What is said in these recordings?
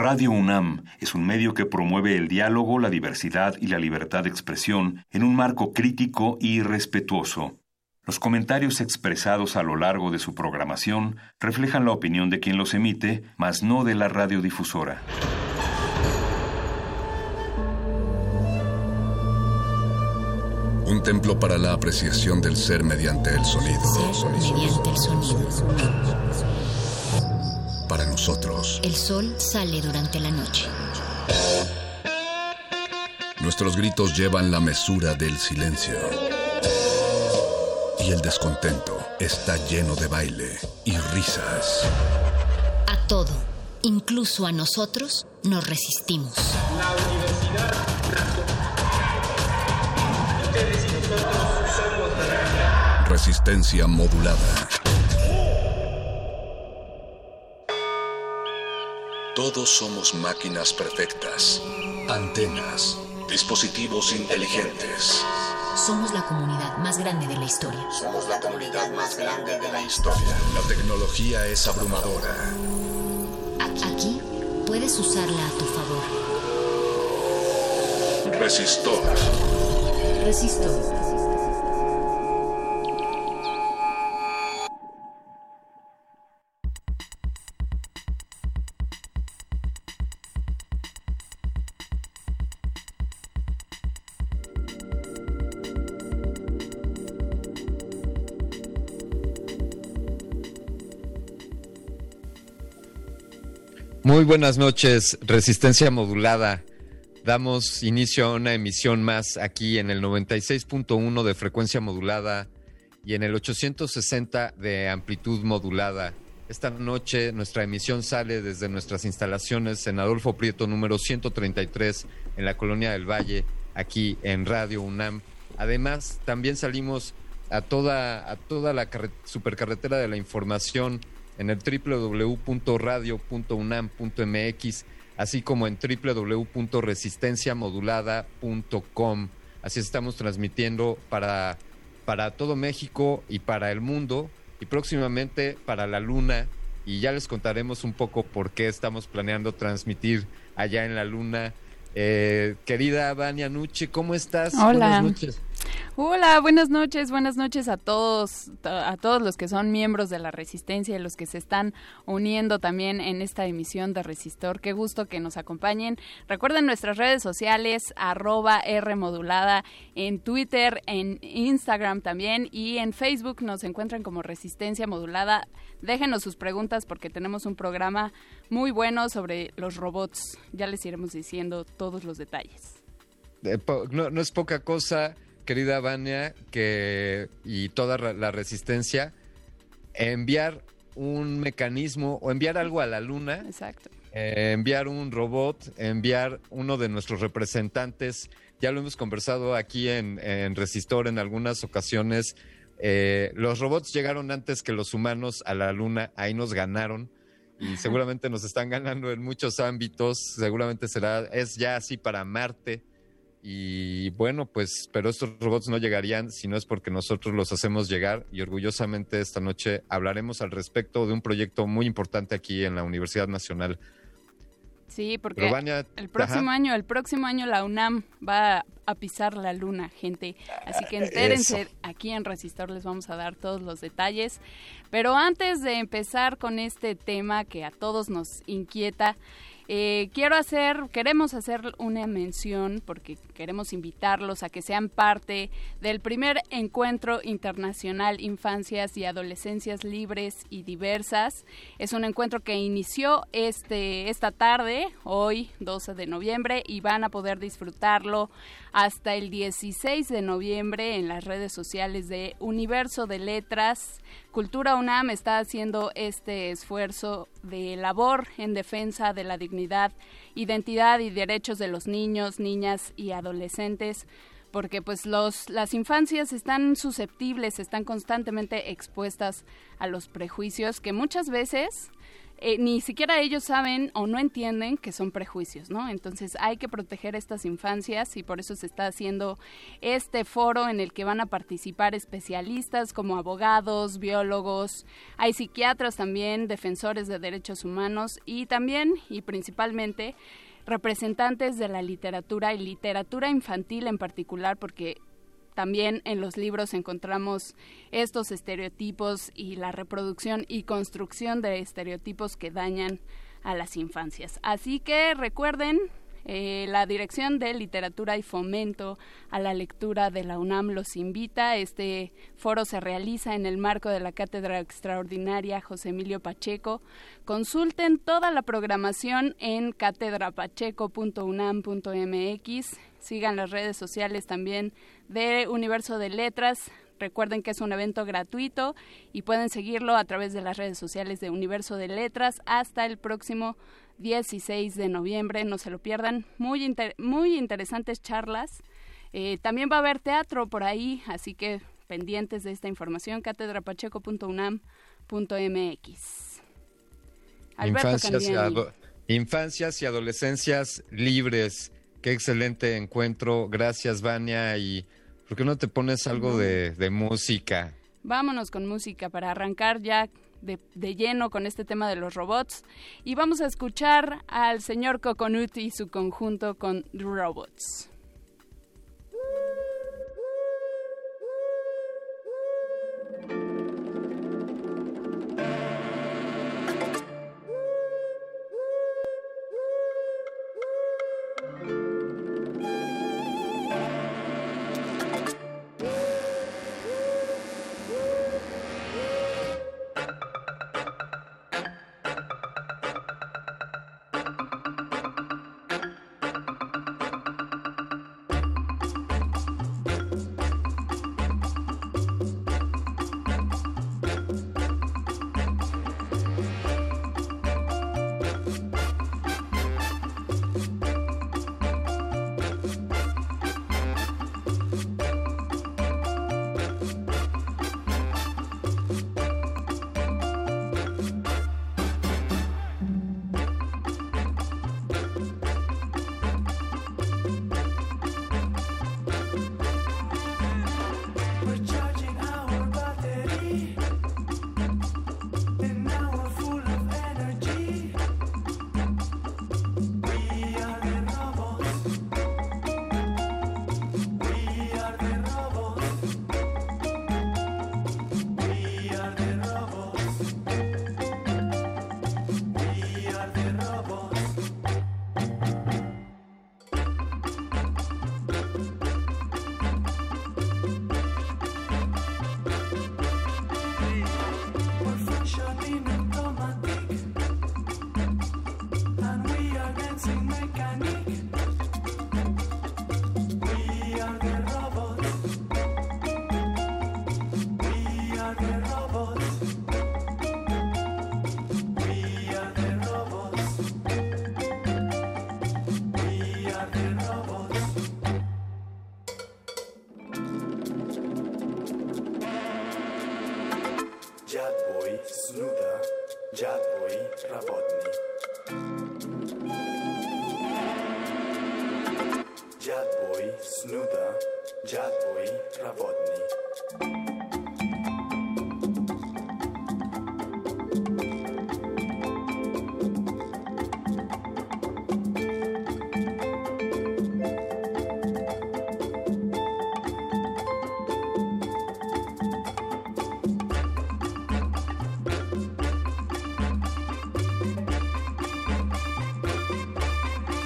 Radio UNAM es un medio que promueve el diálogo, la diversidad y la libertad de expresión en un marco crítico y respetuoso. Los comentarios expresados a lo largo de su programación reflejan la opinión de quien los emite, mas no de la radiodifusora. Un templo para la apreciación del ser mediante el sonido. Mediante el sonido. Para nosotros. El sol sale durante la noche. Nuestros gritos llevan la mesura del silencio. Y el descontento está lleno de baile y risas. A todo, incluso a nosotros, nos resistimos. La Universidad Nacional. Ustedes y nosotros somos la realidad. Resistencia modulada. Todos somos máquinas perfectas, antenas, dispositivos inteligentes. Somos la comunidad más grande de la historia. Somos la comunidad más grande de la historia. La tecnología es abrumadora. Aquí puedes usarla a tu favor. Resistor. Resistor. Muy buenas noches, Resistencia Modulada. Damos inicio a una emisión más aquí en el 96.1 de frecuencia modulada y en el 860 de amplitud modulada. Esta noche nuestra emisión sale desde nuestras instalaciones en Adolfo Prieto número 133 en la Colonia del Valle, aquí en Radio UNAM. Además, también salimos a toda la supercarretera de la información en el www.radio.unam.mx, así como en www.resistenciamodulada.com. Así estamos transmitiendo para todo México y para el mundo, y próximamente para la Luna, y ya les contaremos un poco por qué estamos planeando transmitir allá en la Luna. Querida Vania Nuche, ¿cómo estás? Hola. Buenas noches. Hola, buenas noches a todos los que son miembros de la Resistencia y los que se están uniendo también en esta emisión de Resistor. Qué gusto que nos acompañen. Recuerden nuestras redes sociales, @Rmodulada, en Twitter, en Instagram también, y en Facebook nos encuentran como Resistencia Modulada. Déjenos sus preguntas porque tenemos un programa muy bueno sobre los robots. Ya les iremos diciendo todos los detalles. No es poca cosa, querida Vania, y toda la Resistencia, enviar un mecanismo o enviar algo a la Luna. Exacto. Enviar un robot, enviar uno de nuestros representantes. Ya lo hemos conversado aquí en Resistor en algunas ocasiones. Los robots llegaron antes que los humanos a la Luna, ahí nos ganaron y seguramente nos están ganando en muchos ámbitos. Seguramente es ya así para Marte. Y bueno, pues, pero estos robots no llegarían si no es porque nosotros los hacemos llegar, y orgullosamente esta noche hablaremos al respecto de un proyecto muy importante aquí en la Universidad Nacional. Sí, porque Vania, el próximo año la UNAM va a pisar la Luna, gente. Así que entérense, Eso. Aquí en Resistor les vamos a dar todos los detalles. Pero antes de empezar con este tema que a todos nos inquieta, queremos hacer una mención porque queremos invitarlos a que sean parte del primer encuentro internacional Infancias y Adolescencias Libres y Diversas. Es un encuentro que inició esta tarde, hoy 12 de noviembre, y van a poder disfrutarlo hasta el 16 de noviembre en las redes sociales de Universo de Letras. Cultura UNAM está haciendo este esfuerzo de labor en defensa de la dignidad, identidad y derechos de los niños, niñas y adolescentes, porque pues las infancias están susceptibles, están constantemente expuestas a los prejuicios que muchas veces ni siquiera ellos saben o no entienden que son prejuicios, ¿no? Entonces hay que proteger estas infancias y por eso se está haciendo este foro en el que van a participar especialistas como abogados, biólogos, hay psiquiatras también, defensores de derechos humanos y también y principalmente representantes de la literatura y literatura infantil en particular, porque también en los libros encontramos estos estereotipos y la reproducción y construcción de estereotipos que dañan a las infancias. Así que recuerden, la Dirección de Literatura y Fomento a la Lectura de la UNAM los invita. Este foro se realiza en el marco de la Cátedra Extraordinaria José Emilio Pacheco. Consulten toda la programación en catedrapacheco.unam.mx. Sigan las redes sociales también de Universo de Letras. Recuerden que es un evento gratuito y pueden seguirlo a través de las redes sociales de Universo de Letras hasta el próximo 16 de noviembre. No se lo pierdan. Muy interesantes charlas. También va a haber teatro por ahí, así que pendientes de esta información, catedrapacheco.unam.mx. Infancias y adolescencias libres. Qué excelente encuentro. Gracias, Vania. ¿Y por qué no te pones algo de música? Vámonos con música para arrancar ya de lleno con este tema de los robots. Y vamos a escuchar al señor Coconut y su conjunto con The Robots.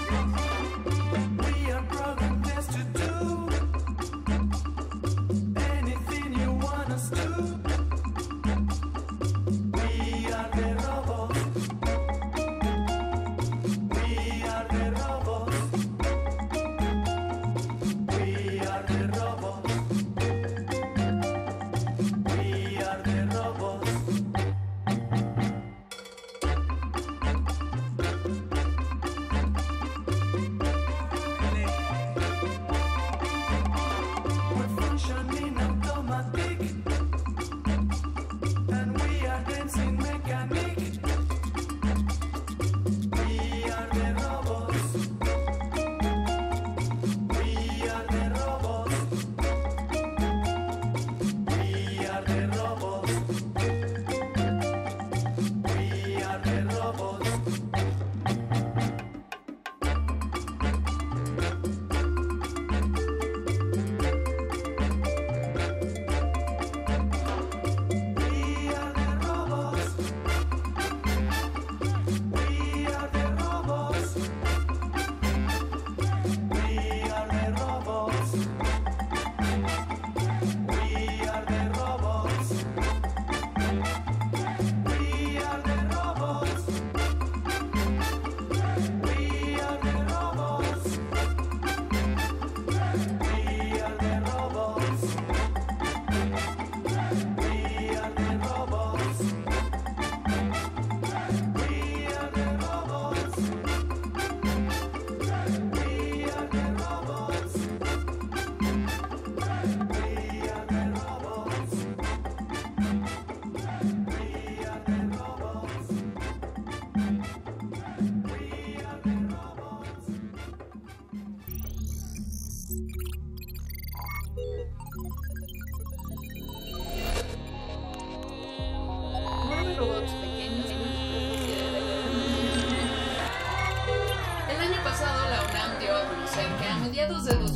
And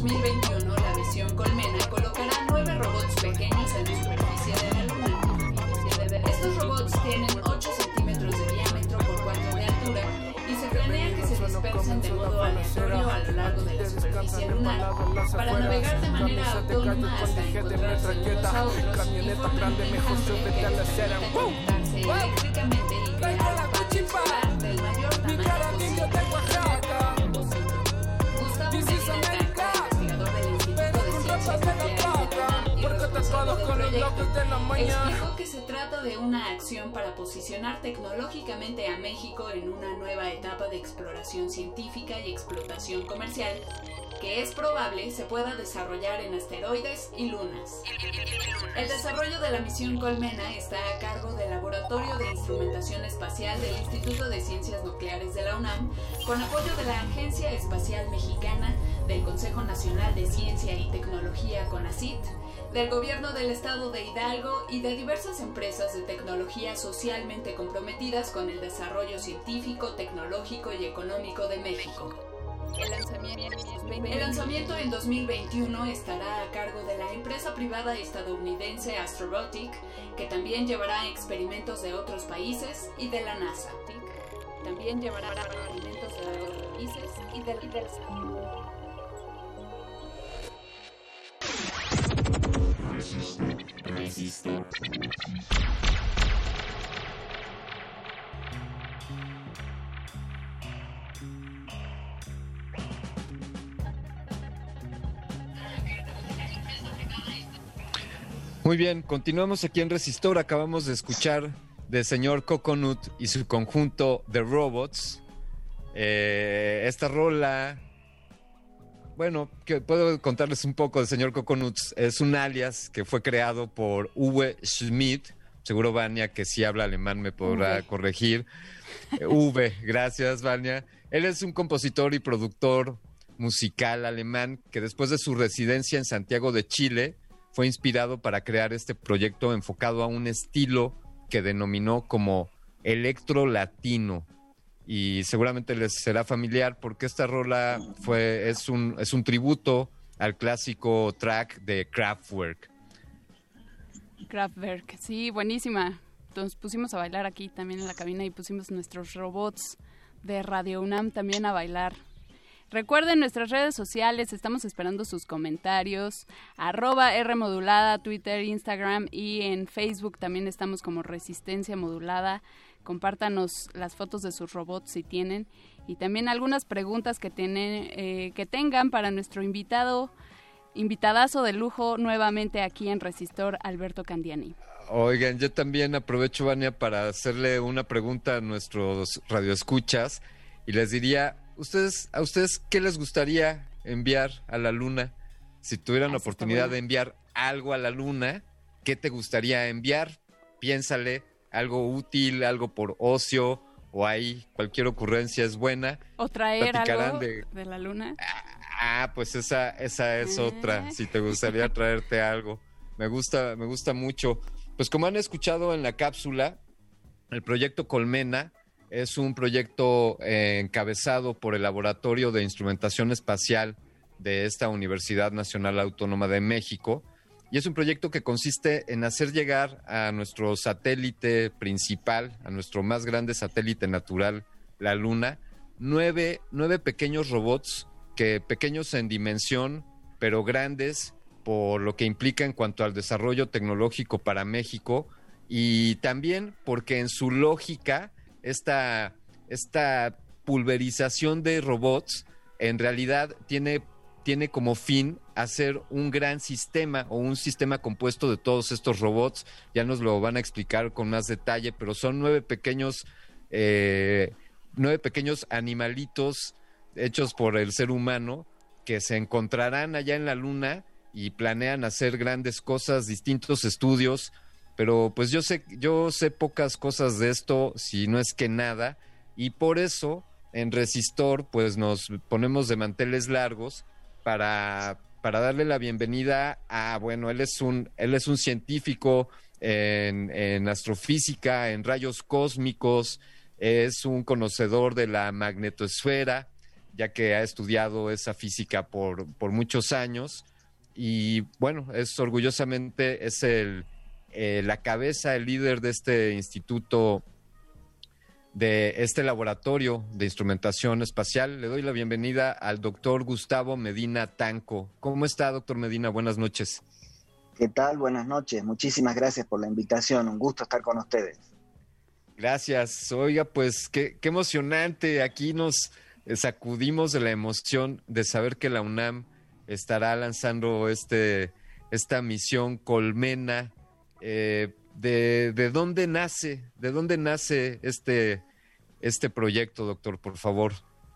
2021, la misión Colmena colocará 9 robots pequeños en la superficie de la Luna. Estos robots tienen 8 centímetros de diámetro por 4 de altura y se planea que se dispersen de modo aleatorio a lo largo de la superficie lunar para navegar de manera autónoma hasta encontrarse unos a otros y forman un enjambre que les permite conectarse eléctricamente y crear un panel solar del mayor tamaño posible. Gustavo Medina Tanco, investigador del Instituto de Ciencias Nucleares de la UNAM y responsable del proyecto, explicó que se trata de una acción para posicionar tecnológicamente a México en una nueva etapa de exploración científica y explotación comercial que es probable se pueda desarrollar en asteroides y lunas. El desarrollo de la misión Colmena está a cargo del Laboratorio de Instrumentación Espacial del Instituto de Ciencias Nucleares de la UNAM, con apoyo de la Agencia Espacial Mexicana, del Consejo Nacional de Ciencia y Tecnología CONACYT, del Gobierno del Estado de Hidalgo y de diversas empresas de tecnología socialmente comprometidas con el desarrollo científico, tecnológico y económico de México. El lanzamiento en 2021 estará a cargo de la empresa privada estadounidense Astrobotic, que también llevará experimentos de otros países, y de la NASA. También llevará experimentos de otros países y de la NASA. Muy bien, continuamos aquí en Resistor. Acabamos de escuchar de Señor Coconut y su conjunto The Robots. Esta rola, bueno, que puedo contarles un poco de Señor Coconut. Es un alias que fue creado por Uwe Schmidt. Seguro Vania, que sí habla alemán, me podrá corregir. Uwe, gracias Vania. Él es un compositor y productor musical alemán que después de su residencia en Santiago de Chile fue inspirado para crear este proyecto enfocado a un estilo que denominó como electro latino. Y seguramente les será familiar porque esta rola es un tributo al clásico track de Kraftwerk. Kraftwerk, sí, buenísima. Nos pusimos a bailar aquí también en la cabina y pusimos nuestros robots de Radio UNAM también a bailar. Recuerden nuestras redes sociales, estamos esperando sus comentarios, @Rmodulada, Twitter, Instagram y en Facebook también estamos como Resistencia Modulada. Compártanos las fotos de sus robots si tienen y también algunas preguntas que tengan para nuestro invitadazo de lujo nuevamente aquí en Resistor, Alberto Candiani. Oigan, yo también aprovecho, Vania, para hacerle una pregunta a nuestros radioescuchas y les diría, ¿a ustedes qué les gustaría enviar a la Luna? Si tuvieran la oportunidad de enviar algo a la Luna, ¿qué te gustaría enviar? Piénsale, algo útil, algo por ocio, o ahí cualquier ocurrencia es buena. ¿O traer algo de la Luna? Pues esa es otra, si te gustaría traerte algo. Me gusta mucho. Pues como han escuchado en la cápsula, el proyecto Colmena es un proyecto encabezado por el Laboratorio de Instrumentación Espacial de esta Universidad Nacional Autónoma de México. Y es un proyecto que consiste en hacer llegar a nuestro satélite principal, a nuestro más grande satélite natural, la Luna, 9 pequeños robots, pequeños en dimensión, pero grandes por lo que implica en cuanto al desarrollo tecnológico para México y también porque en su lógica esta pulverización de robots en realidad tiene como fin hacer un gran sistema o un sistema compuesto de todos estos robots. Ya nos lo van a explicar con más detalle, pero son 9 pequeños animalitos hechos por el ser humano que se encontrarán allá en la Luna y planean hacer grandes cosas, distintos estudios, pero pues yo sé pocas cosas de esto, si no es que nada, y por eso en Resistor pues nos ponemos de manteles largos para darle la bienvenida a, bueno, él es un científico en astrofísica, en rayos cósmicos, es un conocedor de la magnetosfera, ya que ha estudiado esa física por muchos años. Y bueno, orgullosamente es la cabeza, el líder de este instituto, de este laboratorio de instrumentación espacial. Le doy la bienvenida al doctor Gustavo Medina Tanco. ¿Cómo está, doctor Medina? Buenas noches. ¿Qué tal? Buenas noches. Muchísimas gracias por la invitación. Un gusto estar con ustedes. Gracias. Oiga, pues qué emocionante. Aquí nos sacudimos de la emoción de saber que la UNAM estará lanzando esta misión Colmena. ¿De dónde nace este proyecto, doctor, por favor?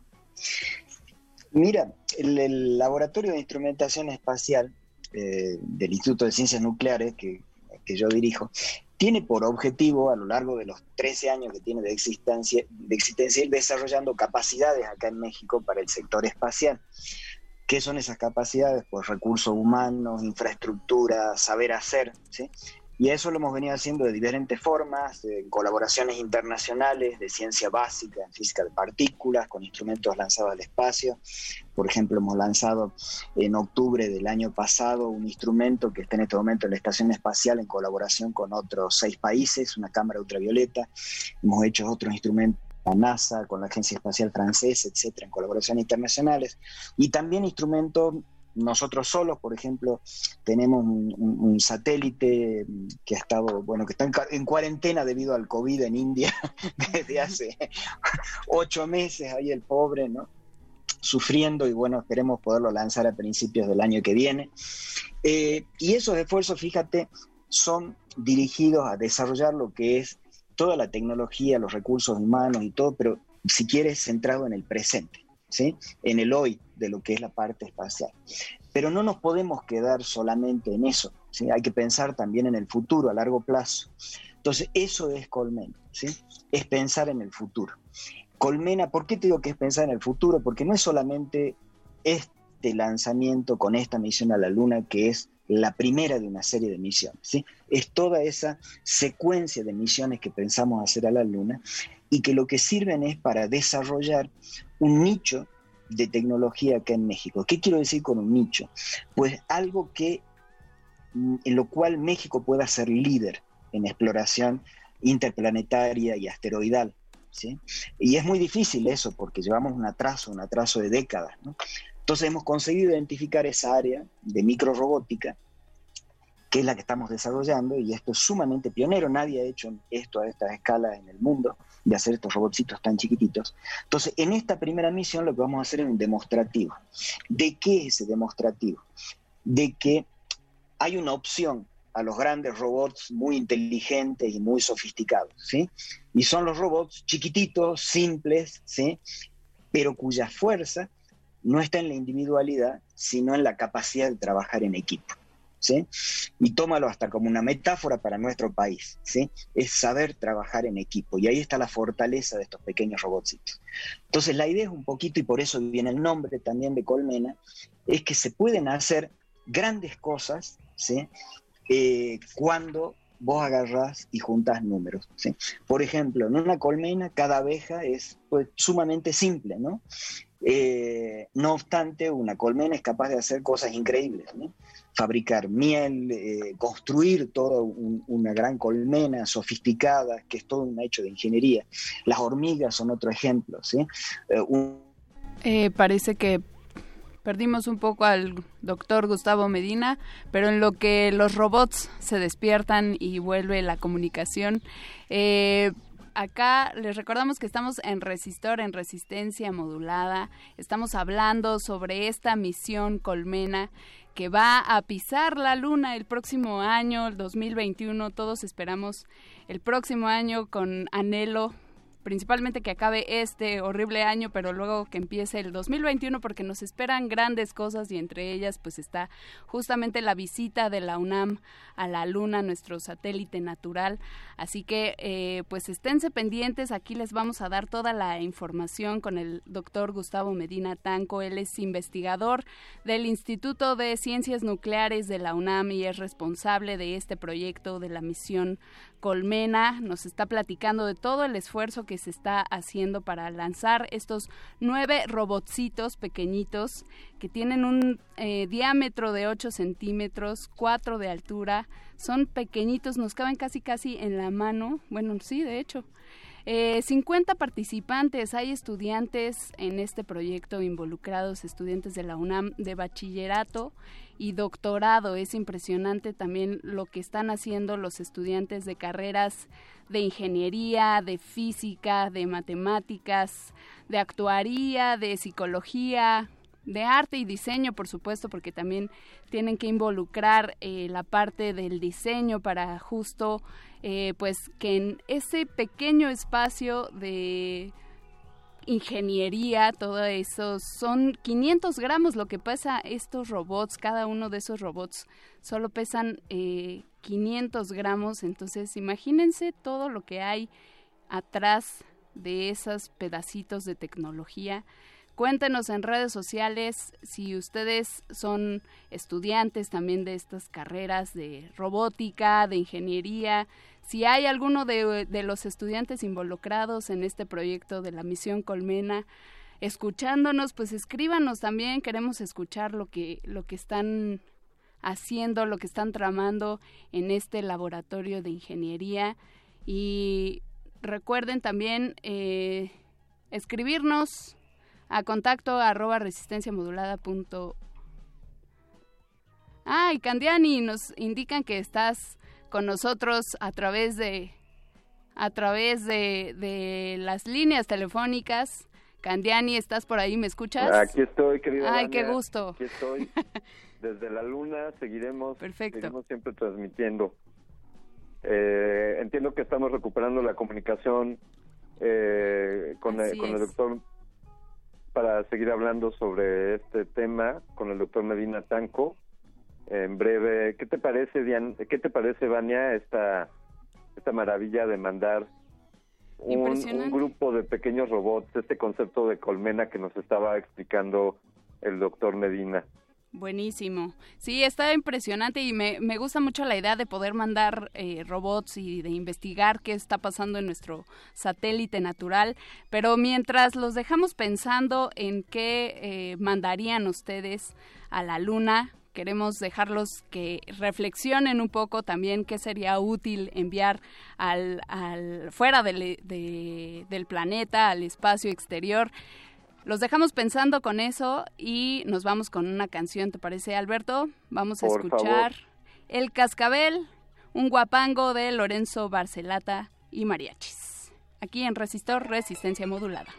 Mira, el Laboratorio de Instrumentación Espacial del Instituto de Ciencias Nucleares que yo dirijo, tiene por objetivo, a lo largo de los 13 años que tiene de existencia, ir desarrollando capacidades acá en México para el sector espacial. ¿Qué son esas capacidades? Pues recursos humanos, infraestructura, saber hacer, ¿sí? Y eso lo hemos venido haciendo de diferentes formas, en colaboraciones internacionales de ciencia básica, en física de partículas, con instrumentos lanzados al espacio. Por ejemplo, hemos lanzado en octubre del año pasado un instrumento que está en este momento en la Estación Espacial en colaboración con otros 6 países, una cámara ultravioleta. Hemos hecho otros instrumentos con la NASA, con la Agencia Espacial Francesa, etcétera, en colaboraciones internacionales. Y también instrumentos nosotros solos. Por ejemplo, tenemos un satélite que ha estado, que está en cuarentena debido al COVID en India desde hace 8 meses, ahí el pobre, ¿no?, sufriendo, y esperemos poderlo lanzar a principios del año que viene. Y esos esfuerzos, fíjate, son dirigidos a desarrollar lo que es toda la tecnología, los recursos humanos y todo, pero si quieres centrado en el presente, ¿sí?, en el hoy de lo que es la parte espacial. Pero no nos podemos quedar solamente en eso, ¿sí? Hay que pensar también en el futuro, a largo plazo. Entonces, eso es Colmena, ¿sí? Es pensar en el futuro. Colmena, ¿por qué te digo que es pensar en el futuro? Porque no es solamente este lanzamiento con esta misión a la Luna, que es la primera de una serie de misiones, ¿sí? Es toda esa secuencia de misiones que pensamos hacer a la Luna y que lo que sirven es para desarrollar un nicho de tecnología acá en México. ¿Qué quiero decir con un nicho? Pues algo en lo cual México pueda ser líder en exploración interplanetaria y asteroidal, ¿sí? Y es muy difícil eso porque llevamos un atraso de décadas, ¿no? Entonces hemos conseguido identificar esa área de microrobótica, que es la que estamos desarrollando, y esto es sumamente pionero. Nadie ha hecho esto a esta escala en el mundo, de hacer estos robotcitos tan chiquititos. Entonces, en esta primera misión lo que vamos a hacer es un demostrativo. ¿De qué es ese demostrativo? De que hay una opción a los grandes robots muy inteligentes y muy sofisticados, ¿sí? Y son los robots chiquititos, simples, ¿sí?, pero cuya fuerza no está en la individualidad, sino en la capacidad de trabajar en equipo, ¿sí? Y tómalo hasta como una metáfora para nuestro país, ¿sí? Es saber trabajar en equipo, y ahí está la fortaleza de estos pequeños robotcitos. Entonces la idea es un poquito, y por eso viene el nombre también de Colmena, es que se pueden hacer grandes cosas, ¿sí?, cuando vos agarrás y juntás números, ¿sí? Por ejemplo, en una colmena cada abeja es sumamente simple, ¿no? No obstante, una colmena es capaz de hacer cosas increíbles, ¿no? Fabricar miel, construir toda una gran colmena sofisticada, que es todo un hecho de ingeniería. Las hormigas son otro ejemplo, ¿sí? Parece que perdimos un poco al doctor Gustavo Medina, pero en lo que los robots se despiertan y vuelve la comunicación, acá les recordamos que estamos en Resistor, en Resistencia Modulada. Estamos hablando sobre esta misión Colmena que va a pisar la Luna el próximo año, el 2021. Todos esperamos el próximo año con anhelo, principalmente que acabe este horrible año, pero luego que empiece el 2021, porque nos esperan grandes cosas, y entre ellas pues está justamente la visita de la UNAM a la Luna, nuestro satélite natural. Así que pues esténse pendientes, aquí les vamos a dar toda la información con el doctor Gustavo Medina Tanco. Él es investigador del Instituto de Ciencias Nucleares de la UNAM y es responsable de este proyecto de la misión Colmena. Nos está platicando de todo el esfuerzo que se está haciendo para lanzar estos 9 robotcitos pequeñitos que tienen un diámetro de 8 centímetros, 4 de altura. Son pequeñitos, nos caben casi en la mano. Bueno, sí, de hecho. 50 participantes, hay estudiantes en este proyecto involucrados, estudiantes de la UNAM de bachillerato y doctorado. Es impresionante también lo que están haciendo los estudiantes de carreras de ingeniería, de física, de matemáticas, de actuaría, de psicología, de arte y diseño, por supuesto, porque también tienen que involucrar la parte del diseño para justo pues que en ese pequeño espacio de ingeniería, todo eso, son 500 gramos lo que pesa estos robots. Cada uno de esos robots solo pesan 500 gramos, entonces imagínense todo lo que hay atrás de esos pedacitos de tecnología. Cuéntenos en redes sociales si ustedes son estudiantes también de estas carreras de robótica, de ingeniería, si hay alguno de los estudiantes involucrados en este proyecto de la Misión Colmena, escuchándonos, pues escríbanos también, queremos escuchar lo que están haciendo, lo que están tramando en este laboratorio de ingeniería. Y recuerden también escribirnos a contacto@resistenciamodulada.. Y Candiani, nos indican que estás con nosotros a través de las líneas telefónicas. Candiani, ¿estás por ahí? ¿Me escuchas? Aquí estoy, querida Ay, Vania. qué gusto. Aquí estoy. Desde la luna seguiremos siempre transmitiendo. Entiendo que estamos recuperando la comunicación con el doctor para seguir hablando sobre este tema con el doctor Medina Tanco. En breve, ¿qué te parece, Vania, esta maravilla de mandar un grupo de pequeños robots, este concepto de colmena que nos estaba explicando el doctor Medina? Buenísimo. Sí, está impresionante y me gusta mucho la idea de poder mandar robots y de investigar qué está pasando en nuestro satélite natural, pero mientras los dejamos pensando en qué mandarían ustedes a la Luna, queremos dejarlos que reflexionen un poco también qué sería útil enviar al fuera del planeta, al espacio exterior. Los dejamos pensando con eso y nos vamos con una canción, ¿te parece, Alberto? Vamos a escuchar El Cascabel, un guapango de Lorenzo Barcelata y mariachis. Aquí en Resistor, Resistencia Modulada.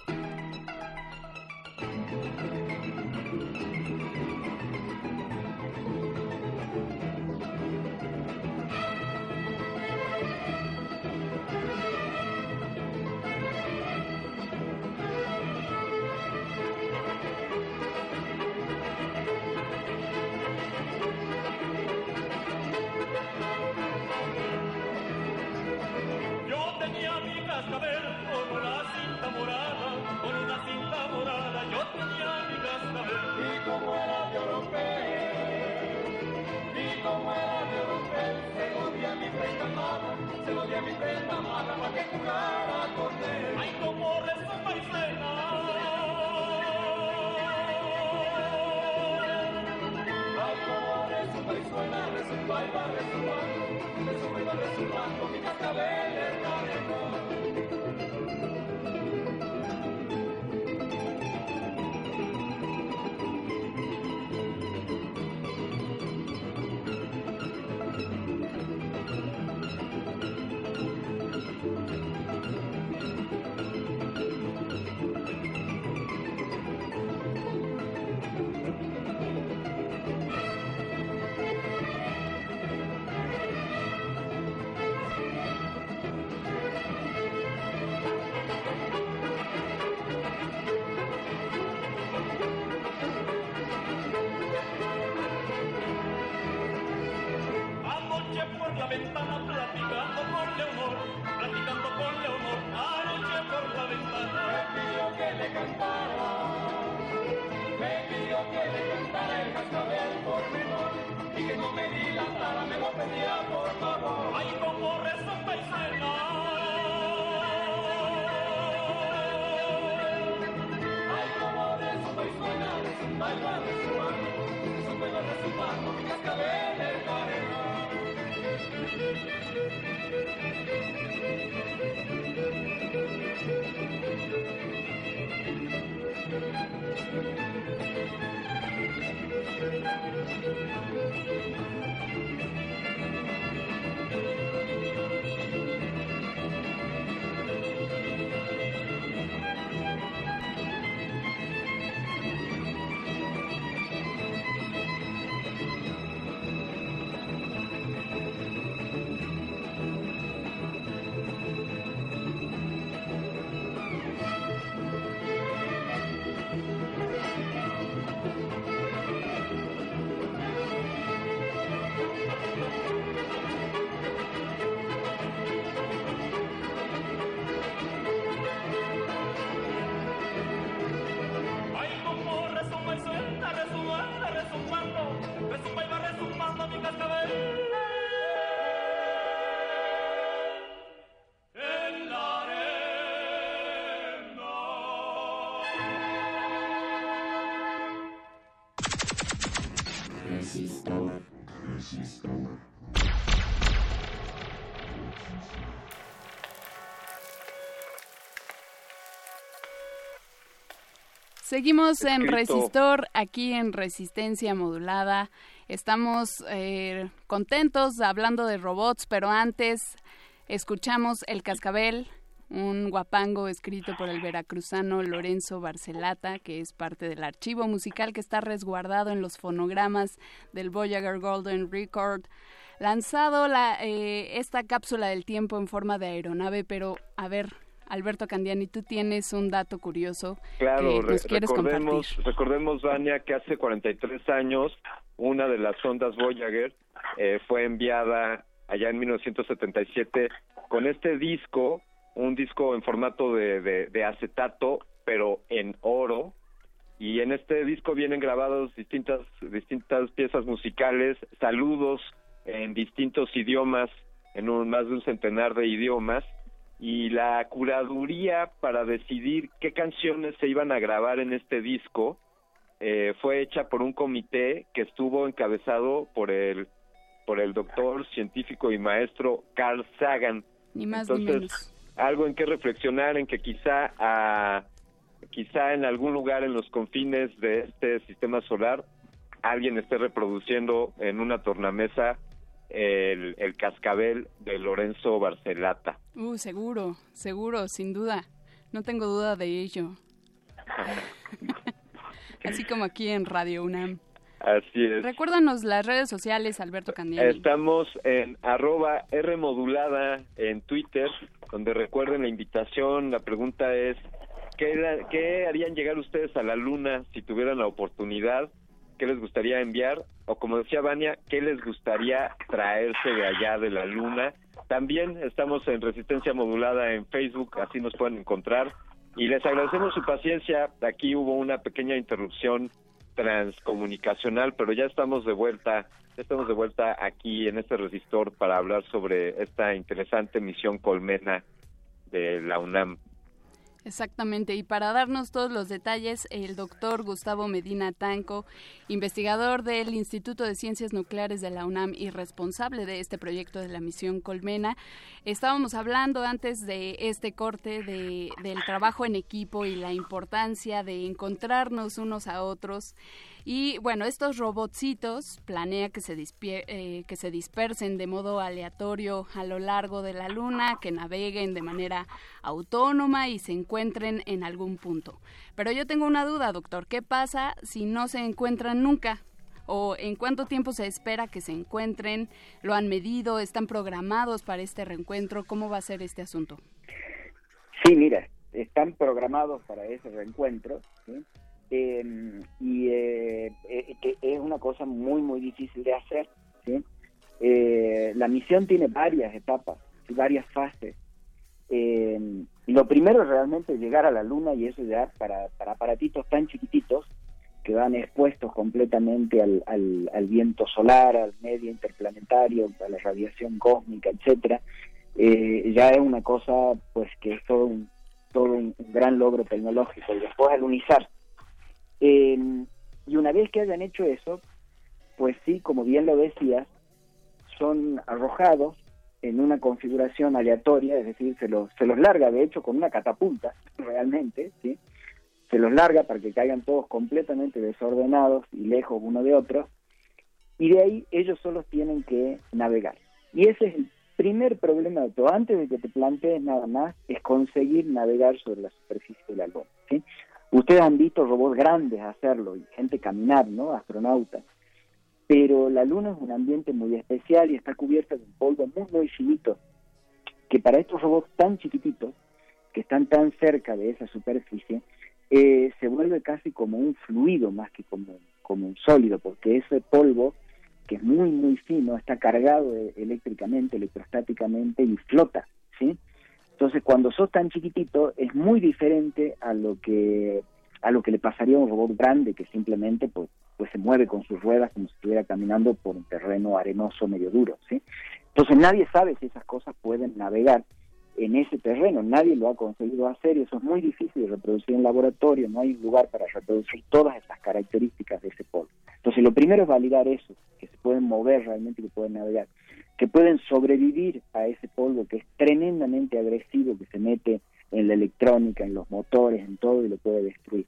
Ay, como rezó Maicena. Ay, como rezó Maicena, rezumba y va resumbando, mi cascabel está mejor. Y que no me dilatara, me lo pedía por favor. Ay, como rezó Seguimos en Resistor, aquí en Resistencia Modulada. Estamos contentos hablando de robots, pero antes escuchamos El Cascabel, un guapango escrito por el veracruzano Lorenzo Barcelata, que es parte del archivo musical que está resguardado en los fonogramas del Voyager Golden Record. Lanzado esta cápsula del tiempo en forma de aeronave, pero a ver, Alberto Candiani, tú tienes un dato curioso que nos quieres compartir. Recordemos, Vania, que hace 43 años una de las sondas Voyager fue enviada allá en 1977 con este disco, un disco en formato de acetato, pero en oro, y en este disco vienen grabados distintas piezas musicales, saludos en distintos idiomas, más de un centenar de idiomas, y la curaduría para decidir qué canciones se iban a grabar en este disco fue hecha por un comité que estuvo encabezado por el doctor, científico y maestro Carl Sagan. Ni más ni menos. Algo en que reflexionar, en que quizá en algún lugar en los confines de este sistema solar alguien esté reproduciendo en una tornamesa el cascabel de Lorenzo Barcelata. Seguro, sin duda. No tengo duda de ello. Así como aquí en Radio UNAM. Así es. Recuérdanos las redes sociales, Alberto Candiani. Estamos en @Rmodulada en Twitter, donde recuerden la invitación. La pregunta es, ¿qué harían llegar ustedes a la Luna si tuvieran la oportunidad? ¿Qué les gustaría enviar? O como decía Vania, ¿qué les gustaría traerse de allá de la Luna? También estamos en Resistencia Modulada en Facebook, así nos pueden encontrar. Y les agradecemos su paciencia. Aquí hubo una pequeña interrupción transcomunicacional, pero ya estamos de vuelta aquí en este resistor para hablar sobre esta interesante misión Colmena de la UNAM. Exactamente, y para darnos todos los detalles, el doctor Gustavo Medina Tanco, investigador del Instituto de Ciencias Nucleares de la UNAM y responsable de este proyecto de la misión Colmena. Estábamos hablando antes de este corte del trabajo en equipo y la importancia de encontrarnos unos a otros. Y bueno, estos robotcitos planea que se dispersen de modo aleatorio a lo largo de la Luna, que naveguen de manera autónoma y se encuentren en algún punto. Pero yo tengo una duda, doctor, ¿qué pasa si no se encuentran nunca? ¿O en cuánto tiempo se espera que se encuentren? ¿Lo han medido? ¿Están programados para este reencuentro? ¿Cómo va a ser este asunto? Sí, mira, están programados para ese reencuentro, ¿sí? Que es una cosa muy, muy difícil de hacer, ¿sí? La misión tiene varias etapas, varias fases. Lo primero es realmente llegar a la Luna, y eso ya para aparatitos tan chiquititos que van expuestos completamente al viento solar, al medio interplanetario, a la radiación cósmica, etcétera, ya es una cosa pues que es todo un gran logro tecnológico. Y después alunizar. Y una vez que hayan hecho eso, pues sí, como bien lo decías, son arrojados en una configuración aleatoria, es decir, se los larga, de hecho, con una catapulta, realmente, ¿sí? Se los larga para que caigan todos completamente desordenados y lejos uno de otro, y de ahí ellos solos tienen que navegar. Y ese es el primer problema de todo. Antes de que te plantees nada más, es conseguir navegar sobre la superficie de la Luna, ¿sí? Ustedes han visto robots grandes hacerlo, y gente caminar, ¿no? Astronautas. Pero la Luna es un ambiente muy especial y está cubierta de un polvo muy, muy finito, que para estos robots tan chiquititos, que están tan cerca de esa superficie, se vuelve casi como un fluido más que como un sólido, porque ese polvo, que es muy, muy fino, está cargado eléctricamente, electrostáticamente y flota, ¿sí? Entonces, cuando sos tan chiquitito, es muy diferente a lo que le pasaría a un robot grande que simplemente pues se mueve con sus ruedas como si estuviera caminando por un terreno arenoso medio duro, ¿sí? Entonces nadie sabe si esas cosas pueden navegar en ese terreno, nadie lo ha conseguido hacer y eso es muy difícil de reproducir en laboratorio, no hay lugar para reproducir todas estas características de ese polvo. Entonces lo primero es validar eso, que se pueden mover realmente, que pueden navegar, que pueden sobrevivir a ese polvo que es tremendamente agresivo, que se mete en la electrónica, en los motores, en todo y lo puede destruir.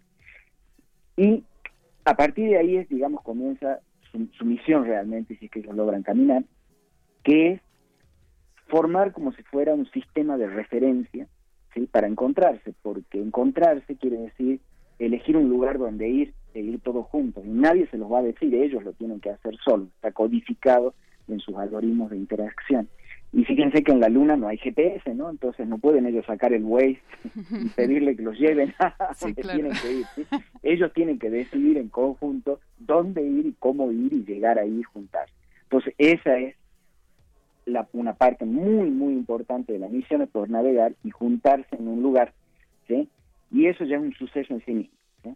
Y a partir de ahí comienza su misión realmente, si es que ellos logran caminar, que es formar como si fuera un sistema de referencia, ¿sí? Para encontrarse, porque encontrarse quiere decir elegir un lugar donde ir e ir todos juntos, y nadie se los va a decir, ellos lo tienen que hacer solos, está codificado en sus algoritmos de interacción. Y fíjense que en la Luna no hay GPS, ¿no? Entonces no pueden ellos sacar el Waze y pedirle que los lleven a donde tienen que ir, ¿sí? Ellos tienen que decidir en conjunto dónde ir y cómo ir y llegar ahí y juntarse. Entonces esa es una parte muy, muy importante de la misión, es poder navegar y juntarse en un lugar, ¿sí? Y eso ya es un suceso en sí mismo, ¿sí?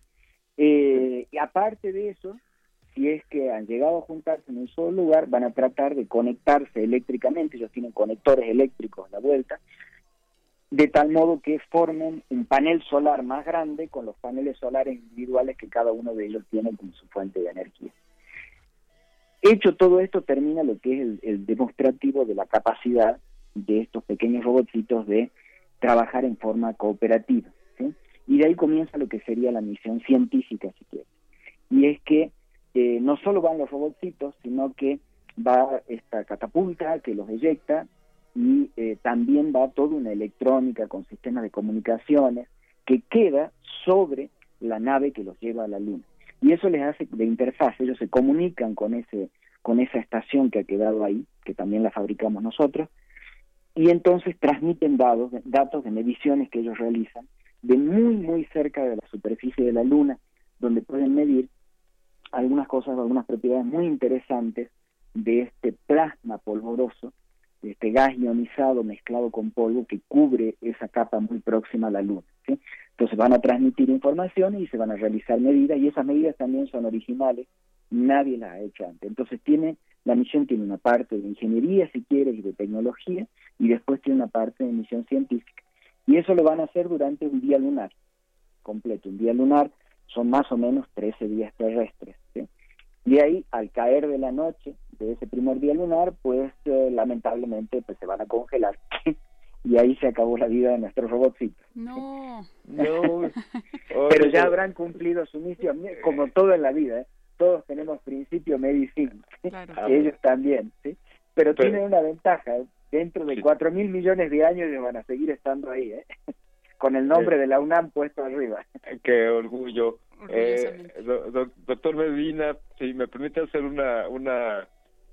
Y aparte de eso, si es que han llegado a juntarse en un solo lugar, van a tratar de conectarse eléctricamente, ellos tienen conectores eléctricos a la vuelta, de tal modo que formen un panel solar más grande con los paneles solares individuales que cada uno de ellos tiene como su fuente de energía. Hecho todo esto, termina lo que es el demostrativo de la capacidad de estos pequeños robotcitos de trabajar en forma cooperativa, ¿sí? Y de ahí comienza lo que sería la misión científica, si quieres. Y es que no solo van los robotcitos, sino que va esta catapulta que los eyecta y también va toda una electrónica con sistemas de comunicaciones que queda sobre la nave que los lleva a la Luna. Y eso les hace de interfaz, ellos se comunican con esa estación que ha quedado ahí, que también la fabricamos nosotros, y entonces transmiten datos de mediciones que ellos realizan de muy, muy cerca de la superficie de la Luna, donde pueden medir algunas cosas, algunas propiedades muy interesantes de este plasma polvoroso, de este gas ionizado mezclado con polvo que cubre esa capa muy próxima a la Luna, ¿sí? Entonces van a transmitir información y se van a realizar medidas, y esas medidas también son originales, nadie las ha hecho antes. Entonces la misión tiene una parte de ingeniería, si quieres, y de tecnología, y después tiene una parte de misión científica. Y eso lo van a hacer durante un día lunar completo. Un día lunar son más o menos 13 días terrestres, ¿sí? Y ahí, al caer de la noche de ese primer día lunar, pues lamentablemente pues se van a congelar. Y ahí se acabó la vida de nuestros robotcitos. No. Pero ya habrán cumplido su misión, como todo en la vida, ¿eh? Todos tenemos principio, medio y fin. Claro. Ellos también, ¿sí? Pero tienen una ventaja, ¿eh? Dentro de 4.000 millones de años ellos van a seguir estando ahí, ¿eh? Con el nombre de la UNAM puesto arriba. Qué orgullo. Doctor Medina, si me permite hacer una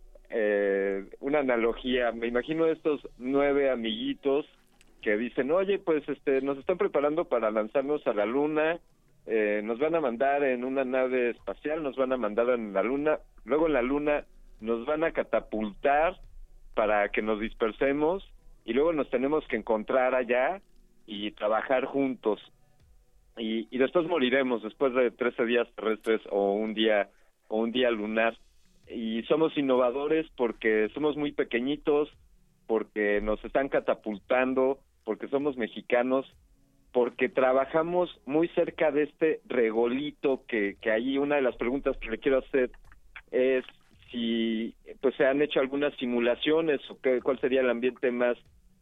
analogía, me imagino estos 9 amiguitos que dicen, oye, pues nos están preparando para lanzarnos a la Luna, nos van a mandar en una nave espacial, nos van a mandar en la Luna, luego en la Luna nos van a catapultar para que nos dispersemos y luego nos tenemos que encontrar allá y trabajar juntos. Y después moriremos después de 13 días terrestres o un día lunar. Y somos innovadores porque somos muy pequeñitos, porque nos están catapultando, porque somos mexicanos, porque trabajamos muy cerca de este regolito que ahí una de las preguntas que le quiero hacer es si pues se han hecho algunas simulaciones o cuál sería el ambiente más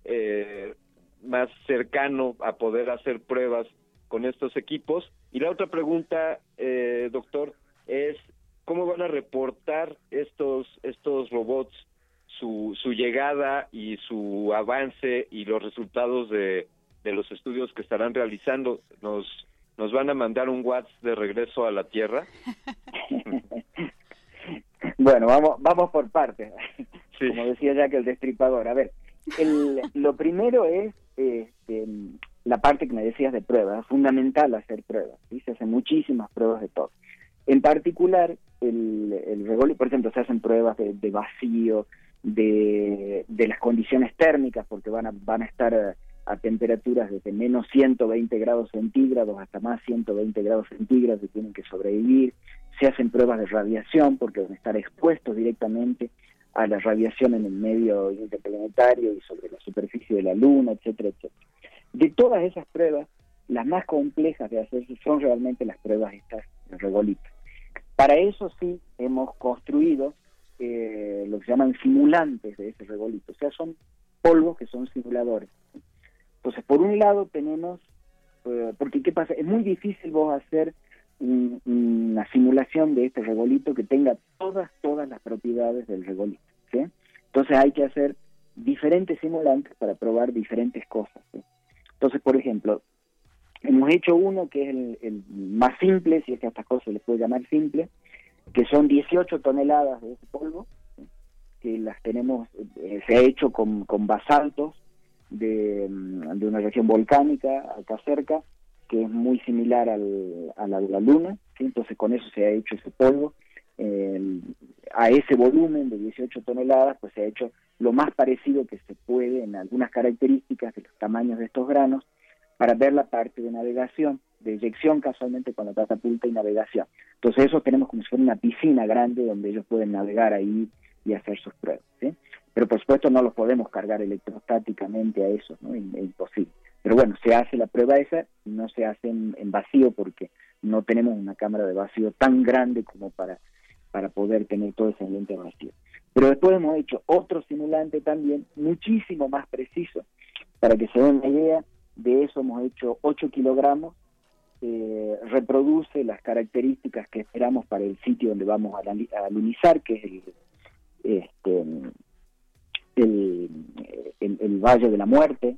cercano a poder hacer pruebas con estos equipos. Y la otra pregunta, doctor, es ¿cómo van a reportar estos robots su llegada y su avance y los resultados de los estudios que estarán realizando? ¿Nos van a mandar un WhatsApp de regreso a la Tierra? Bueno, vamos por partes. Sí. Como decía Jack el Destripador. A ver, lo primero es la parte que me decías de pruebas. Es fundamental hacer pruebas, ¿sí? Se hacen muchísimas pruebas de todo. En particular, el regolito, por ejemplo, se hacen pruebas de vacío, de las condiciones térmicas, porque van a estar a temperaturas desde menos 120 grados centígrados hasta más 120 grados centígrados y tienen que sobrevivir. Se hacen pruebas de radiación porque van a estar expuestos directamente a la radiación en el medio interplanetario y sobre la superficie de la Luna, etcétera, etcétera. De todas esas pruebas, las más complejas de hacer son realmente las pruebas estas de regolito. Para eso sí hemos construido lo que se llaman simulantes de ese regolito, o sea, son polvos que son simuladores. Entonces, por un lado tenemos, porque ¿qué pasa? Es muy difícil vos hacer una simulación de este regolito que tenga todas las propiedades del regolito, ¿sí? Entonces hay que hacer diferentes simulantes para probar diferentes cosas, ¿sí? Entonces, por ejemplo, hemos hecho uno que es el más simple, si es que a estas cosas se les puede llamar simple, que son 18 toneladas de ese polvo, ¿sí? Que las tenemos, se ha hecho con basaltos de una región volcánica acá cerca, que es muy similar a la de la Luna, ¿sí? Entonces con eso se ha hecho ese polvo. A ese volumen de 18 toneladas, pues se ha hecho lo más parecido que se puede en algunas características de los tamaños de estos granos, para ver la parte de navegación, de eyección casualmente con la catapulta y navegación. Entonces eso tenemos como si fuera una piscina grande donde ellos pueden navegar ahí y hacer sus pruebas, ¿sí? Pero por supuesto no los podemos cargar electrostáticamente a eso, ¿no? Es imposible. Pero bueno, se hace la prueba esa, no se hace en vacío porque no tenemos una cámara de vacío tan grande como para poder tener todo ese ambiente vacío. Pero después hemos hecho otro simulante también, muchísimo más preciso. Para que se den una idea, de eso hemos hecho 8 kilogramos, reproduce las características que esperamos para el sitio donde vamos a lunizar, que es el Valle de la Muerte,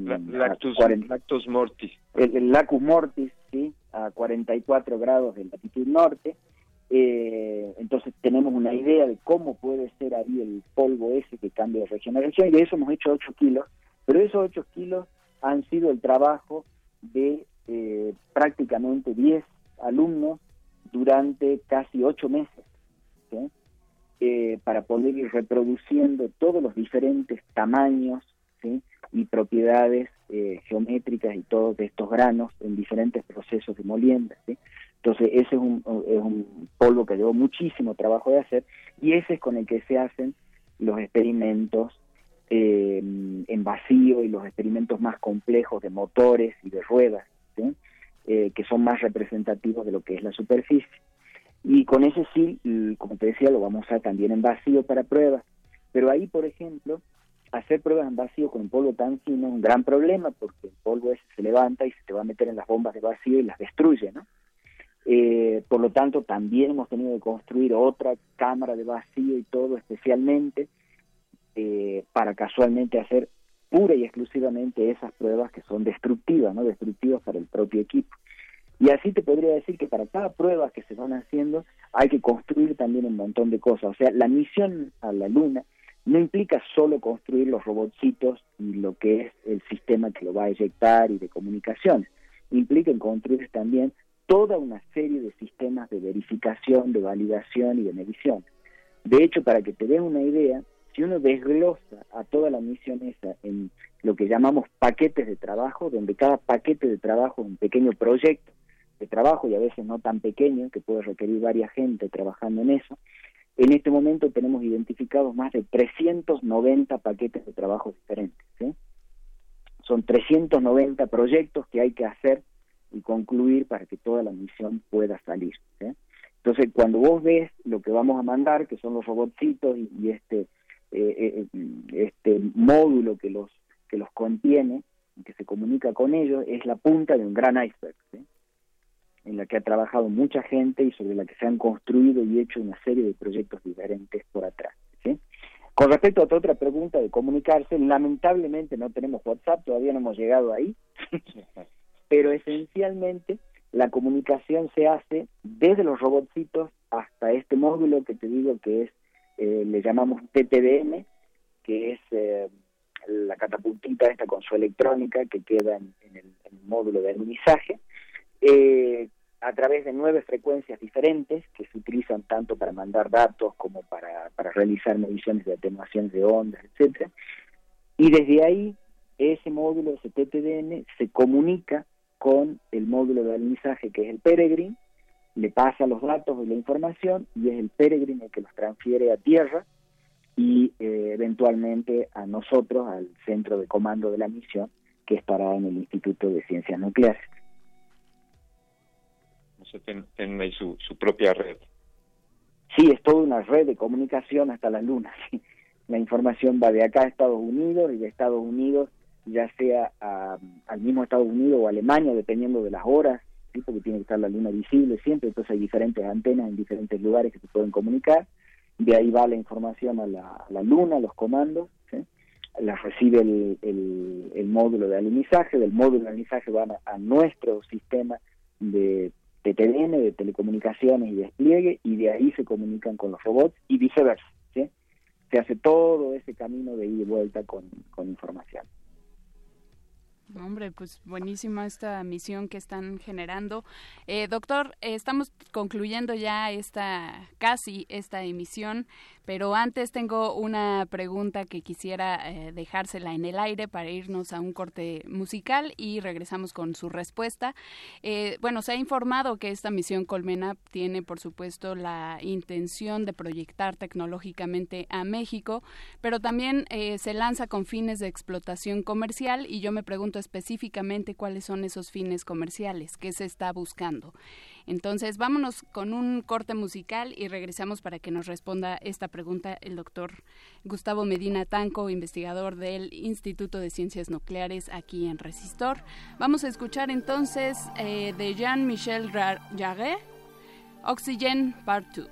Lacus Mortis. El Lacus Mortis, ¿sí? A 44 grados de latitud norte. Entonces tenemos una idea de cómo puede ser ahí el polvo ese que cambia de región a región, y de eso hemos hecho 8 kilos, pero esos 8 kilos han sido el trabajo de prácticamente 10 alumnos durante casi 8 meses, ¿sí? Para poder ir reproduciendo todos los diferentes tamaños, ¿sí? Y propiedades geométricas y todos de estos granos en diferentes procesos de molienda, ¿sí? Entonces ese es un polvo que llevó muchísimo trabajo de hacer, y ese es con el que se hacen los experimentos en vacío y los experimentos más complejos de motores y de ruedas, ¿sí? Que son más representativos de lo que es la superficie. Y con ese sí, como te decía, lo vamos a usar también en vacío para pruebas. Pero ahí, por ejemplo, hacer pruebas en vacío con un polvo tan fino es un gran problema, porque el polvo ese se levanta y se te va a meter en las bombas de vacío y las destruye, ¿no? Por lo tanto, también hemos tenido que construir otra cámara de vacío y todo especialmente para casualmente hacer pura y exclusivamente esas pruebas que son destructivas, ¿no? Destructivas para el propio equipo. Y así te podría decir que para cada prueba que se van haciendo hay que construir también un montón de cosas. O sea, la misión a la Luna no implica solo construir los robotcitos y lo que es el sistema que lo va a eyectar y de comunicaciones. Implica construir también toda una serie de sistemas de verificación, de validación y de medición. De hecho, para que te des una idea, si uno desglosa a toda la misión esa en lo que llamamos paquetes de trabajo, donde cada paquete de trabajo es un pequeño proyecto de trabajo, y a veces no tan pequeño, que puede requerir varias gente trabajando en eso, en este momento tenemos identificados más de 390 paquetes de trabajo diferentes, ¿sí? son 390 proyectos que hay que hacer y concluir para que toda la misión pueda salir. Entonces, cuando vos ves lo que vamos a mandar, que son los robotcitos y este módulo que los contiene, que se comunica con ellos, es la punta de un gran iceberg, en la que ha trabajado mucha gente y sobre la que se han construido y hecho una serie de proyectos diferentes por atrás. Con respecto a tu otra pregunta de comunicarse, lamentablemente no tenemos WhatsApp, todavía no hemos llegado ahí, pero esencialmente la comunicación se hace desde los robotcitos hasta este módulo que te digo que es, le llamamos TTDM, que es la catapultita esta con su electrónica que queda en el módulo de alunizaje, a través de 9 frecuencias diferentes que se utilizan tanto para mandar datos como para realizar mediciones de atenuaciones de ondas, etcétera. Y desde ahí, ese módulo, ese TTDM, se comunica con el módulo de alunizaje que es el Peregrine, le pasa los datos y la información, y es el Peregrine el que los transfiere a tierra y eventualmente a nosotros, al centro de comando de la misión, que estará en el Instituto de Ciencias Nucleares. Tienen ahí su propia red. Sí, es toda una red de comunicación hasta la Luna. ¿Sí? La información va de acá a Estados Unidos y de Estados Unidos ya sea al mismo Estados Unidos o Alemania, dependiendo de las horas, ¿sí? Porque tiene que estar la Luna visible siempre, entonces hay diferentes antenas en diferentes lugares que se pueden comunicar. De ahí va la información a la Luna, a los comandos, ¿sí? La recibe el módulo de alunizaje, del módulo de alunizaje van a nuestro sistema de TTDM, de telecomunicaciones y despliegue, y de ahí se comunican con los robots y viceversa, ¿sí? Se hace todo ese camino de ida y vuelta con información. Hombre, pues buenísima esta misión que están generando. Doctor, estamos concluyendo ya casi esta emisión, pero antes tengo una pregunta que quisiera dejársela en el aire para irnos a un corte musical y regresamos con su respuesta. Bueno, se ha informado que esta misión Colmena tiene, por supuesto, la intención de proyectar tecnológicamente a México, pero también se lanza con fines de explotación comercial, y yo me pregunto específicamente cuáles son esos fines comerciales, qué se está buscando. Entonces, vámonos con un corte musical y regresamos para que nos responda esta pregunta el doctor Gustavo Medina Tanco, investigador del Instituto de Ciencias Nucleares aquí en Resistor. Vamos a escuchar entonces de Jean-Michel Jarre, Oxygen Part 2.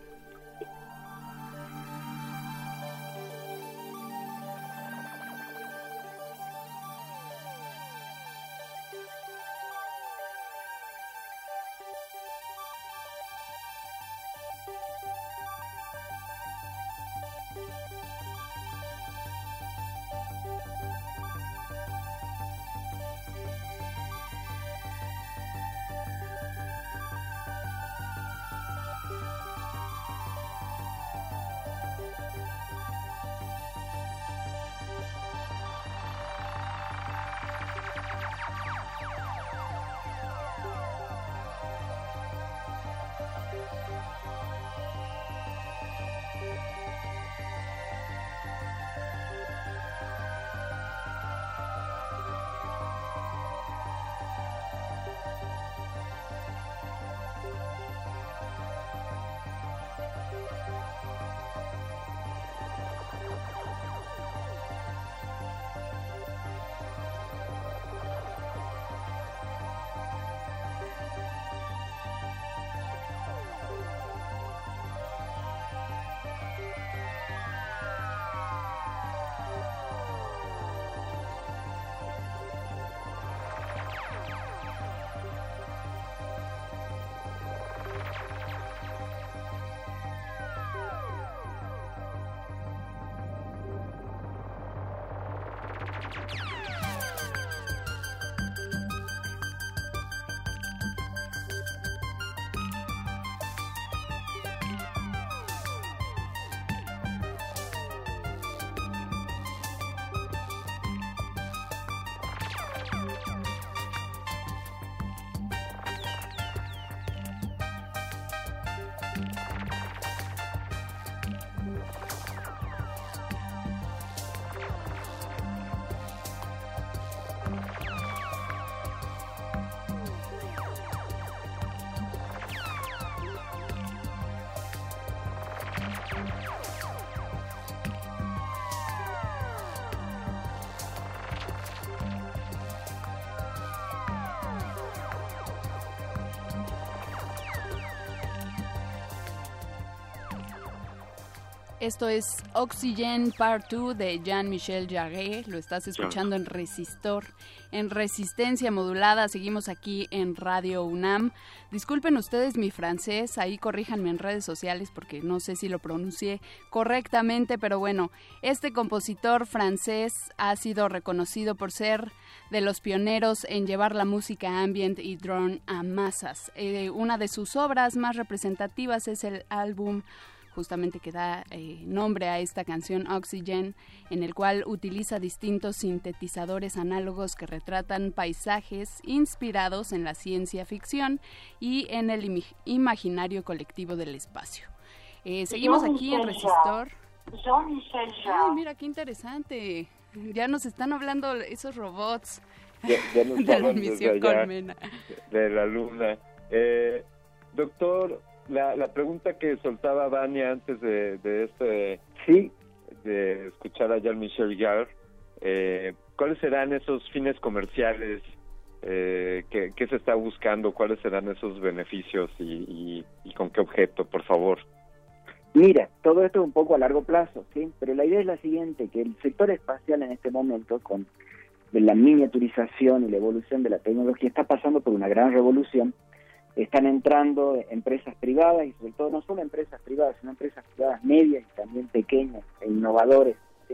Esto es Oxygen Part 2 de Jean-Michel Jarre. Lo estás escuchando en Resistor, en Resistencia Modulada. Seguimos aquí en Radio UNAM. Disculpen ustedes mi francés, ahí corríjanme en redes sociales porque no sé si lo pronuncié correctamente, pero bueno, este compositor francés ha sido reconocido por ser de los pioneros en llevar la música ambient y drone a masas. Una de sus obras más representativas es el álbum justamente que da nombre a esta canción, Oxygen, en el cual utiliza distintos sintetizadores análogos que retratan paisajes inspirados en la ciencia ficción y en el imaginario colectivo del espacio. Seguimos aquí en Resistor. Ay, mira qué interesante. Ya nos están hablando esos robots ya nos de la misión Colmena. De la Luna. Doctor, la pregunta que soltaba Vania antes de escuchar a Jean-Michel Jarre, ¿cuáles serán esos fines comerciales que se está buscando? ¿Cuáles serán esos beneficios y con qué objeto, por favor? Mira, todo esto es un poco a largo plazo, ¿sí? Pero la idea es la siguiente, que el sector espacial en este momento, con la miniaturización y la evolución de la tecnología, está pasando por una gran revolución. Están entrando empresas privadas y sobre todo no solo empresas privadas, sino empresas privadas medias y también pequeñas e innovadores, ¿sí?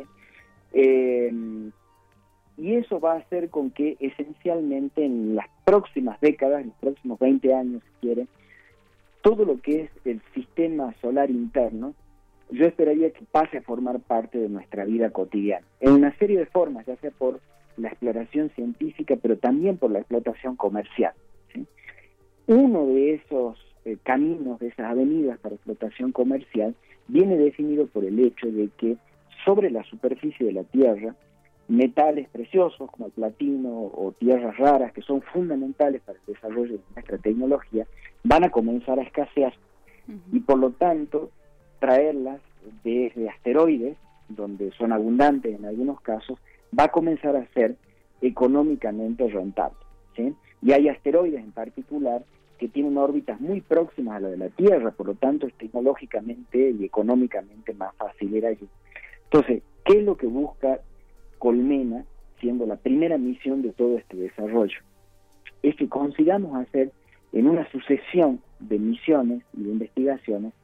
Y eso va a hacer con que esencialmente en las próximas décadas, en los próximos 20 años si quieren, todo lo que es el sistema solar interno, yo esperaría que pase a formar parte de nuestra vida cotidiana, en una serie de formas, ya sea por la exploración científica, pero también por la explotación comercial, ¿sí? Uno de esos caminos, de esas avenidas para explotación comercial, viene definido por el hecho de que sobre la superficie de la Tierra, metales preciosos como el platino o tierras raras, que son fundamentales para el desarrollo de nuestra tecnología, van a comenzar a escasear. Y por lo tanto, traerlas desde asteroides, donde son abundantes en algunos casos, va a comenzar a ser económicamente rentable, ¿sí? Y hay asteroides en particular que tienen órbitas muy próximas a la de la Tierra, por lo tanto es tecnológicamente y económicamente más fácil ir allí. Entonces, ¿qué es lo que busca Colmena, siendo la primera misión de todo este desarrollo? Es que consigamos hacer en una sucesión de misiones y de investigaciones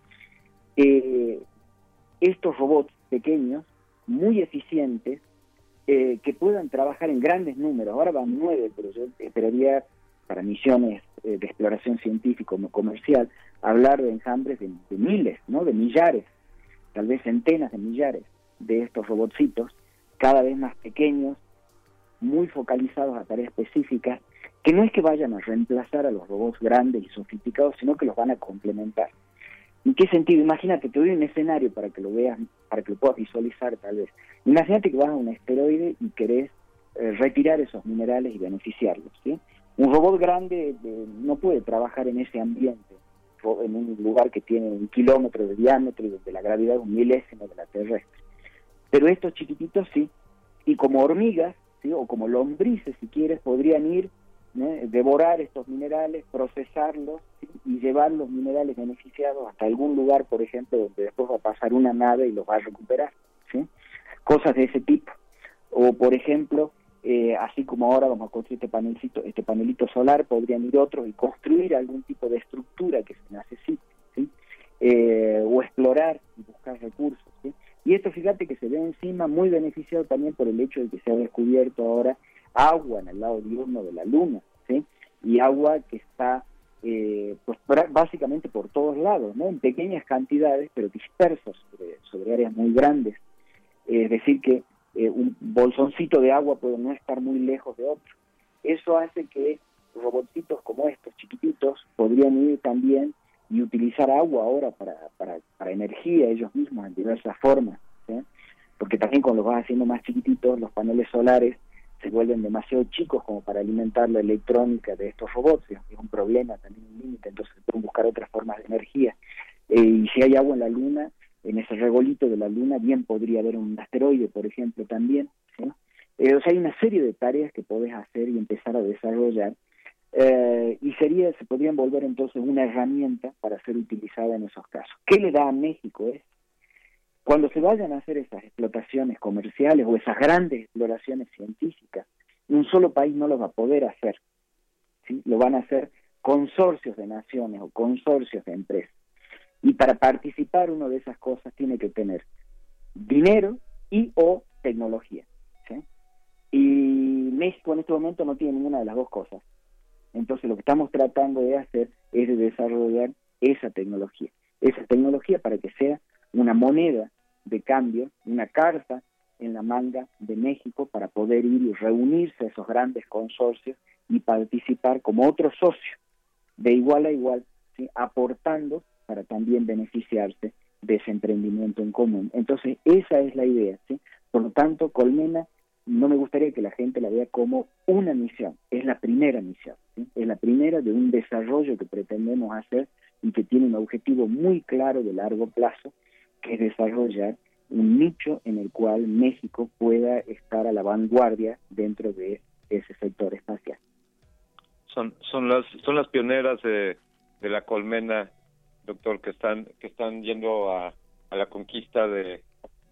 estos robots pequeños, muy eficientes, que puedan trabajar en grandes números. Ahora van 9, pero yo esperaría para misiones de exploración científica o comercial hablar de enjambres de miles, ¿no? De millares, tal vez centenas de millares de estos robotcitos, cada vez más pequeños, muy focalizados a tareas específicas, que no es que vayan a reemplazar a los robots grandes y sofisticados, sino que los van a complementar. ¿En qué sentido? Imagínate, te doy un escenario para que lo veas, para que lo puedas visualizar tal vez. Imagínate que vas a un asteroide y querés retirar esos minerales y beneficiarlos, ¿sí? Un robot grande no puede trabajar en ese ambiente, en un lugar que tiene 1 kilómetro de diámetro y donde la gravedad es 1/1000 de la terrestre. Pero estos chiquititos sí, y como hormigas, ¿sí? O como lombrices si quieres, podrían ir, devorar estos minerales, procesarlos, ¿sí? Y llevar los minerales beneficiados hasta algún lugar, por ejemplo, donde después va a pasar una nave y los va a recuperar, ¿sí? Cosas de ese tipo. O por ejemplo, así como ahora vamos a construir este panelito solar, podrían ir otros y construir algún tipo de estructura que se necesite, ¿sí? O explorar y buscar recursos, ¿sí? Y esto, fíjate que se ve encima muy beneficiado también por el hecho de que se ha descubierto ahora agua en el lado diurno de la Luna, ¿sí? Y agua que está pues básicamente por todos lados, ¿no? En pequeñas cantidades, pero dispersos sobre áreas muy grandes. Es decir, que un bolsoncito de agua puede no estar muy lejos de otro. Eso hace que robotcitos como estos, chiquititos, podrían ir también y utilizar agua ahora para energía ellos mismos en diversas formas, ¿sí? Porque también cuando los vas haciendo más chiquititos, los paneles solares se vuelven demasiado chicos como para alimentar la electrónica de estos robots, es un problema, también un límite, entonces se pueden buscar otras formas de energía. Y si hay agua en la Luna, en ese regolito de la Luna, bien podría haber un asteroide, por ejemplo, también, ¿sí? O sea, hay una serie de tareas que podés hacer y empezar a desarrollar, y se podrían volver entonces una herramienta para ser utilizada en esos casos. ¿Qué le da a México? Cuando se vayan a hacer esas explotaciones comerciales o esas grandes exploraciones científicas, un solo país no lo va a poder hacer, ¿sí? Lo van a hacer consorcios de naciones o consorcios de empresas. Y para participar uno de esas cosas tiene que tener dinero y o tecnología, ¿sí? Y México en este momento no tiene ninguna de las dos cosas. Entonces lo que estamos tratando de hacer es de desarrollar esa tecnología para que sea una moneda de cambio, una carta en la manga de México para poder ir y reunirse a esos grandes consorcios y participar como otro socio, de igual a igual, ¿sí? Aportando para también beneficiarse de ese emprendimiento en común. Entonces, esa es la idea, ¿sí? Por lo tanto, Colmena no me gustaría que la gente la vea como una misión, es la primera misión, ¿sí? Es la primera de un desarrollo que pretendemos hacer y que tiene un objetivo muy claro de largo plazo, que es desarrollar un nicho en el cual México pueda estar a la vanguardia dentro de ese sector espacial. Son las pioneras de la Colmena, doctor, que están yendo a la conquista de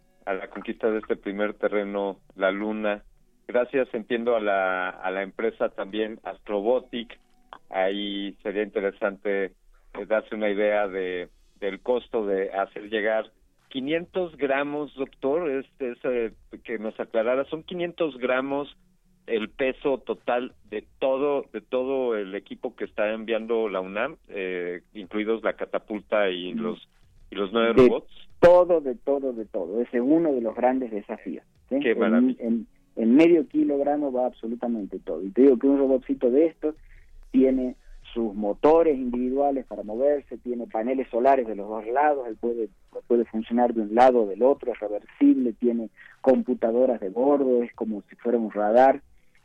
este primer terreno, la Luna. Gracias, entiendo, a la empresa también Astrobotic. Ahí sería interesante darse una idea del costo de hacer llegar 500 gramos, doctor, que nos aclarara, son 500 gramos el peso total de todo el equipo que está enviando la UNAM, incluidos la catapulta y los 9 robots. De todo. Ese es uno de los grandes desafíos, ¿sí? Qué maravilla. En medio kilogramo va absolutamente todo. Y te digo que un robotcito de estos tiene sus motores individuales para moverse, tiene paneles solares de los dos lados, él puede funcionar de un lado o del otro, es reversible, tiene computadoras de bordo, es como si fuera un radar,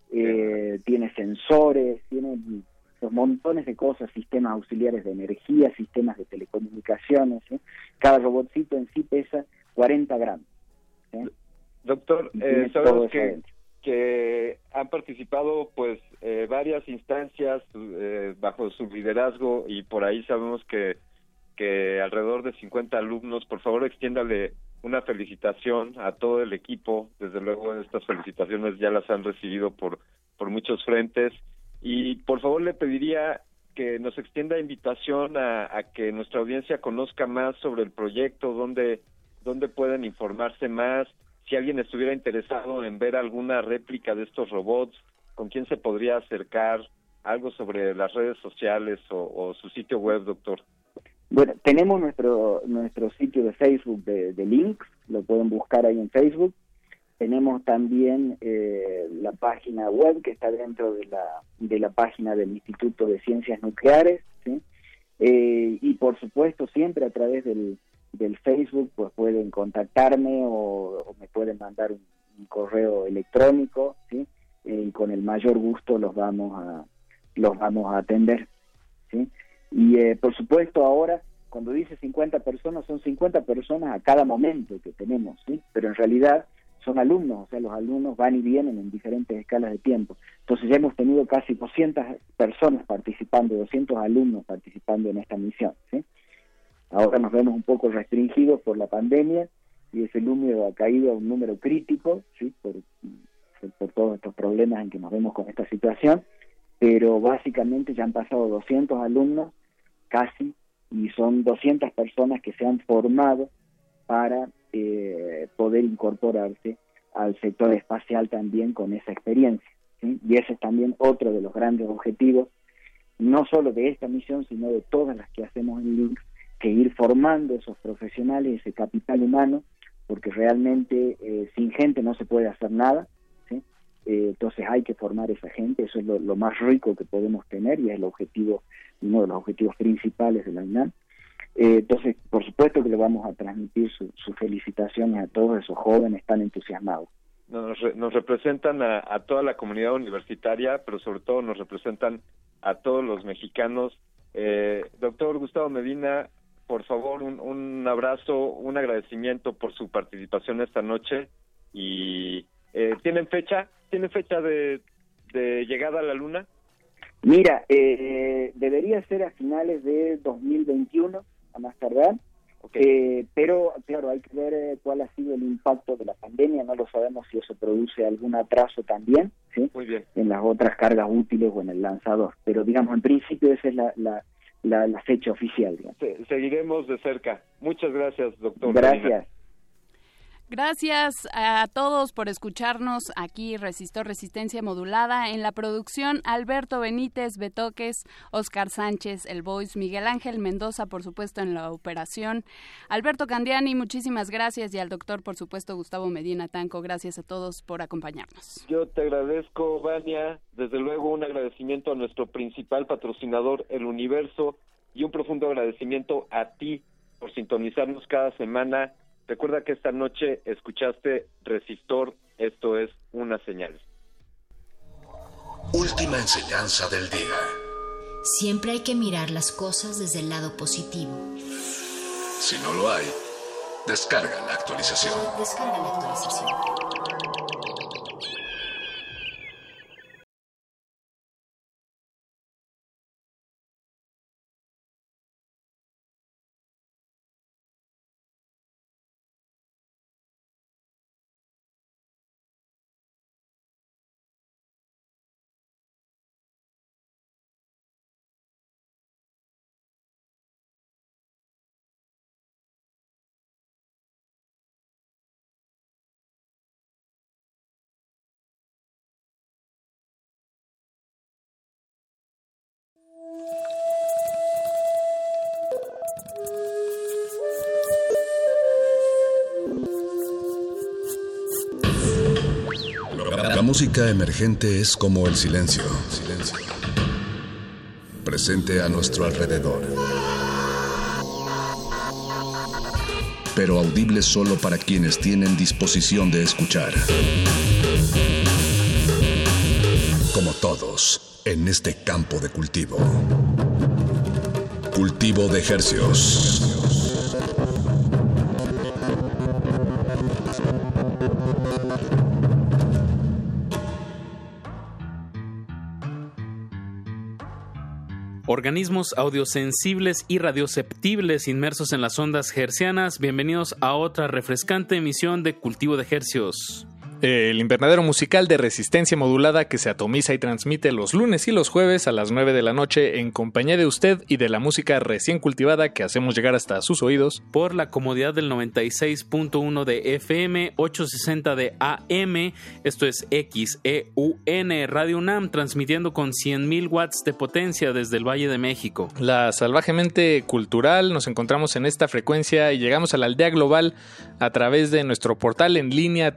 tiene sensores, tiene los montones de cosas, sistemas auxiliares de energía, sistemas de telecomunicaciones, ¿sí? Cada robotcito en sí pesa 40 gramos. ¿Sí? Doctor, sabemos que han participado pues varias instancias bajo su liderazgo y por ahí sabemos que alrededor de 50 alumnos. Por favor, extiéndale una felicitación a todo el equipo. Desde luego estas felicitaciones ya las han recibido por muchos frentes y por favor le pediría que nos extienda invitación a que nuestra audiencia conozca más sobre el proyecto, dónde pueden informarse más. Si alguien estuviera interesado en ver alguna réplica de estos robots, ¿con quién se podría acercar? Algo sobre las redes sociales o su sitio web, doctor. Bueno, tenemos nuestro sitio de Facebook de links, lo pueden buscar ahí en Facebook. Tenemos también la página web que está dentro de la página del Instituto de Ciencias Nucleares, ¿sí? Y por supuesto siempre a través del Facebook pues pueden contactarme o me pueden mandar un correo electrónico, ¿sí? Y con el mayor gusto los vamos a atender, ¿sí? Y por supuesto ahora cuando dice 50 personas son 50 personas a cada momento que tenemos, ¿sí? Pero en realidad son alumnos, o sea, los alumnos van y vienen en diferentes escalas de tiempo. Entonces ya hemos tenido casi 200 personas participando, 200 alumnos participando en esta misión, ¿sí? Ahora nos vemos un poco restringidos por la pandemia y ese número ha caído a un número crítico, ¿sí? Por todos estos problemas en que nos vemos con esta situación, pero básicamente ya han pasado 200 alumnos casi y son 200 personas que se han formado para poder incorporarse al sector espacial también con esa experiencia, ¿sí? Y ese es también otro de los grandes objetivos, no solo de esta misión, sino de todas las que hacemos en LINX, que ir formando esos profesionales, ese capital humano, porque realmente sin gente no se puede hacer nada, ¿sí? Entonces hay que formar esa gente, eso es lo más rico que podemos tener y es el objetivo, uno de los objetivos principales de la UNAM. Entonces, por supuesto que le vamos a transmitir sus felicitaciones a todos esos jóvenes tan entusiasmados. Nos representan a toda la comunidad universitaria, pero sobre todo nos representan a todos los mexicanos. Doctor Gustavo Medina, por favor, un abrazo, un agradecimiento por su participación esta noche. Y ¿tienen fecha de llegada a la Luna? Mira, debería ser a finales de 2021, a más tardar. Pero, claro, hay que ver cuál ha sido el impacto de la pandemia. No lo sabemos si eso produce algún atraso también, ¿sí? Muy bien. En las otras cargas útiles o en el lanzador. Pero, digamos, en principio esa es la fecha oficial. Seguiremos de cerca. Muchas gracias, doctor. Gracias. Gracias a todos por escucharnos aquí, Resistor Resistencia Modulada. En la producción, Alberto Benítez, Betoques, Oscar Sánchez, El Voice, Miguel Ángel Mendoza, por supuesto, en la operación. Alberto Candiani, muchísimas gracias. Y al doctor, por supuesto, Gustavo Medina Tanco. Gracias a todos por acompañarnos. Yo te agradezco, Vania. Desde luego, un agradecimiento a nuestro principal patrocinador, El Universo, y un profundo agradecimiento a ti por sintonizarnos cada semana. Recuerda que esta noche escuchaste Resistor, esto es una señal. Última enseñanza del día. Siempre hay que mirar las cosas desde el lado positivo. Si no lo hay, descarga la actualización. Descarga la actualización. La música emergente es como el silencio, presente a nuestro alrededor, pero audible solo para quienes tienen disposición de escuchar. Como todos, en este campo de cultivo. Cultivo de hercios. Organismos audiosensibles y radioceptibles inmersos en las ondas hercianas, bienvenidos a otra refrescante emisión de Cultivo de Hercios. El invernadero musical de resistencia modulada que se atomiza y transmite los lunes y los jueves a las 9 de la noche en compañía de usted y de la música recién cultivada que hacemos llegar hasta sus oídos. Por la comodidad del 96.1 de FM, 860 de AM, esto es XEUN Radio UNAM, transmitiendo con 100.000 watts de potencia desde el Valle de México. La salvajemente cultural, nos encontramos en esta frecuencia y llegamos a la aldea global a través de nuestro portal en línea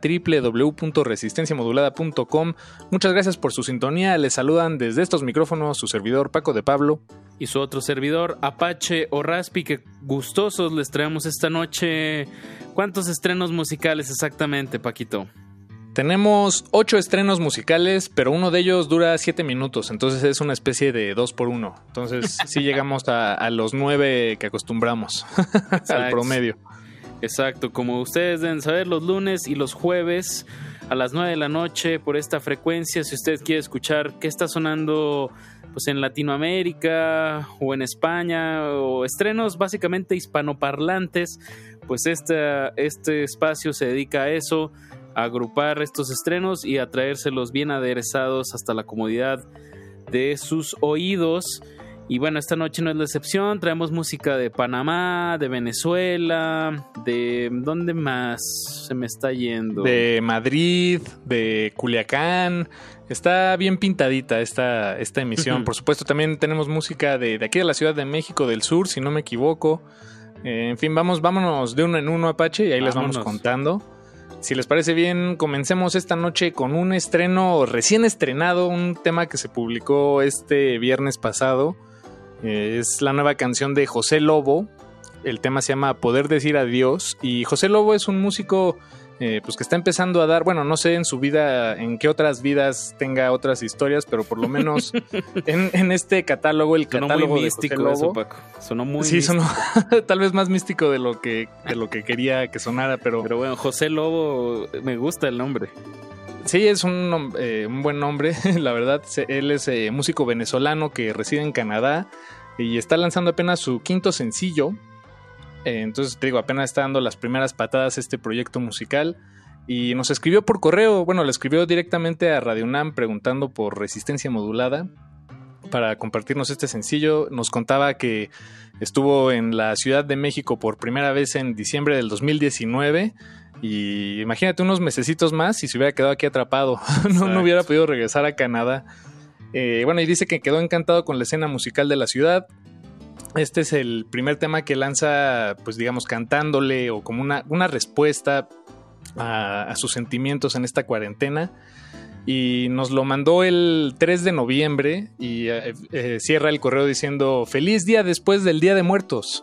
www.resistenciamodulada.com. Muchas gracias por su sintonía. Les saludan desde estos micrófonos su servidor Paco de Pablo y su otro servidor Apache o Raspi, que gustosos les traemos esta noche. ¿Cuántos estrenos musicales exactamente, Paquito? Tenemos 8 estrenos musicales, pero uno de ellos dura 7 minutos, entonces es una especie de 2x1. Entonces sí llegamos a los 9 que acostumbramos al promedio. Exacto, como ustedes deben saber, los lunes y los jueves a las 9 de la noche por esta frecuencia, si usted quiere escuchar qué está sonando pues en Latinoamérica o en España, o estrenos básicamente hispanoparlantes, pues este espacio se dedica a eso, a agrupar estos estrenos y a traérselos bien aderezados hasta la comodidad de sus oídos. Y bueno, esta noche no es la excepción, traemos música de Panamá, de Venezuela, de... ¿dónde más se me está yendo? De Madrid, de Culiacán. Está bien pintadita esta emisión. Por supuesto, también tenemos música de aquí de la Ciudad de México, del sur, si no me equivoco. En fin, vámonos de uno en uno, Apache, y ahí les vamos contando. Si les parece bien, comencemos esta noche con un estreno recién estrenado, un tema que se publicó este viernes pasado. Es la nueva canción de José Lobo. El tema se llama Poder Decir Adiós. Y José Lobo es un músico pues que está empezando a dar, bueno, no sé en su vida, en qué otras vidas tenga otras historias, pero por lo menos en este catálogo, el sonó catálogo muy místico de José Lobo, eso, Paco. Sonó muy sí, místico. sonó tal vez más místico de lo que quería que sonara, pero bueno, José Lobo, me gusta el nombre. Sí, es un buen nombre, la verdad. Él es músico venezolano que reside en Canadá y está lanzando apenas su quinto sencillo. Entonces, te digo, apenas está dando las primeras patadas este proyecto musical. Y nos escribió por correo, le escribió directamente a Radio UNAM preguntando por Resistencia Modulada para compartirnos este sencillo. Nos contaba que estuvo en la Ciudad de México por primera vez en diciembre del 2019 y imagínate unos mesecitos más y se hubiera quedado aquí atrapado, no hubiera podido regresar a Canadá. Y dice que quedó encantado con la escena musical de la ciudad. Este es el primer tema que lanza, pues digamos, cantándole o como una respuesta a sus sentimientos en esta cuarentena, y nos lo mandó el 3 de noviembre y cierra el correo diciendo feliz día después del Día de Muertos.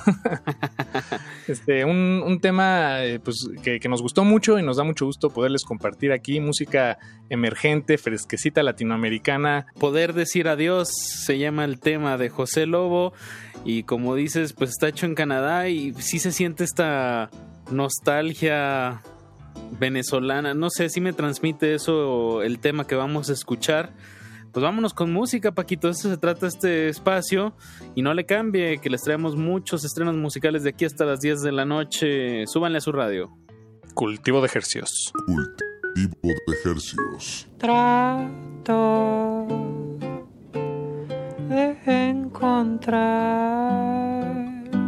Un tema pues, que nos gustó mucho y nos da mucho gusto poderles compartir aquí, música emergente, fresquecita latinoamericana. Poder decir adiós se llama el tema de José Lobo, y como dices, pues está hecho en Canadá y sí se siente esta nostalgia venezolana, no sé, si me transmite eso el tema que vamos a escuchar. Pues vámonos con música, Paquito, de eso se trata este espacio, y no le cambie, que les traemos muchos estrenos musicales de aquí hasta las 10 de la noche. Súbanle a su radio. Cultivo de Hercios. Cultivo de Hercios. Trato de encontrar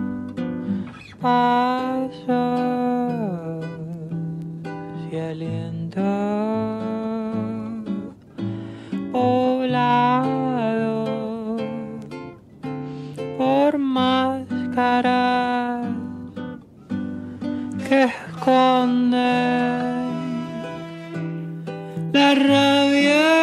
pasos y aliento poblado por máscaras que esconden la rabia.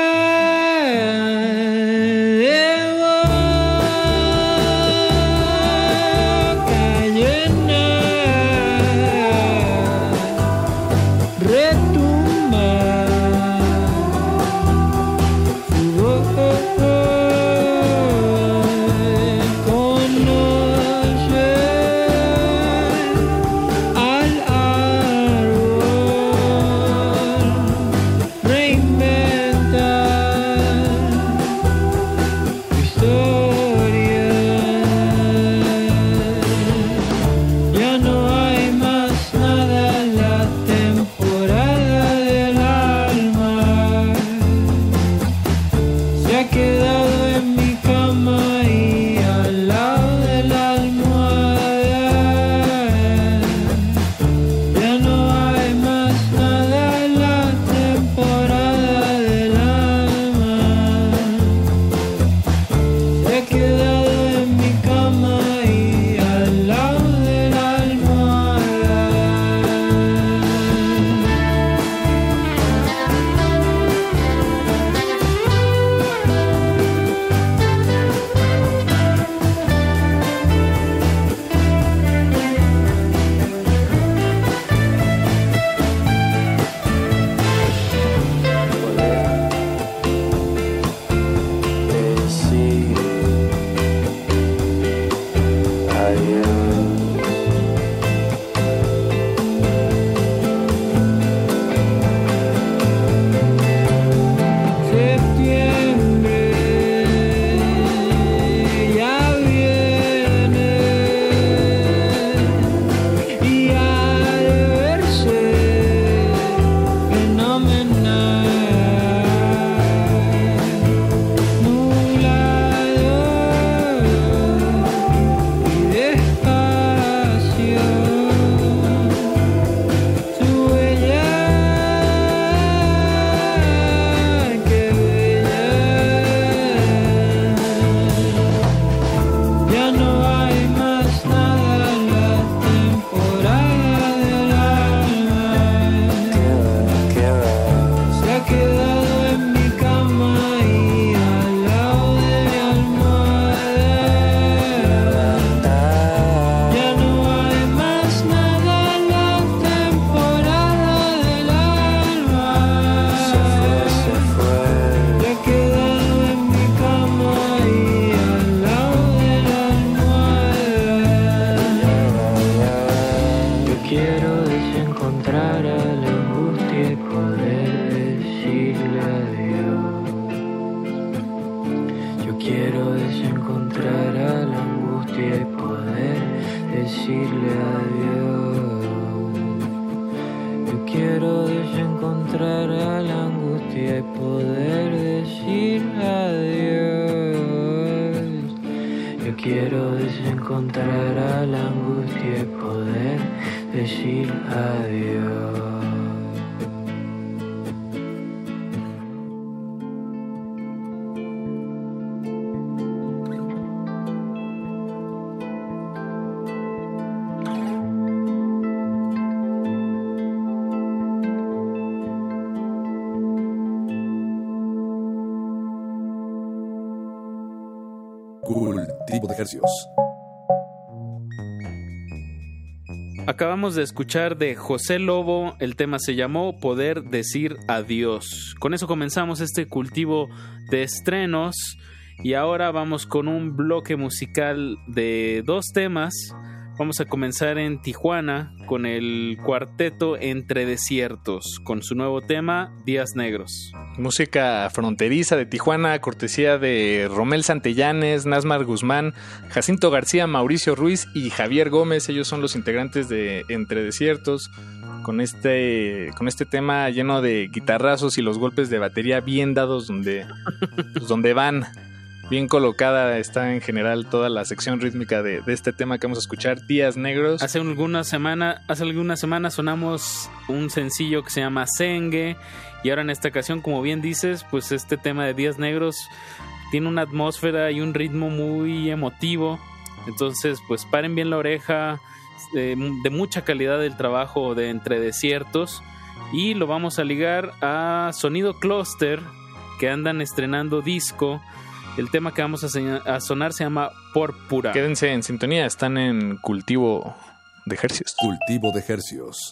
Quiero desencontrar a la angustia y poder decir decirle adiós. Yo quiero desencontrar a la angustia y poder decirle adiós. Yo quiero desencontrar a la angustia y poder decir adiós. Cultivo de Hercios. Acabamos de escuchar de José Lobo, el tema se llamó Poder Decir Adiós. Con eso comenzamos este cultivo de estrenos y ahora vamos con un bloque musical de 2 temas. Vamos a comenzar en Tijuana con el cuarteto Entre Desiertos, con su nuevo tema, Días Negros. Música fronteriza de Tijuana, cortesía de Romel Santellanes, Nasmar Guzmán, Jacinto García, Mauricio Ruiz y Javier Gómez. Ellos son los integrantes de Entre Desiertos, con este tema lleno de guitarrazos y los golpes de batería bien dados donde van. Bien colocada está en general toda la sección rítmica de este tema que vamos a escuchar, Días Negros. Hace algunas semanas sonamos un sencillo que se llama Zengue, y ahora en esta ocasión, como bien dices, pues este tema de Días Negros tiene una atmósfera y un ritmo muy emotivo. Entonces, pues paren bien la oreja, de mucha calidad el trabajo de Entre Desiertos, y lo vamos a ligar a Sonido Cluster, que andan estrenando disco. El tema que vamos a sonar se llama Púrpura. Quédense en sintonía, están en Cultivo de Hercios. Cultivo de Hercios.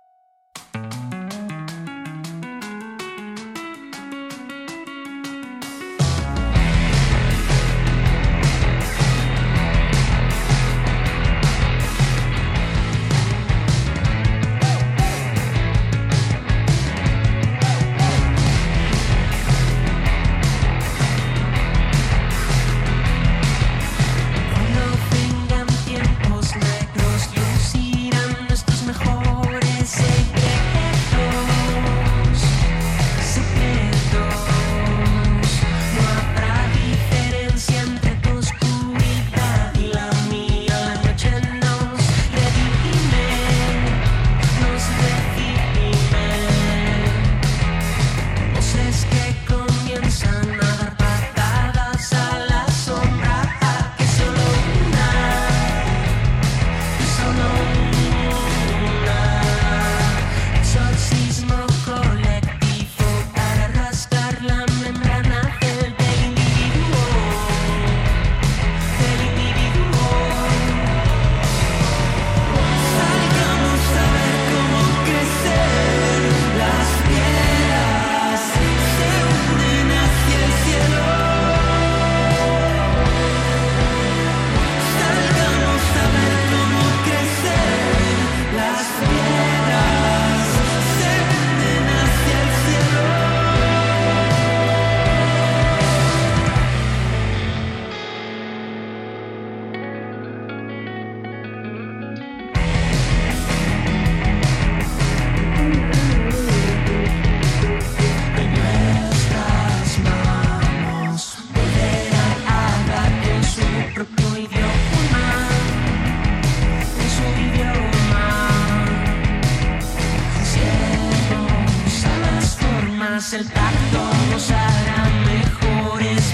El pacto nos hará mejores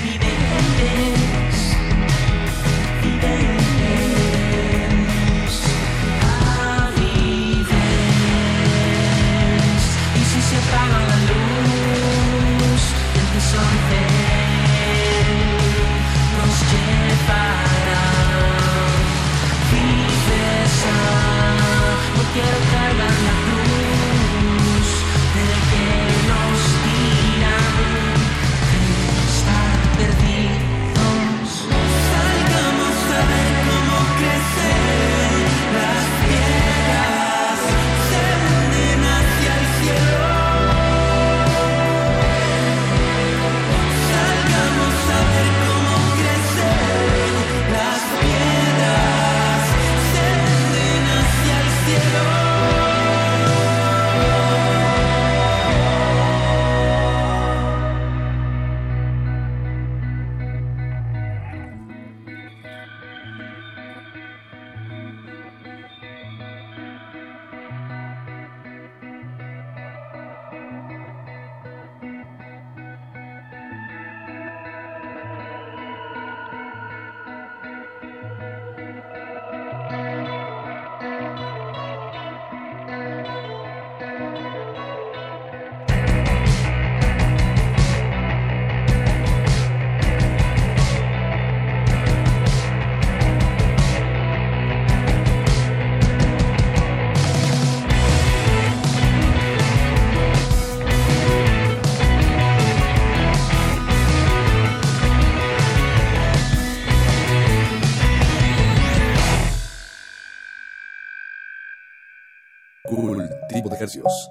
videntes, avives. Y si se apaga la luz, el desorden nos llevará. Viveza, no quiero cargar la cruz del que nos tira. Cultivo de Hercios.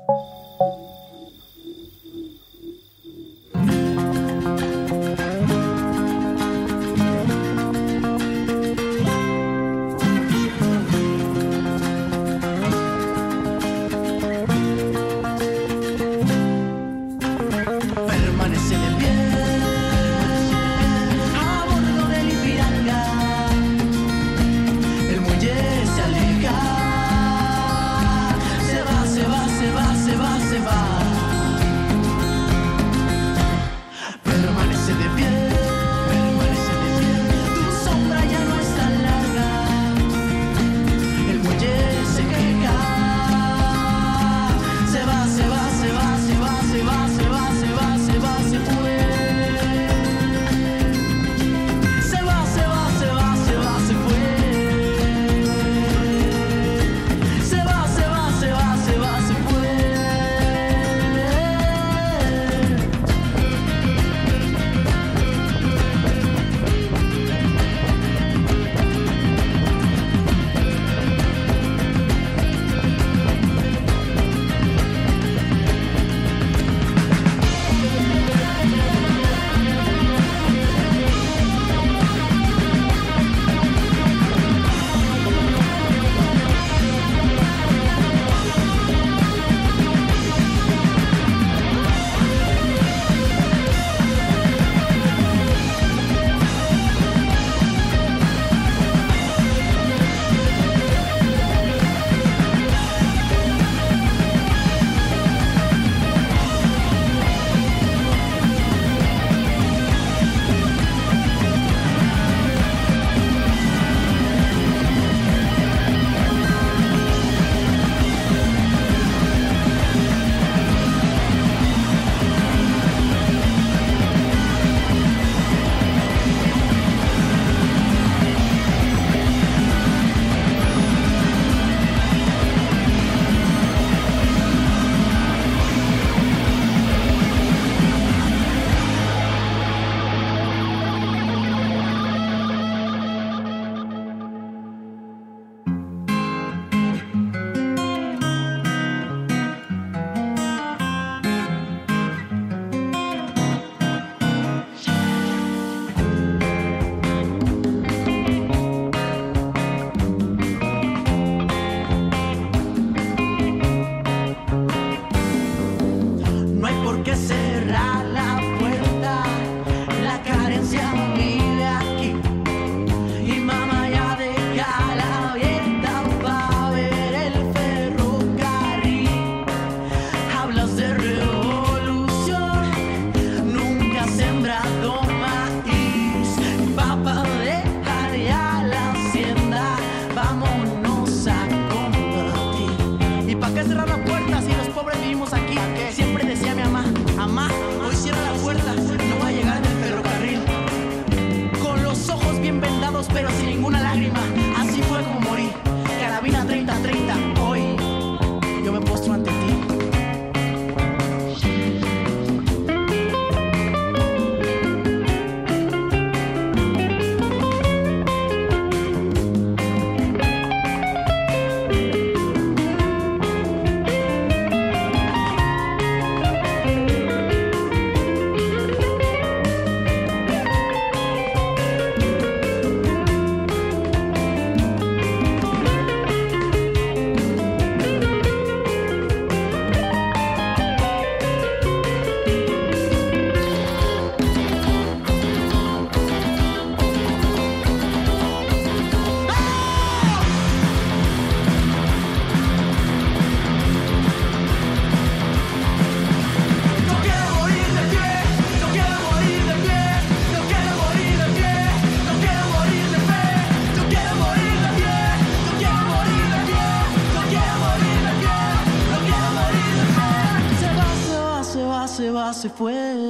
Se fue.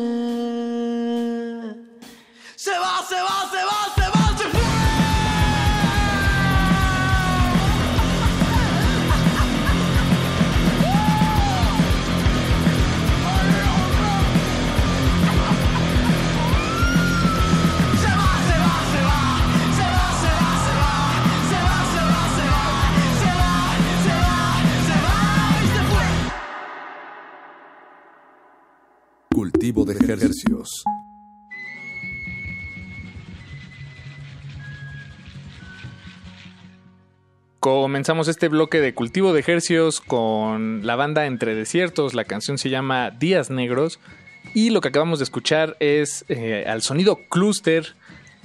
Se va, se va, se va, se va, se fue. Se va. Cultivo de ejercicios. Comenzamos este bloque de cultivo de ejercicios con la banda Entre Desiertos. La canción se llama Días Negros. Y lo que acabamos de escuchar es al sonido Cluster,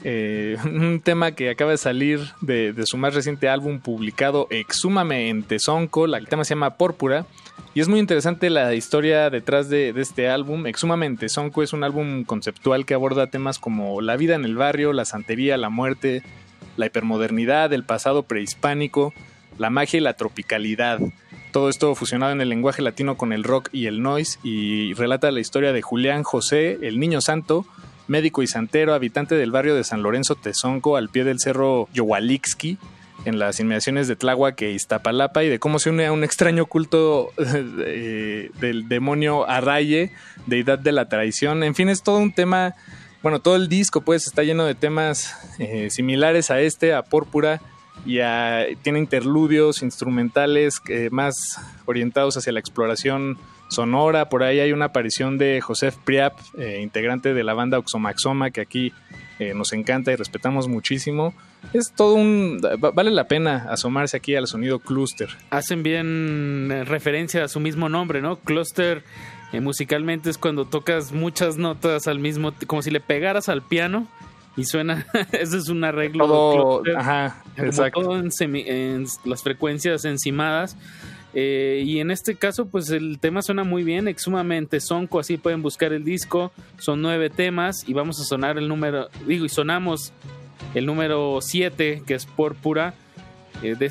un tema que acaba de salir de su más reciente álbum publicado, Exhúmame en Tezonco. El tema se llama Púrpura. Y es muy interesante la historia detrás de este álbum. Exhúmame en Tezonco es un álbum conceptual que aborda temas como la vida en el barrio, la santería, la muerte, la hipermodernidad, el pasado prehispánico, la magia y la tropicalidad. Todo esto fusionado en el lenguaje latino con el rock y el noise, y relata la historia de Julián José, el niño santo, médico y santero, habitante del barrio de San Lorenzo Tezonco, al pie del cerro Yohualixqui, en las inmediaciones de Tláhuac e Iztapalapa, y de cómo se une a un extraño culto del demonio Arraye, deidad de la traición. En fin, es todo un tema. Bueno, todo el disco pues está lleno de temas similares a Púrpura, y tiene interludios instrumentales más orientados hacia la exploración sonora. Por ahí hay una aparición de Josef Priap, integrante de la banda Oxomaxoma, que aquí nos encanta y respetamos muchísimo. Es todo vale la pena asomarse aquí al sonido Cluster. Hacen bien referencia a su mismo nombre, ¿no? Cluster musicalmente es cuando tocas muchas notas al mismo tiempo, como si le pegaras al piano y suena. Ese es un arreglo todo, cluster, ajá, como exacto. todo en las frecuencias encimadas. Y en este caso pues el tema suena muy bien, Exhúmame en Tezonco, así pueden buscar el disco. Son 9 temas y vamos a sonar sonamos el número 7, que es Púrpura, de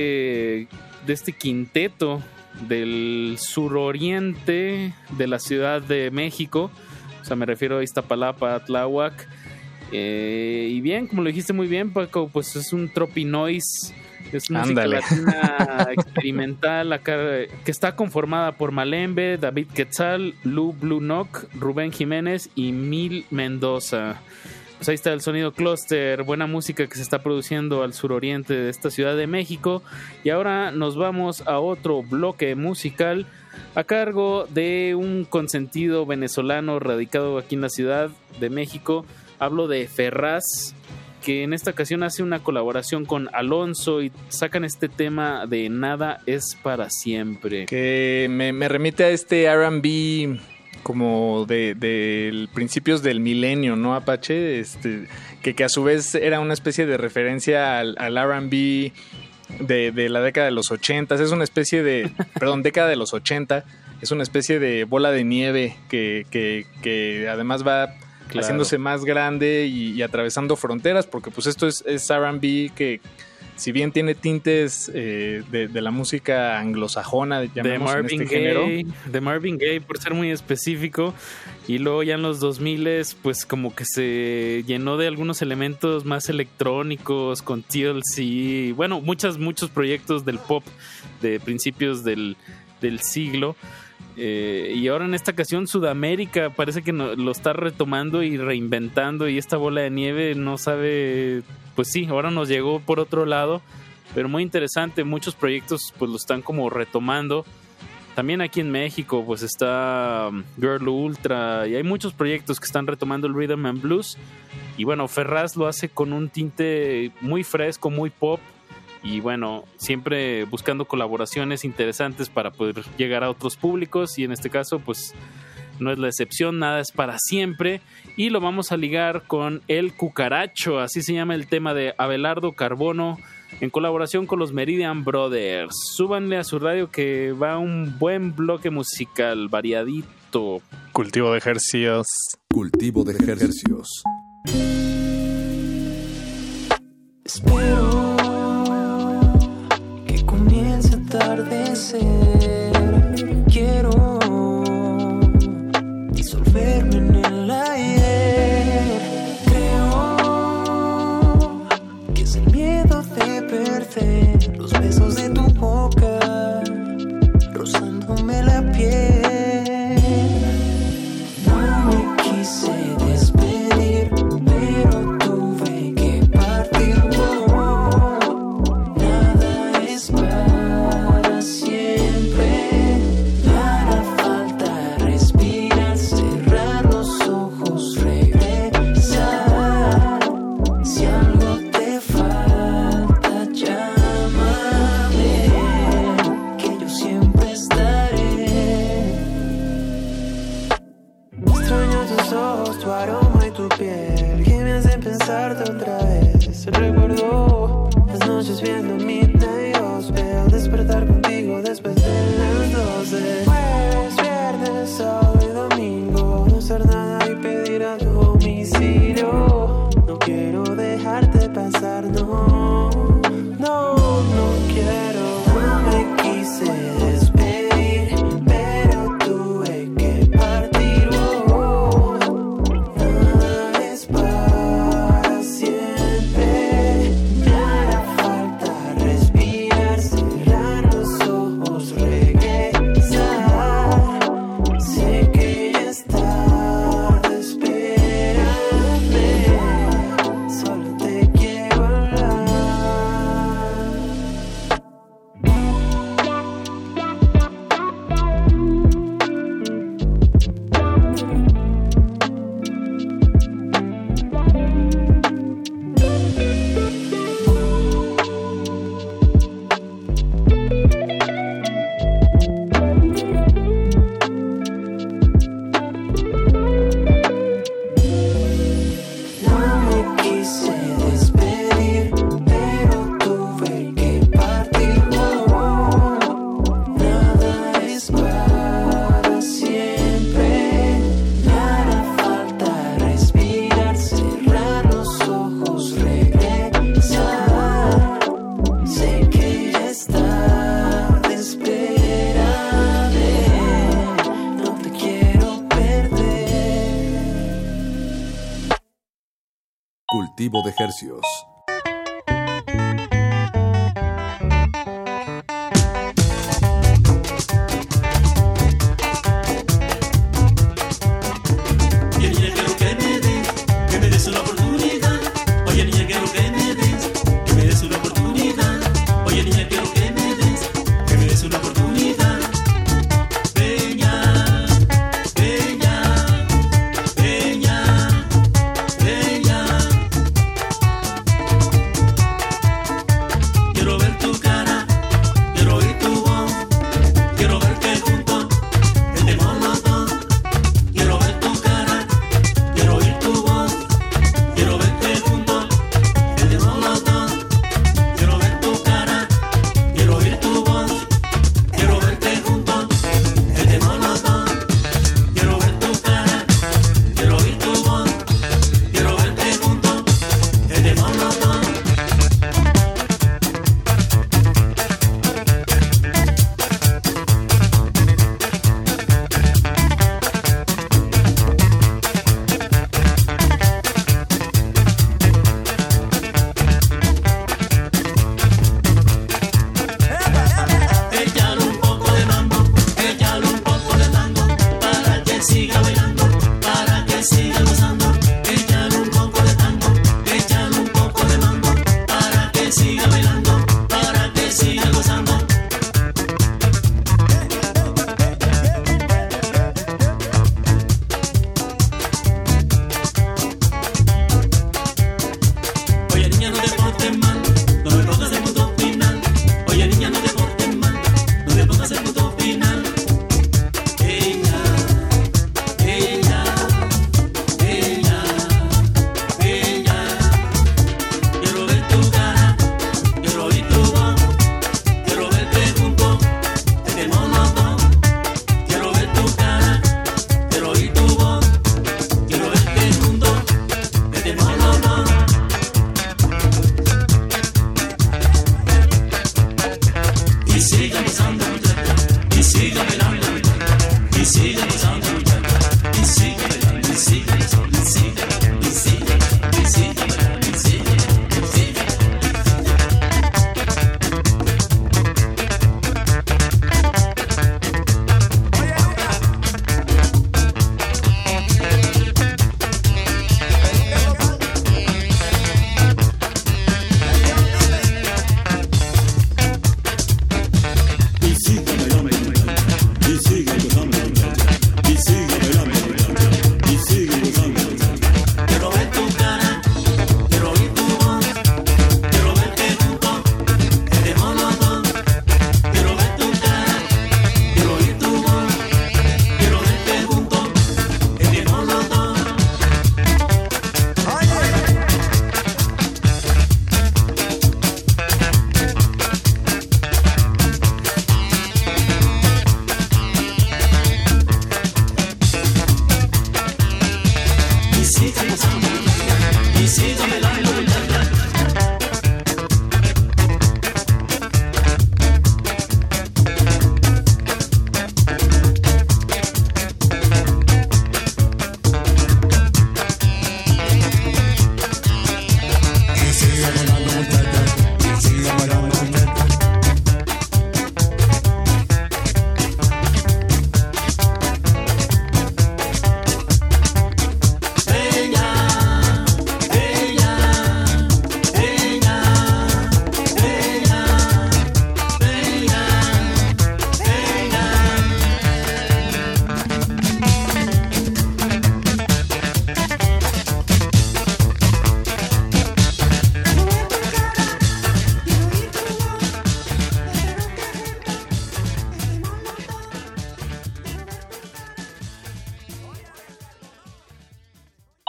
este quinteto del suroriente de la Ciudad de México. O sea, me refiero a Iztapalapa, Tláhuac. Y bien, como lo dijiste muy bien, Paco, pues es un tropinoise, es música latina experimental acá, que está conformada por Malembe, David Quetzal, Lu Blue Knock, Rubén Jiménez y Mil Mendoza. Pues ahí está el sonido Cluster, buena música que se está produciendo al suroriente de esta Ciudad de México. Y ahora nos vamos a otro bloque musical a cargo de un consentido venezolano radicado aquí en la Ciudad de México. Hablo de Ferraz, que en esta ocasión hace una colaboración con Alonso y sacan este tema de Nada es para siempre. Que me remite a este R&B como de principios del milenio, ¿no, Apache? Que a su vez era una especie de referencia al R&B de la década de los 80. Es una especie de, década de los 80. Es una especie de bola de nieve que además va haciéndose más grande y atravesando fronteras, porque pues esto es R&B que, si bien tiene tintes de la música anglosajona, llamemos en este género. De Marvin Gaye, por ser muy específico, y luego ya en los 2000 pues como que se llenó de algunos elementos más electrónicos con TLC, bueno, muchos proyectos del pop de principios del siglo. Y ahora en esta ocasión Sudamérica parece que lo está retomando y reinventando, y esta bola de nieve no sabe, pues sí, ahora nos llegó por otro lado, pero muy interesante. Muchos proyectos pues lo están como retomando. También aquí en México pues está Girl Ultra, y hay muchos proyectos que están retomando el rhythm and blues. Y bueno, Ferraz lo hace con un tinte muy fresco, muy pop. Y bueno, siempre buscando colaboraciones interesantes para poder llegar a otros públicos, y en este caso pues no es la excepción. Nada es para siempre, y lo vamos a ligar con El Cucaracho, así se llama el tema de Abelardo Carbono, en colaboración con los Meridian Brothers. Súbanle a su radio que va un buen bloque musical variadito. Cultivo de ejercicios. Cultivo de ejercicios. Espero que comience a atardecer. Quiero disolverme en el aire. Creo que es el miedo de perder los besos de tu boca rozándome la piel. No me quise despedir, pero tuve que partir. Nada es para siempre. después de las 12. Jueves, viernes, sábado y domingo. No hacer nada y pedir a domicilio. No quiero dejarte pasar, no. No, no quiero. No me quise despedir, pero tuve que partir. Oh, nada es para siempre. Me hará falta respirar, cerrar los ojos, regresar. Sé que ya es tarde, espérame. Solo te quiero hablar. No me quise despedir, pero tuve que partir. Nada es para siempre. Me hará falta respirar, cerrar los ojos, regresar. Sé que ya es tarde, espérame. No te quiero perder. Cultivo de Hercios. Oye niña quiero que me des una oportunidad. Oye niña quiero que me des una oportunidad. Oye niña quiero que me des una oportunidad. Peña, peña, peña, peña. Quiero ver tu cara, quiero oír tu voz, quiero verte junto, prendemos los dos. Quiero ver tu cara, quiero oír tu voz, quiero verte junto, prendemos los dos. Quiero ver tu cara, quiero oír tu voz, quiero verte junto, prendemos los dos. Quiero ver tu cara, quiero oír tu voz, quiero verte junto, prendemos los dos. Échale un poco de mambo, échale un poco de tango, para que siga bailando, para que siga gozando. Échale un poco de tango, échale un poco de mambo, para que siga bailando, para que siga gozando. Oye niña no te portes mal, no me pongas el punto final. Oye niña no te portes mal, no te pongas el punto final. Ella, ella, ella, ella. Quiero ver tu cara, quiero oír tu voz, quiero verte junto, tenemos los dos. Quiero ver tu cara, quiero oír tu voz, quiero verte junto, tenemos los dos. Y siga gozando muchacha, y siga bailando muchacha, y siga gozando muchacha, y siga bailando, y siga gozando, y siga, y siga, y siga bailando, y siga, y siga. Y siga bailando muchacha, y siga gozando muchacha, y siga.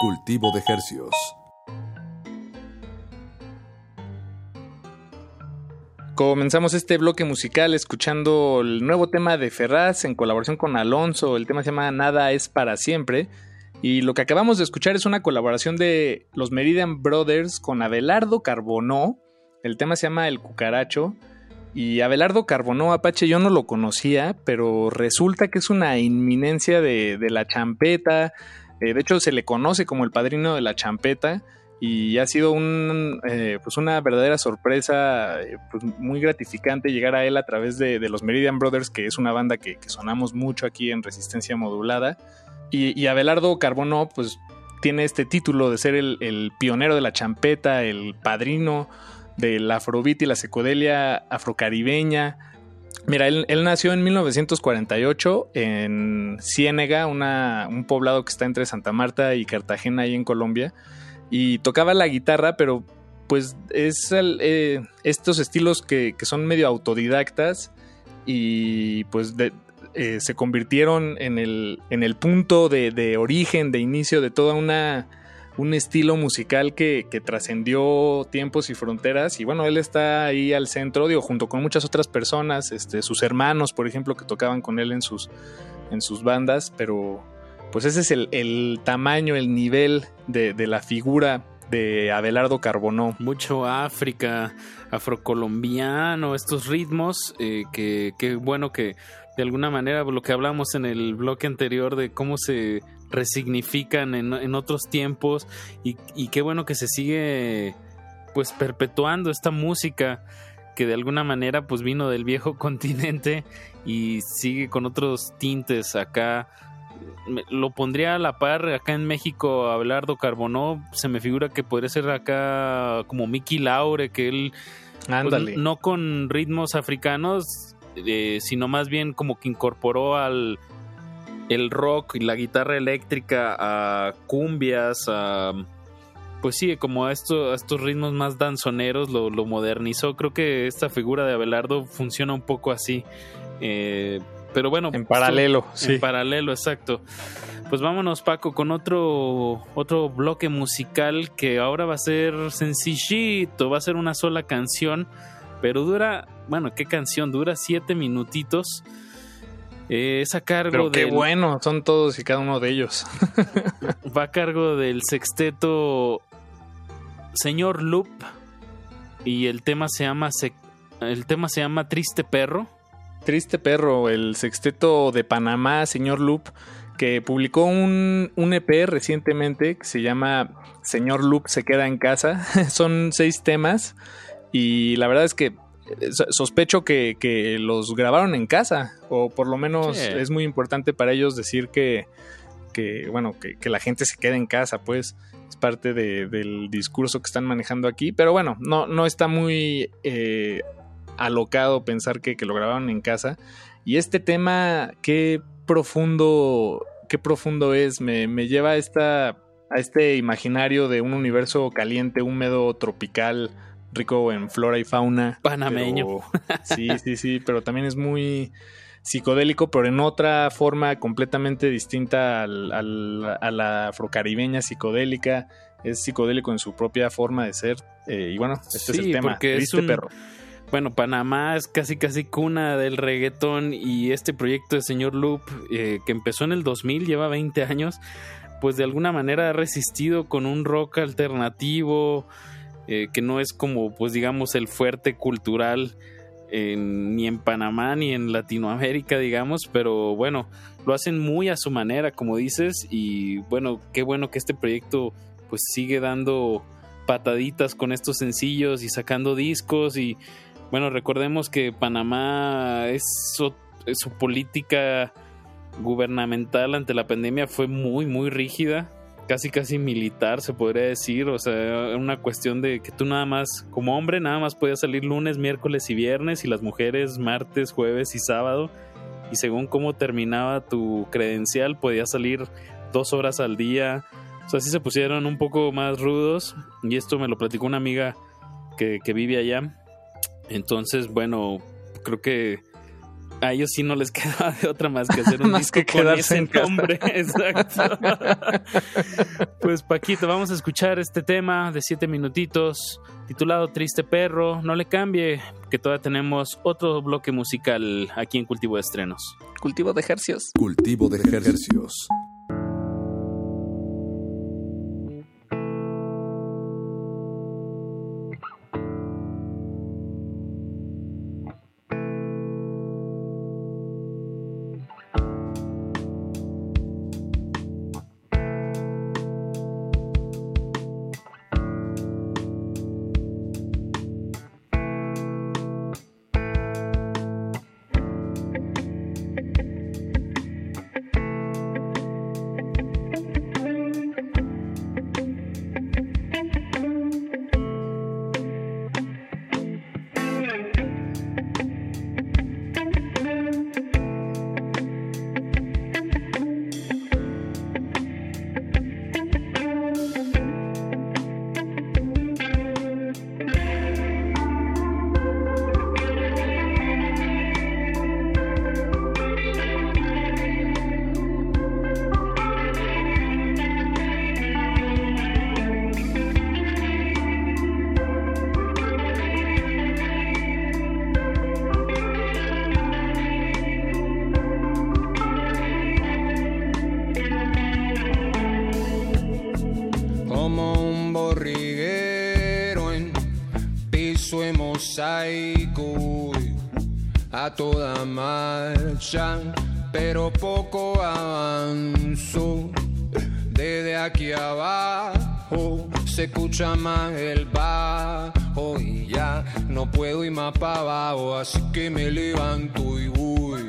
Cultivo de Hercios. Comenzamos este bloque musical escuchando el nuevo tema de Ferraz en colaboración con Alonso. El tema se llama Nada es para siempre. Y lo que acabamos de escuchar es una colaboración de los Meridian Brothers con Abelardo Carbonó. El tema se llama El Cucaracho. Y Abelardo Carbonó, Apache, yo no lo conocía, pero resulta que es una inminencia de la champeta. De hecho, se le conoce como el padrino de la champeta. Y ha sido pues una verdadera sorpresa, pues muy gratificante llegar a él a través de los Meridian Brothers, que es una banda que sonamos mucho aquí en Resistencia Modulada. Y Abelardo Carbonó pues tiene este título de ser el pionero de la champeta, el padrino del afrobeat y la psicodelia afrocaribeña. Mira, él nació en 1948 en Ciénega, un poblado que está entre Santa Marta y Cartagena, ahí en Colombia. Y tocaba la guitarra, pero pues es estos estilos que son medio autodidactas y pues se convirtieron en el punto de origen, de inicio de toda un estilo musical que trascendió tiempos y fronteras. Y bueno, él está ahí al centro, junto con muchas otras personas, sus hermanos, por ejemplo, que tocaban con él en sus bandas, pero pues ese es el tamaño, el nivel de la figura de Abelardo Carbonó. Mucho África, afrocolombiano, estos ritmos, que bueno que de alguna manera lo que hablamos en el bloque anterior de cómo se resignifican en otros tiempos y qué bueno que se sigue pues perpetuando esta música que de alguna manera pues vino del viejo continente y sigue con otros tintes acá. Lo pondría a la par acá en México. Abelardo Carbonó se me figura que podría ser acá como Mickey Laure, que él pues, no con ritmos africanos, sino más bien como que incorporó el rock y la guitarra eléctrica a cumbias, pues sí, como a estos ritmos más danzoneros, lo modernizó. Creo que esta figura de Abelardo funciona un poco así, pero bueno, en paralelo, sí. En paralelo, exacto. Pues vámonos, Paco, con otro bloque musical que ahora va a ser sencillito, va a ser una sola canción, pero dura, bueno, ¿qué canción? Dura 7 minutitos. Es a cargo pero qué bueno, son todos y cada uno de ellos. Va a cargo del sexteto Señor Loop y el tema se llama Triste Perro. Triste Perro, el sexteto de Panamá, Señor Loop, que publicó un EP recientemente que se llama Señor Loop se queda en casa. Son 6 temas y la verdad es que sospecho que los grabaron en casa, o por lo menos sí. Es muy importante para ellos decir que la gente se quede en casa, pues es parte del discurso que están manejando aquí, pero bueno, no está muy alocado pensar que lo grabaron en casa. Y este tema, qué profundo es, me lleva a este imaginario de un universo caliente, húmedo, tropical, rico en flora y fauna. Panameño. Sí, pero también es muy psicodélico, pero en otra forma completamente distinta a la afrocaribeña psicodélica. Es psicodélico en su propia forma de ser. Y bueno, este es el tema. Triste Perro. Bueno, Panamá es casi cuna del reggaetón, y este proyecto de Señor Loop, que empezó en el 2000, lleva 20 años, pues de alguna manera ha resistido con un rock alternativo, que no es como, pues digamos, el fuerte cultural ni en Panamá ni en Latinoamérica, digamos, pero bueno, lo hacen muy a su manera, como dices, y bueno, qué bueno que este proyecto pues sigue dando pataditas con estos sencillos y sacando discos. Y bueno, recordemos que Panamá su política gubernamental ante la pandemia fue muy, muy rígida, casi militar, se podría decir. O sea, una cuestión de que tú nada más, como hombre, nada más podías salir lunes, miércoles y viernes, y las mujeres martes, jueves y sábado. Y según cómo terminaba tu credencial, podías salir 2 horas al día. O sea, sí se pusieron un poco más rudos, y esto me lo platicó una amiga que vive allá. Entonces, bueno, creo que A ellos sí no les quedaba de otra más que hacer un Más disco que con quedarse ese en casa. nombre. Exacto. Pues Paquito, vamos a escuchar este tema de 7 minutitos titulado Triste Perro. No le cambie, que todavía tenemos otro bloque musical aquí en Cultivo de Estrenos. Cultivo de ejercicios. Cultivo de ejercicios. Como un borriguero en piso de mosaico, a toda marcha, pero poco avanzo. Desde aquí abajo se escucha más el bajo y ya no puedo ir más para abajo, así que me levanto y voy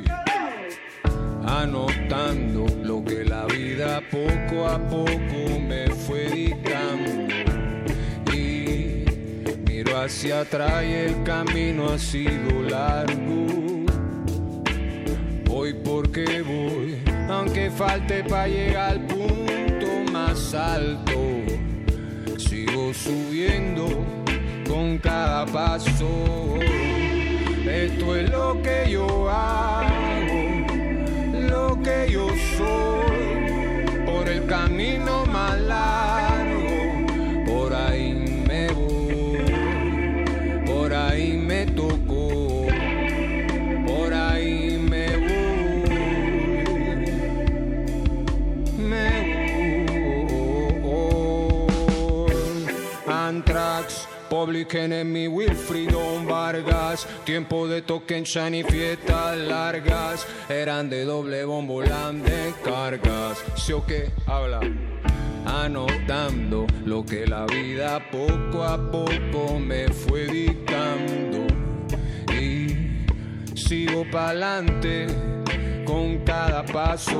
anotando lo que la vida poco a poco me fue dictando. Y miro hacia atrás y el camino ha sido largo. Voy porque voy, aunque falte para llegar al punto más alto. Sigo subiendo con cada paso. Esto es lo que yo hago, lo que yo soy, por el camino más largo, por ahí me voy, por ahí me tocó, por ahí me voy. Anthrax, Public Enemy, Wilfrido Vargas, tiempo de toque en Shiny, fiestas largas, eran de doble bombo, de cargas, sí o qué, habla, anotando lo que la vida poco a poco me fue dictando, y sigo pa'lante con cada paso.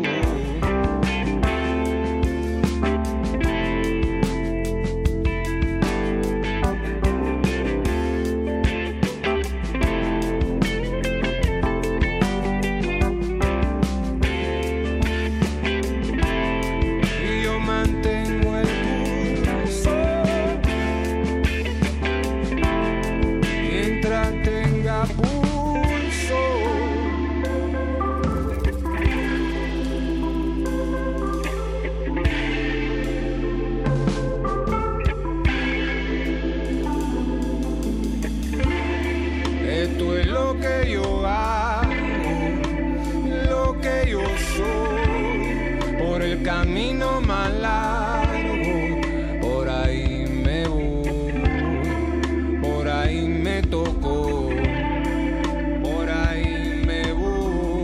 Camino más largo, por ahí me voy, por ahí me tocó, por ahí me voy,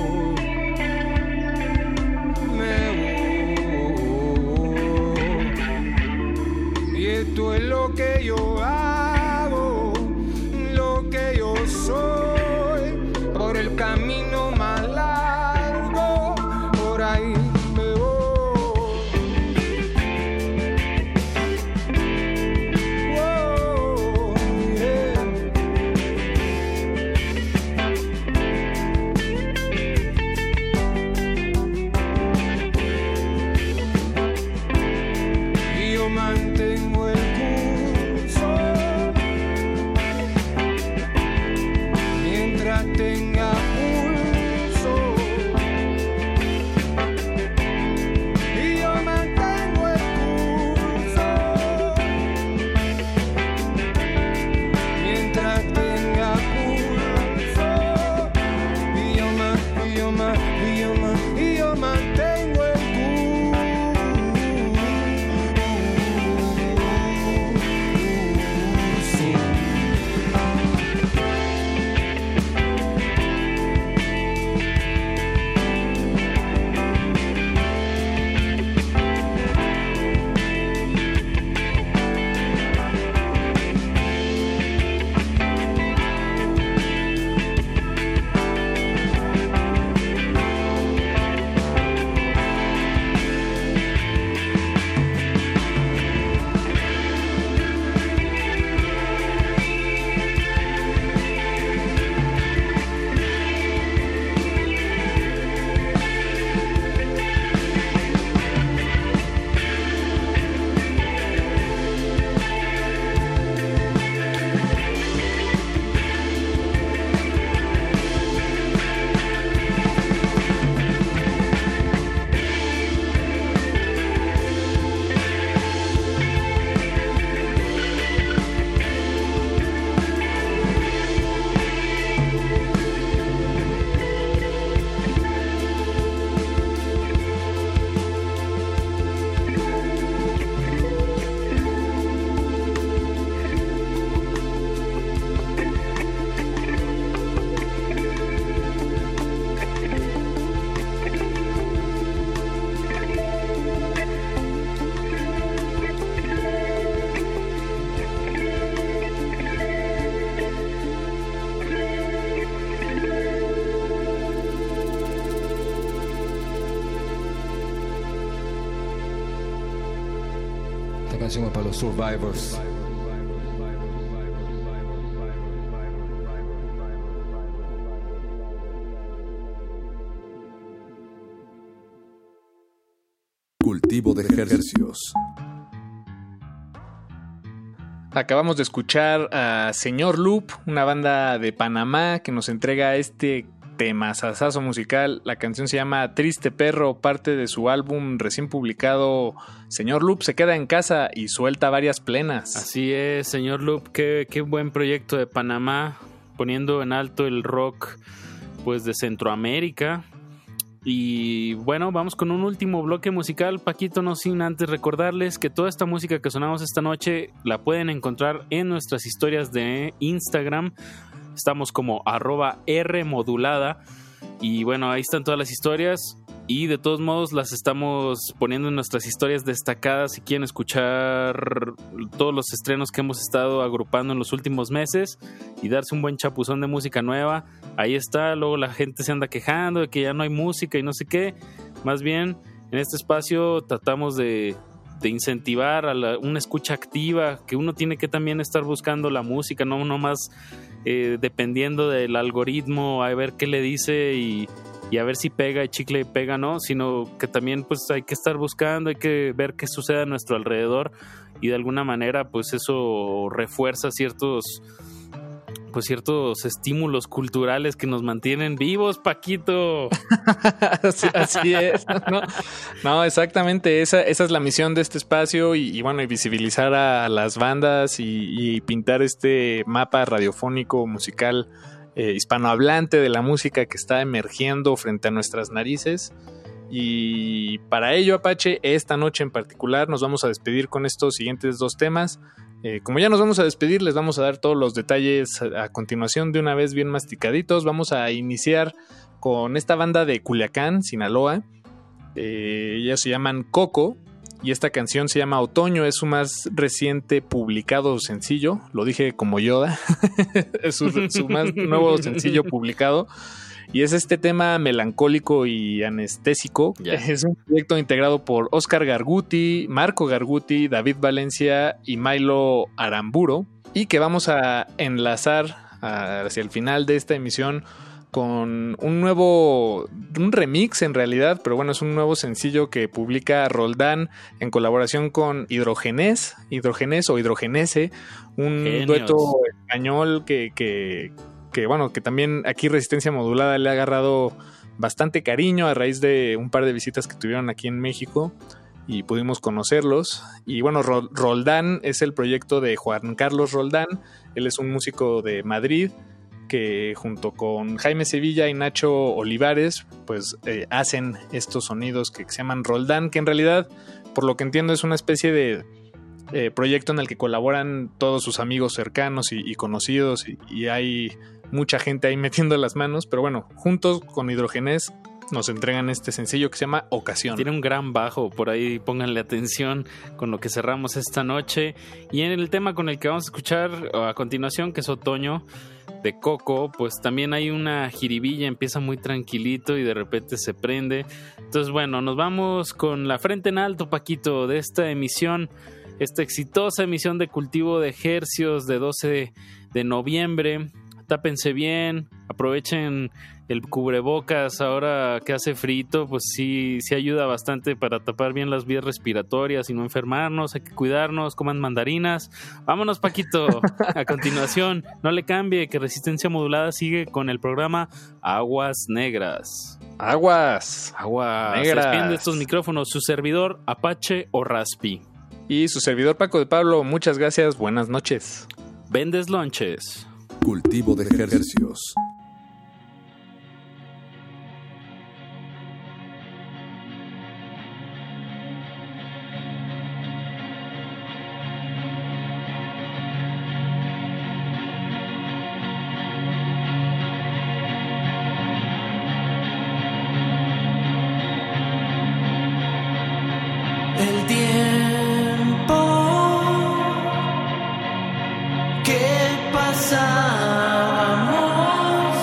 y esto es lo que yo hago, lo que yo soy, por el camino más largo, por ahí. Tenga canción es para los survivors. Cultivo de ejercicios. Acabamos de escuchar a Señor Loop, una banda de Panamá que nos entrega este temazazazo musical. La canción se llama Triste Perro, parte de su álbum recién publicado. Señor Loop se queda en casa y suelta varias plenas. Así es, Señor Loop, qué buen proyecto de Panamá, poniendo en alto el rock pues de Centroamérica. Y bueno, vamos con un último bloque musical, Paquito, no sin antes recordarles que toda esta música que sonamos esta noche la pueden encontrar en nuestras historias de Instagram. Estamos como @Rmodulada. Y bueno, ahí están todas las historias. Y de todos modos las estamos poniendo en nuestras historias destacadas. Si quieren escuchar todos los estrenos que hemos estado agrupando en los últimos meses y darse un buen chapuzón de música nueva, ahí está. Luego la gente se anda quejando de que ya no hay música y no sé qué. Más bien, en este espacio tratamos de incentivar a una escucha activa, que uno tiene que también estar buscando la música, no nomás dependiendo del algoritmo, a ver qué le dice y a ver si pega y chicle y pega, no, sino que también pues hay que estar buscando, hay que ver qué sucede a nuestro alrededor y de alguna manera pues eso refuerza ciertos estímulos culturales que nos mantienen vivos, Paquito. Así es. No, exactamente. Esa es la misión de este espacio y bueno, y visibilizar a las bandas y pintar este mapa radiofónico musical hispanohablante de la música que está emergiendo frente a nuestras narices. Y para ello, Apache, esta noche en particular nos vamos a despedir con estos siguientes dos temas. Como ya nos vamos a despedir, les vamos a dar todos los detalles a continuación de una vez bien masticaditos. Vamos a iniciar con esta banda de Culiacán, Sinaloa. Ellas se llaman Coco y esta canción se llama Otoño. Es su más reciente publicado sencillo. Lo dije como Yoda. Es su más nuevo sencillo publicado. Y es este tema melancólico y anestésico. Yeah. Es un proyecto integrado por Oscar Garguti, Marco Garguti, David Valencia y Milo Aramburo. Y que vamos a enlazar hacia el final de esta emisión con un remix en realidad, pero bueno, es un nuevo sencillo que publica Roldán en colaboración con Hidrogenés o Hidrogenese, un Genios. Dueto español que bueno, que también aquí Resistencia Modulada le ha agarrado bastante cariño a raíz de un par de visitas que tuvieron aquí en México y pudimos conocerlos. Y bueno, Roldán es el proyecto de Juan Carlos Roldán. Él es un músico de Madrid que junto con Jaime Sevilla y Nacho Olivares pues hacen estos sonidos que se llaman Roldán, que en realidad, por lo que entiendo, es una especie de proyecto en el que colaboran todos sus amigos cercanos y conocidos y hay mucha gente ahí metiendo las manos, pero bueno, juntos con Hidrogenés nos entregan este sencillo que se llama Ocasión. Tiene un gran bajo, por ahí pónganle atención con lo que cerramos esta noche. Y en el tema con el que vamos a escuchar a continuación, que es Otoño, de Coco, pues también hay una jiribilla, empieza muy tranquilito y de repente se prende. Entonces bueno, nos vamos con la frente en alto, Paquito, de esta emisión, esta exitosa emisión de Cultivo de Hercios de 12 de noviembre. Tápense bien, aprovechen el cubrebocas ahora que hace frito, pues sí ayuda bastante para tapar bien las vías respiratorias y no enfermarnos. Hay que cuidarnos, coman mandarinas. Vámonos, Paquito. A continuación, no le cambie, que Resistencia Modulada sigue con el programa Aguas Negras. Aguas Negras. Se despiden de estos micrófonos su servidor Apache o Raspi. Y su servidor Paco de Pablo. Muchas gracias, buenas noches. Vendes lonches. Cultivo de ejercicios. El tiempo que pasábamos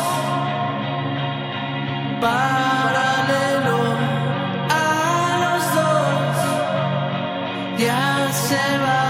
paralelo a los dos ya se va.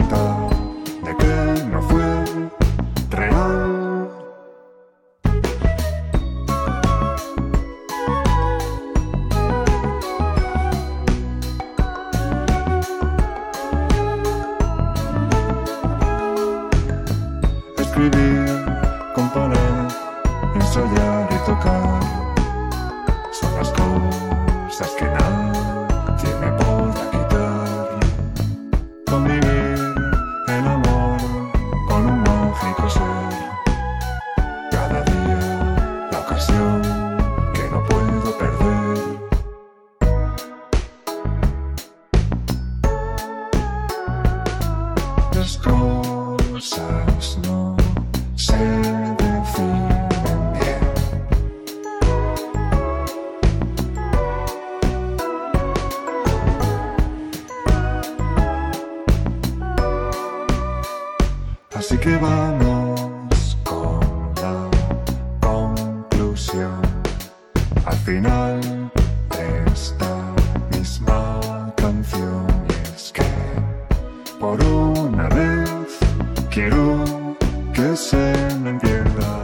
cuenta de que no fue real. Escribir, componer, ensayar y tocar son las cosas que nadie me podrá quitar. Convivir en amor con un mágico ser, cada día la ocasión que no puedo perder. Las cosas no se definen bien. Así que vamos con la conclusión al final de esta misma canción. Y es que por una vez quiero que se me entienda.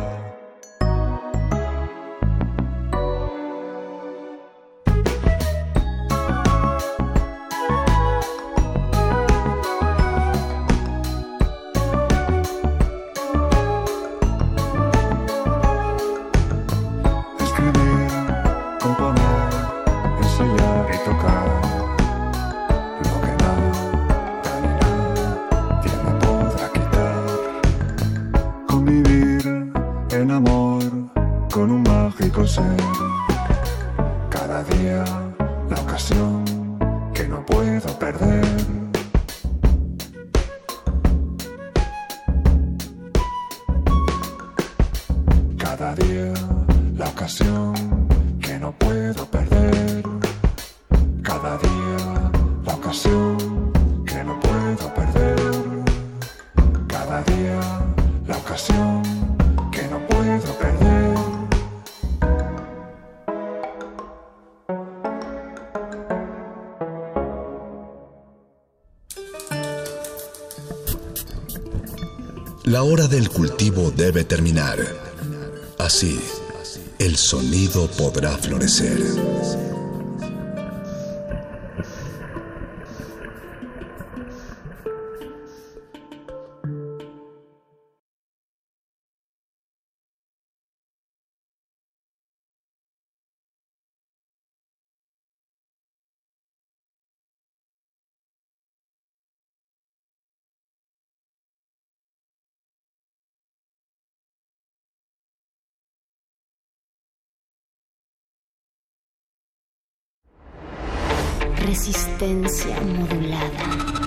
Escribir, componer, ensayar y tocar lo que nada ni nadie me podrá quitar. Convivir en amor con un mágico ser, cada día la ocasión que no puedo perder. Cada día la ocasión que no puedo perder. Cada día la ocasión que no puedo perder. Cada día la ocasión que no puedo perder. La hora del cultivo debe terminar. Así, el sonido podrá florecer. Resistencia modulada.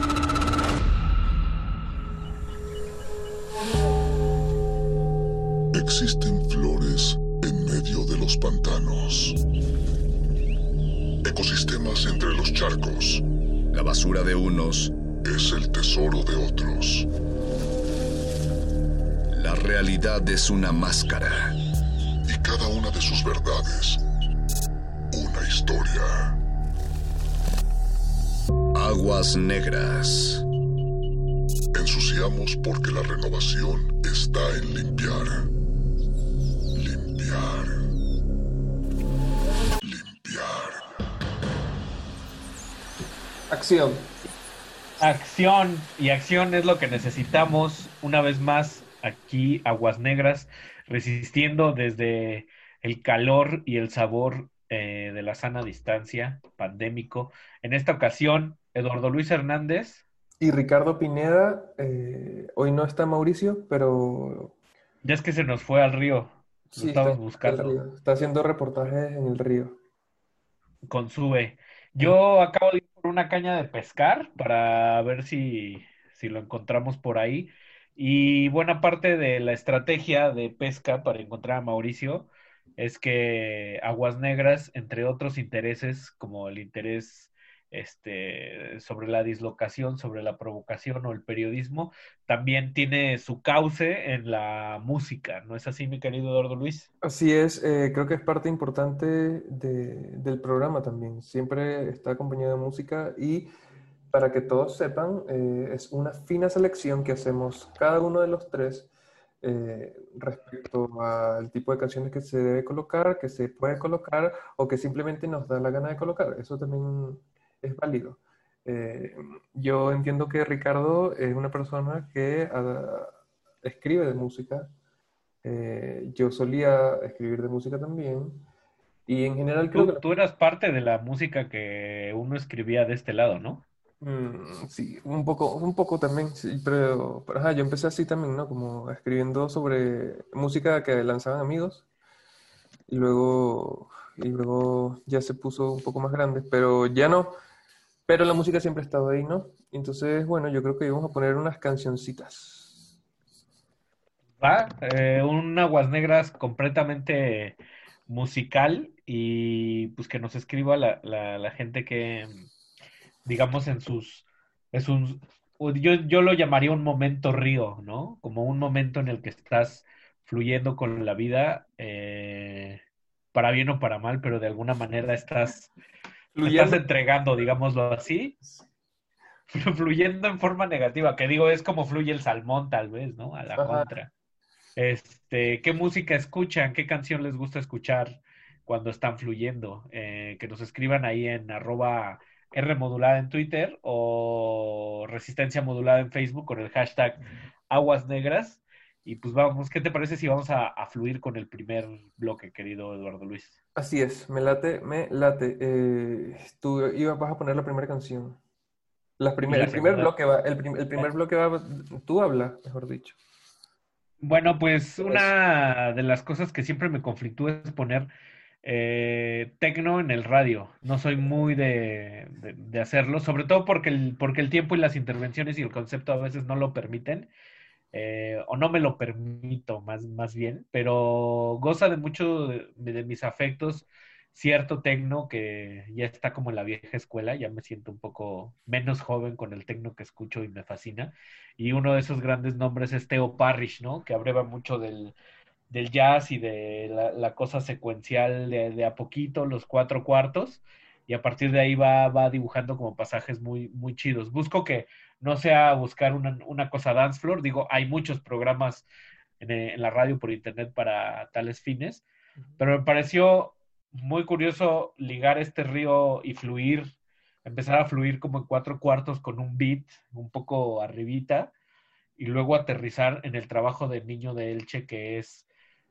Existen flores en medio de los pantanos, ecosistemas entre los charcos. La basura de unos es el tesoro de otros. La realidad es una máscara. Y cada una de sus verdades, una historia. Aguas negras. Ensuciamos porque la renovación está en limpiar. Limpiar. Limpiar. Acción. Acción. Y acción es lo que necesitamos una vez más aquí, Aguas Negras, resistiendo desde el calor y el sabor de la sana distancia pandémico. En esta ocasión, Eduardo Luis Hernández y Ricardo Pineda. Hoy no está Mauricio, pero ya es que se nos fue al río. Lo estamos buscando. Está haciendo reportajes en el río con Sube. Yo acabo de ir por una caña de pescar para ver si lo encontramos por ahí. Y buena parte de la estrategia de pesca para encontrar a Mauricio es que Aguas Negras, entre otros intereses, como el interés sobre la dislocación, sobre la provocación o el periodismo, también tiene su cauce en la música. ¿No es así, mi querido Eduardo Luis? Así es, creo que es parte importante del programa también. Siempre está acompañado de música y para que todos sepan, es una fina selección que hacemos cada uno de los tres respecto al tipo de canciones que se debe colocar, que se puede colocar o que simplemente nos da la gana de colocar. Eso también es válido. Yo entiendo que Ricardo es una persona que escribe de música. Yo solía escribir de música también. Y en general creo que... Tú eras parte de la música que uno escribía de este lado, ¿no? Sí, un poco también, sí, pero ajá, yo empecé así también, ¿no? Como escribiendo sobre música que lanzaban amigos y luego ya se puso un poco más grande, pero ya no, pero la música siempre ha estado ahí, ¿no? Entonces, bueno, yo creo que íbamos a poner unas cancioncitas. Va, un Aguas Negras completamente musical y pues que nos escriba la gente que... digamos yo lo llamaría un momento río, ¿no? Como un momento en el que estás fluyendo con la vida, para bien o para mal, pero de alguna manera estás entregando, digámoslo así, fluyendo en forma negativa, que digo, es como fluye el salmón tal vez, ¿no? A la contra. ¿Qué música escuchan? ¿Qué canción les gusta escuchar cuando están fluyendo? Que nos escriban ahí en @Rmodulada en Twitter o Resistencia Modulada en Facebook con el hashtag Aguas Negras. Y pues vamos, ¿qué te parece si vamos a fluir con el primer bloque, querido Eduardo Luis? Así es, me late. Tú vas a poner la primera canción. El primer bloque va, tú habla, mejor dicho. Bueno, pues una de las cosas que siempre me conflictúa es poner tecno en el radio. No soy muy de hacerlo, sobre todo porque el tiempo y las intervenciones y el concepto a veces no lo permiten, o no me lo permito más bien, pero goza de mucho de mis afectos cierto tecno que ya está como en la vieja escuela. Ya me siento un poco menos joven con el tecno que escucho y me fascina, y uno de esos grandes nombres es Theo Parrish, ¿no? Que abreva mucho del jazz y de la cosa secuencial de a poquito, los 4/4, y a partir de ahí va dibujando como pasajes muy, muy chidos. Busco que no sea buscar una cosa dance floor, digo, hay muchos programas en la radio por internet para tales fines, pero me pareció muy curioso ligar este río y empezar a fluir como en 4/4 con un beat un poco arribita, y luego aterrizar en el trabajo de Niño de Elche, que es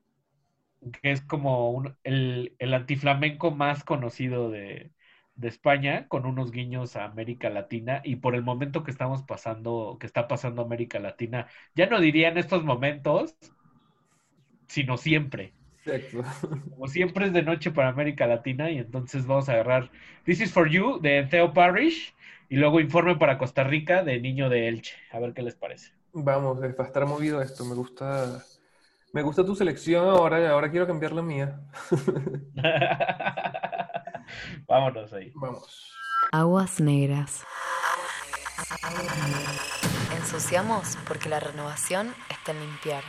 como el antiflamenco más conocido de España, con unos guiños a América Latina, y por el momento que está pasando América Latina, ya no diría en estos momentos, sino siempre. Exacto. Como siempre es de noche para América Latina, y entonces vamos a agarrar This Is For You de Theo Parrish, y luego Informe para Costa Rica de Niño de Elche. A ver qué les parece. Vamos, va a estar movido esto, me gusta tu selección, ahora quiero cambiar la mía. Vámonos ahí. Vamos. Aguas Negras. Ensuciamos porque la renovación está en limpiar.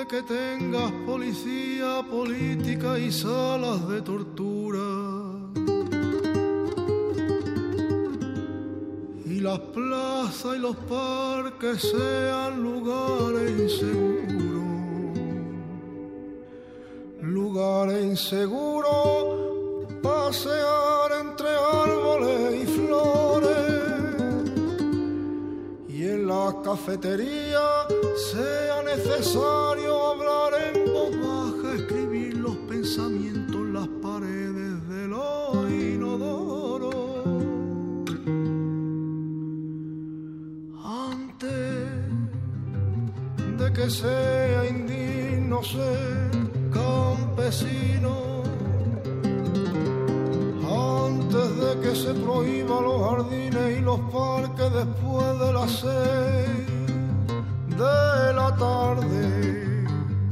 de que tengas policía, política y salas de tortura. Y las plazas y los parques sean lugares inseguros. Lugares inseguros, pasear entre árboles y flores. Y en la cafetería sea necesario hablar en voz baja, escribir los pensamientos en las paredes de los inodoros. Antes de que sea indigno ser campesino, antes de que se prohíban los jardines y los parques después de las 6 de la tarde,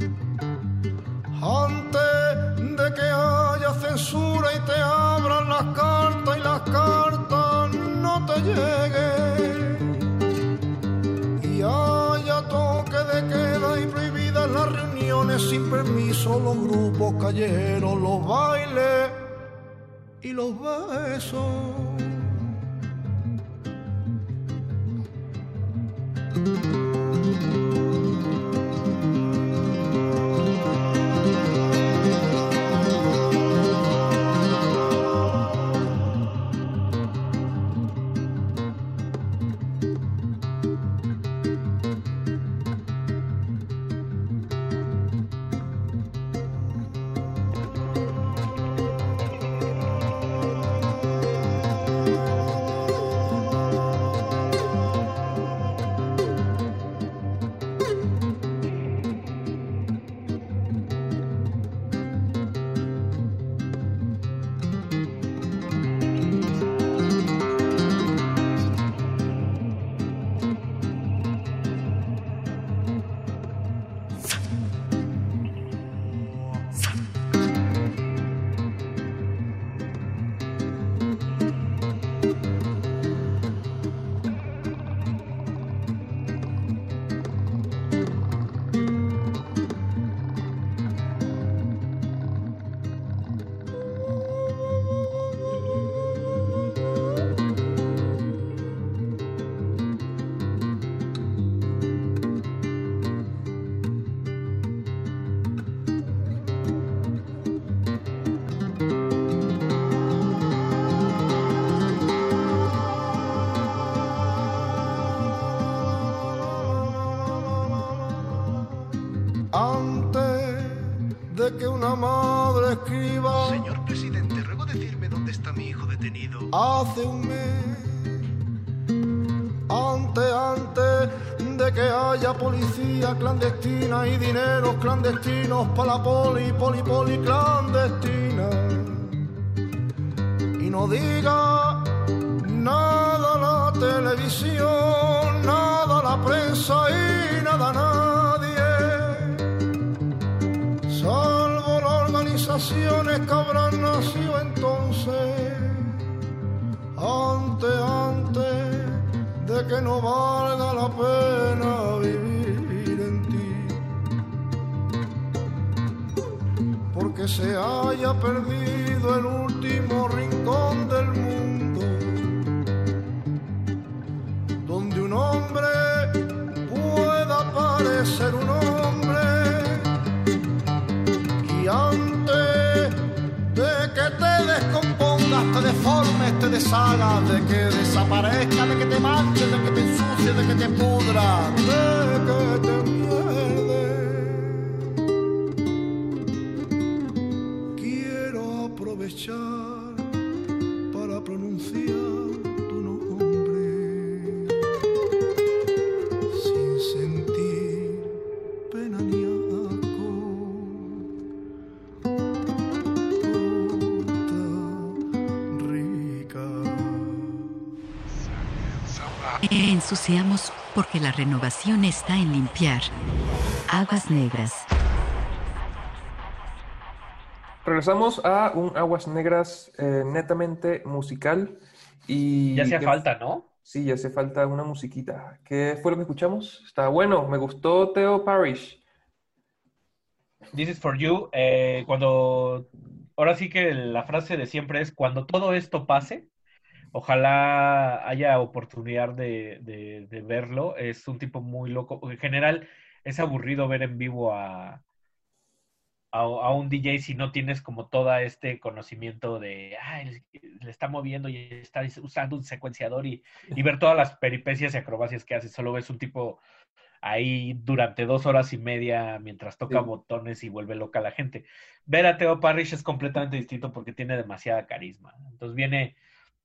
antes de que haya censura y te abran las cartas y las cartas no te lleguen, y haya toque de queda y prohibidas las reuniones sin permiso, los grupos callejeros, los bailes y los besos. Que una madre escriba: señor presidente, ruego decirme dónde está mi hijo detenido. Hace un mes, antes de que haya policía clandestina y dineros clandestinos para la poli clandestina. Y no diga nada la televisión, nada la prensa y nada nadie, salvo las organizaciones que habrán nacido entonces, antes de que no valga la pena vivir en ti, porque se haya perdido el último rincón del mundo, donde un hombre pueda parecer un hombre. Y antes de que te descompongas, te deformes, te deshagas, de que desaparezca, de que te manches, de que te ensucies, de que te pudra, de que te pierdes. Quiero aprovechar para pronunciar tu nombre sin sentir pena ni ensuciamos porque la renovación está en limpiar. Aguas Negras. Regresamos a un Aguas Negras netamente musical. Y ya hacía falta, ¿no? Sí, ya hace falta una musiquita. ¿Qué fue lo que escuchamos? Está bueno, me gustó Theo Parrish. This is for you. Ahora sí que la frase de siempre es: cuando todo esto pase, ojalá haya oportunidad de verlo. Es un tipo muy loco. En general, es aburrido ver en vivo a un DJ si no tienes como todo este conocimiento de le está moviendo y está usando un secuenciador y ver todas las peripecias y acrobacias que hace. Solo ves un tipo ahí durante 2 horas y media mientras toca botones y vuelve loca a la gente. Ver a Theo Parrish es completamente distinto porque tiene demasiada carisma. Entonces viene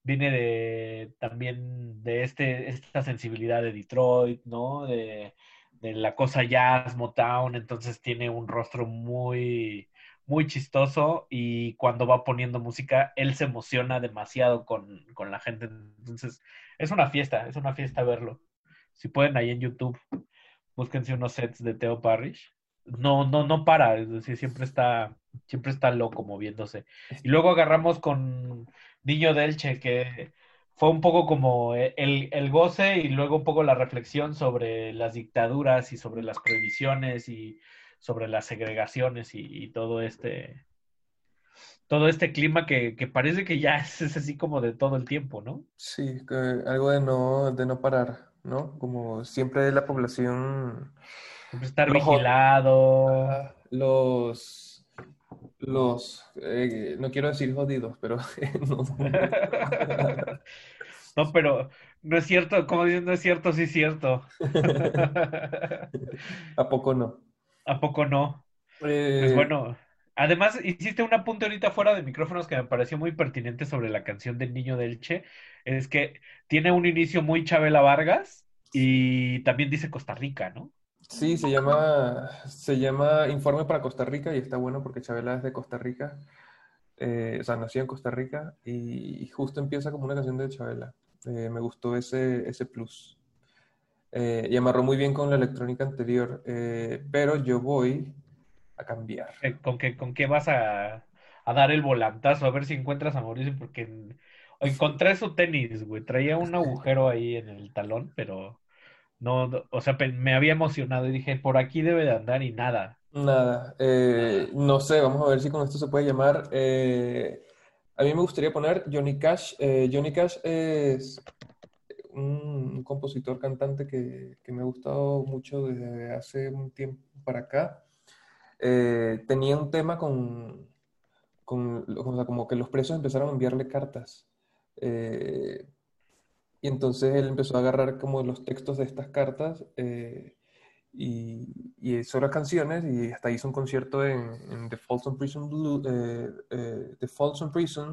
también de esta sensibilidad de Detroit, ¿no? De la cosa jazz, Motown. Entonces tiene un rostro muy, muy chistoso, y cuando va poniendo música, él se emociona demasiado con la gente. Entonces es una fiesta verlo. Si pueden, ahí en YouTube, búsquense unos sets de Theo Parrish. No para, es decir, siempre está loco moviéndose. Y luego agarramos con Niño de Elche, que fue un poco como el goce y luego un poco la reflexión sobre las dictaduras y sobre las prohibiciones y sobre las segregaciones y todo este clima que parece que ya es así como de todo el tiempo, ¿no? Sí, algo de no parar, ¿no? Como siempre la población... Siempre estar vigilado. No quiero decir jodidos, pero... No, pero no es cierto, como dices, no es cierto, sí es cierto. ¿A poco no? ¿A poco no? Pues bueno, además hiciste un apunte ahorita fuera de micrófonos que me pareció muy pertinente sobre la canción del Niño de Elche. Es que tiene un inicio muy Chabela Vargas y también dice Costa Rica, ¿no? Sí, se llama Informe para Costa Rica, y está bueno porque Chabela es de Costa Rica. O sea, nació en Costa Rica y justo empieza como una canción de Chabela. Me gustó ese plus. Y amarró muy bien con la electrónica anterior, pero yo voy a cambiar. ¿Con qué vas a dar el volantazo? A ver si encuentras a Mauricio, porque encontré su tenis, güey. Traía un agujero ahí en el talón, pero no, o sea, me había emocionado y dije, por aquí debe de andar, y nada. Nada. No sé, vamos a ver si con esto se puede llamar. A mí me gustaría poner Johnny Cash. Johnny Cash es un compositor, cantante que me ha gustado mucho desde hace un tiempo para acá. Tenía un tema o sea, como que los presos empezaron a enviarle cartas. Y entonces él empezó a agarrar como los textos de estas cartas y hizo las canciones, y hasta hizo un concierto en The Folsom Prison The Folsom Prison,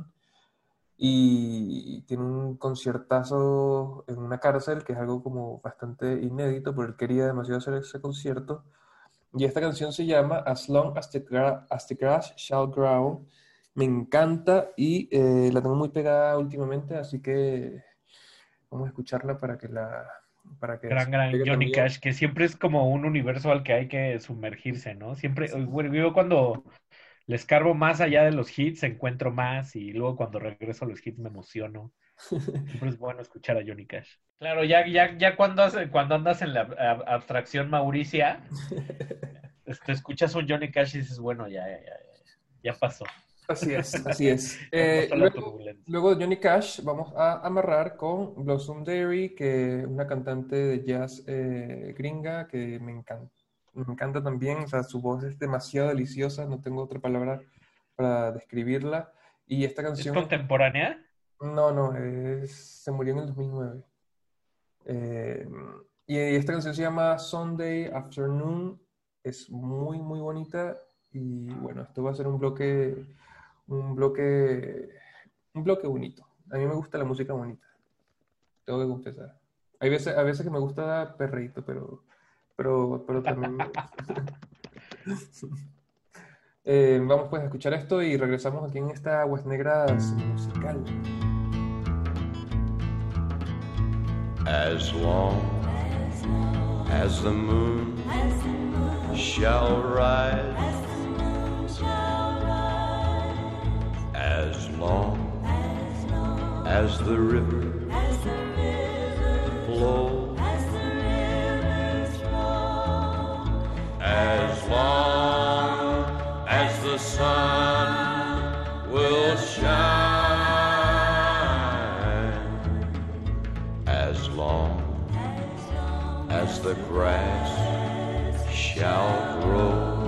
y tiene un conciertazo en una cárcel, que es algo como bastante inédito, pero él quería demasiado hacer ese concierto. Y esta canción se llama As Long as the Grass Shall Grow. Me encanta y la tengo muy pegada últimamente, así que vamos a escucharla para que Gran Johnny también. Cash, que siempre es como un universo al que hay que sumergirse, ¿no? Siempre, bueno, yo cuando le escarbo más allá de los hits, encuentro más, y luego cuando regreso a los hits me emociono. Siempre es bueno escuchar a Johnny Cash. Claro, ya cuando andas en la abstracción mauricia, escuchas un Johnny Cash y dices, bueno, ya pasó. Así es. Luego de Johnny Cash vamos a amarrar con Blossom Dairy, que es una cantante de jazz gringa que me encanta también. O sea, su voz es demasiado deliciosa, no tengo otra palabra para describirla. Y esta canción... ¿Es contemporánea? No, se murió en el 2009. Y esta canción se llama Sunday Afternoon, es muy, muy bonita. Y bueno, esto va a ser un bloque bonito. A mí me gusta la música bonita, tengo que confesar. Hay a veces que me gusta perreíto, pero también vamos pues a escuchar esto y regresamos aquí en esta Aguas Negras musical. As long as the moon shall rise, as long as the river flows, as long as the grass shall grow.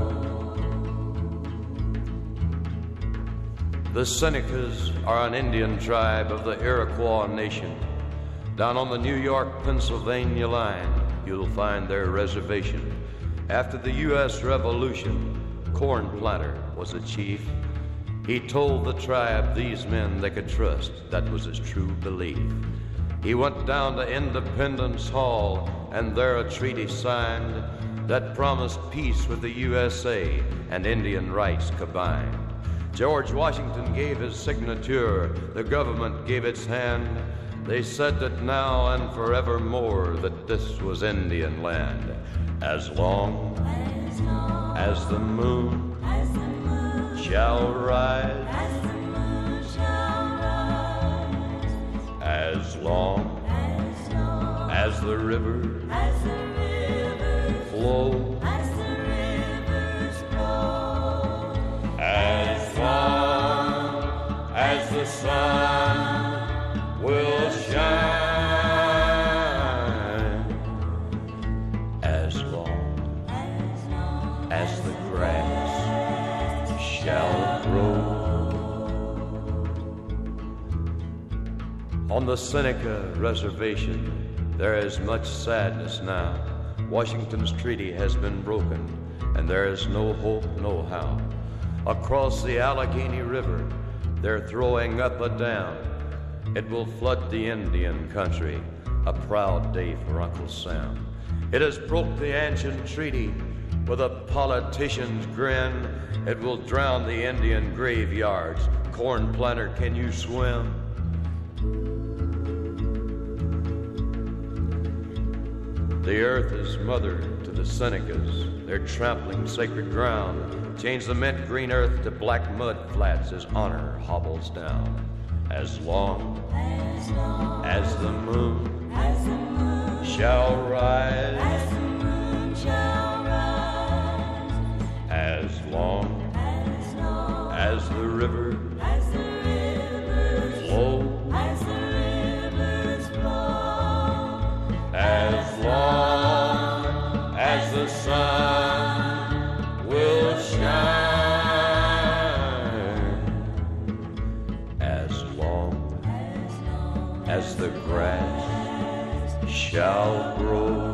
The Senecas are an Indian tribe of the Iroquois Nation. Down on the New York-Pennsylvania line, you'll find their reservation. After the U.S. Revolution, Corn Planter was a chief. He told the tribe these men they could trust. That was his true belief. He went down to Independence Hall, and there a treaty signed that promised peace with the USA and Indian rights combined. George Washington gave his signature, the government gave its hand. They said that now and forevermore that this was Indian land. As long as the moon shall rise, as long as the river flows, as long as the sun will shine, as long as the grass shall grow. On the Seneca Reservation, there is much sadness now. Washington's treaty has been broken, and there is no hope, no how. Across the Allegheny River, they're throwing up a dam. It will flood the Indian country, a proud day for Uncle Sam. It has broke the ancient treaty with a politician's grin. It will drown the Indian graveyards. Corn Planter, can you swim? The earth is mother to the Senecas. They're trampling sacred ground. Change the mint green earth to black mud flats as honor hobbles down. As long as the moon shall rise, as long as the river flows, as long as the sun will shine, as long as the grass shall grow.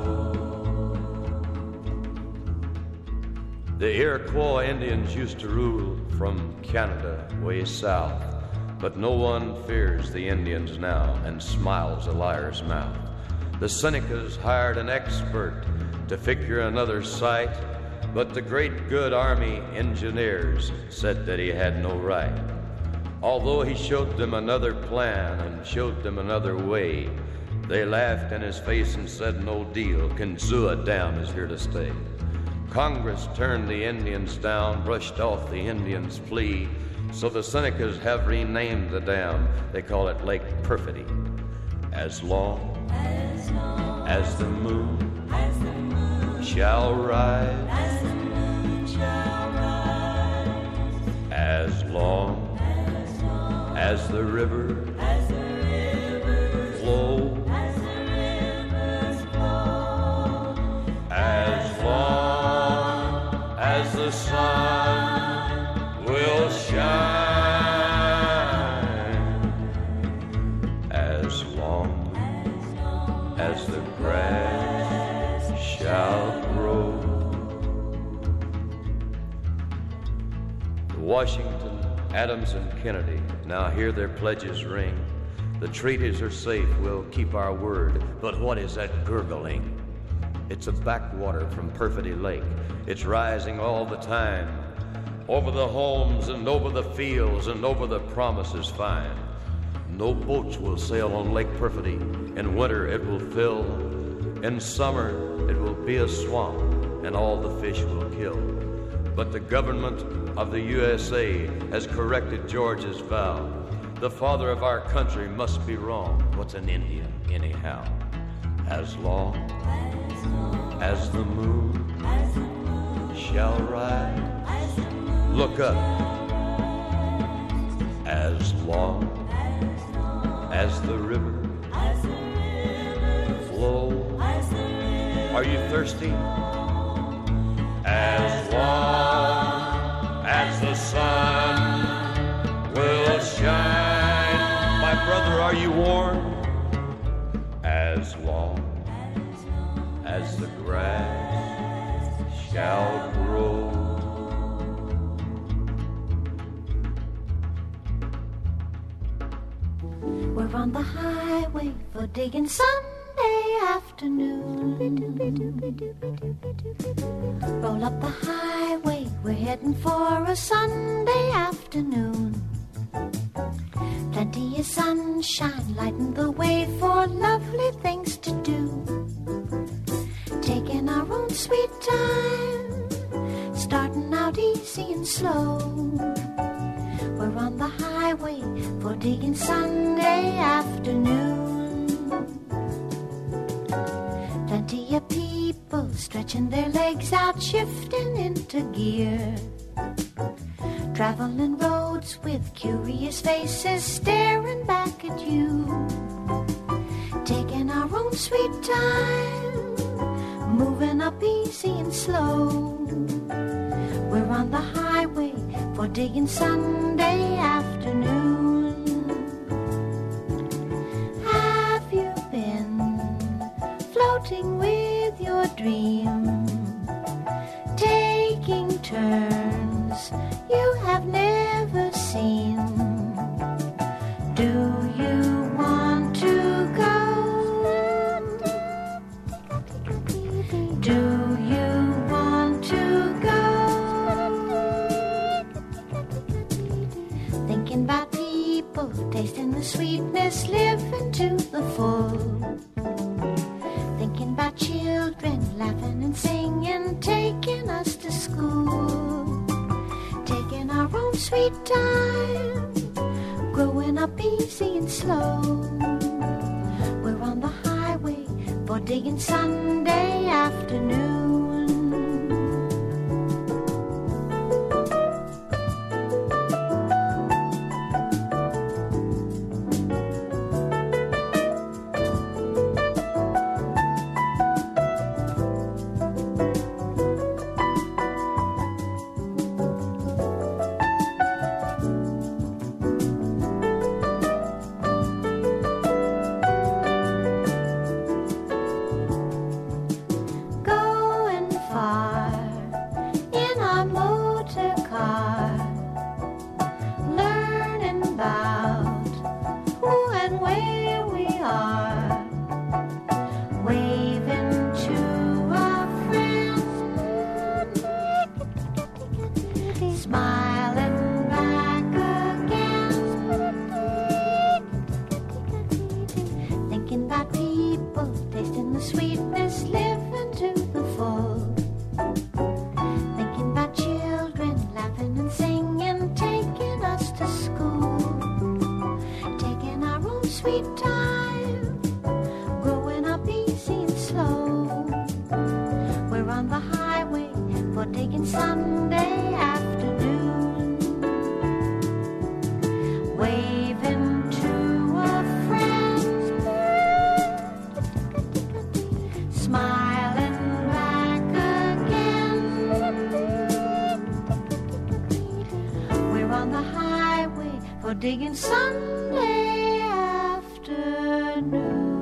The Iroquois Indians used to rule from Canada way south, but no one fears the Indians now and smiles a liar's mouth. The Senecas hired an expert to figure another site, but the great good army engineers said that he had no right. Although he showed them another plan and showed them another way, they laughed in his face and said no deal. Kinzua Dam is here to stay. Congress turned the Indians down, brushed off the Indians' plea, so the Senecas have renamed the dam. They call it Lake Perfidy. As long as the moon shall rise, as long as the river flows, as long as the sun will shine, as long as the grass shall grow. Washington, Adams, and Kennedy now hear their pledges ring. The treaties are safe, we'll keep our word. But what is that gurgling? It's a backwater from Perfidy Lake. It's rising all the time, over the homes and over the fields and over the promises fine. No boats will sail on Lake Perfidy. In winter it will fill. In summer it will be a swamp and all the fish will kill. But the government of the USA has corrected George's vow. The father of our country must be wrong. What's an Indian anyhow? As long as the moon shall rise, look up. As long as the river flows, Are you thirsty? As long as the sun will shine. My brother, are you warm? As long as the grass shall grow. We're on the highway for digging Sunday afternoon. Roll up the highway, we're heading for a Sunday afternoon. Plenty of sunshine lighting the way for lovely things to do. Taking our own sweet time, starting out easy and slow. We're on the highway for digging Sunday afternoon. Plenty of people stretching their legs out, shifting into gear. Traveling roads with curious faces staring back at you. Taking our own sweet time, moving up easy and slow. We're on the highway for digging Sunday afternoon. Have you been floating with your dream? Taking turns you have never seen. Do you want to go? Do you want to go? Thinking about people, tasting the sweetness, living to the full. Thinking about children, laughing and singing, taking us to school. Taking our own sweet time, growing up easy and slow. We're on the highway for digging Sunday afternoon. Going far in our motor car, learning about who and where we are, waving to our friends, smiling back again, thinking about people, tasting the sweetness, living to the full. Thinking about children, laughing and singing, taking us to school. Taking our own sweet time, growing up easy and slow. We're on the highway for digging Sunday afternoon. Waving to a friend, smiling back again. We're on the highway for digging Sunday afternoon.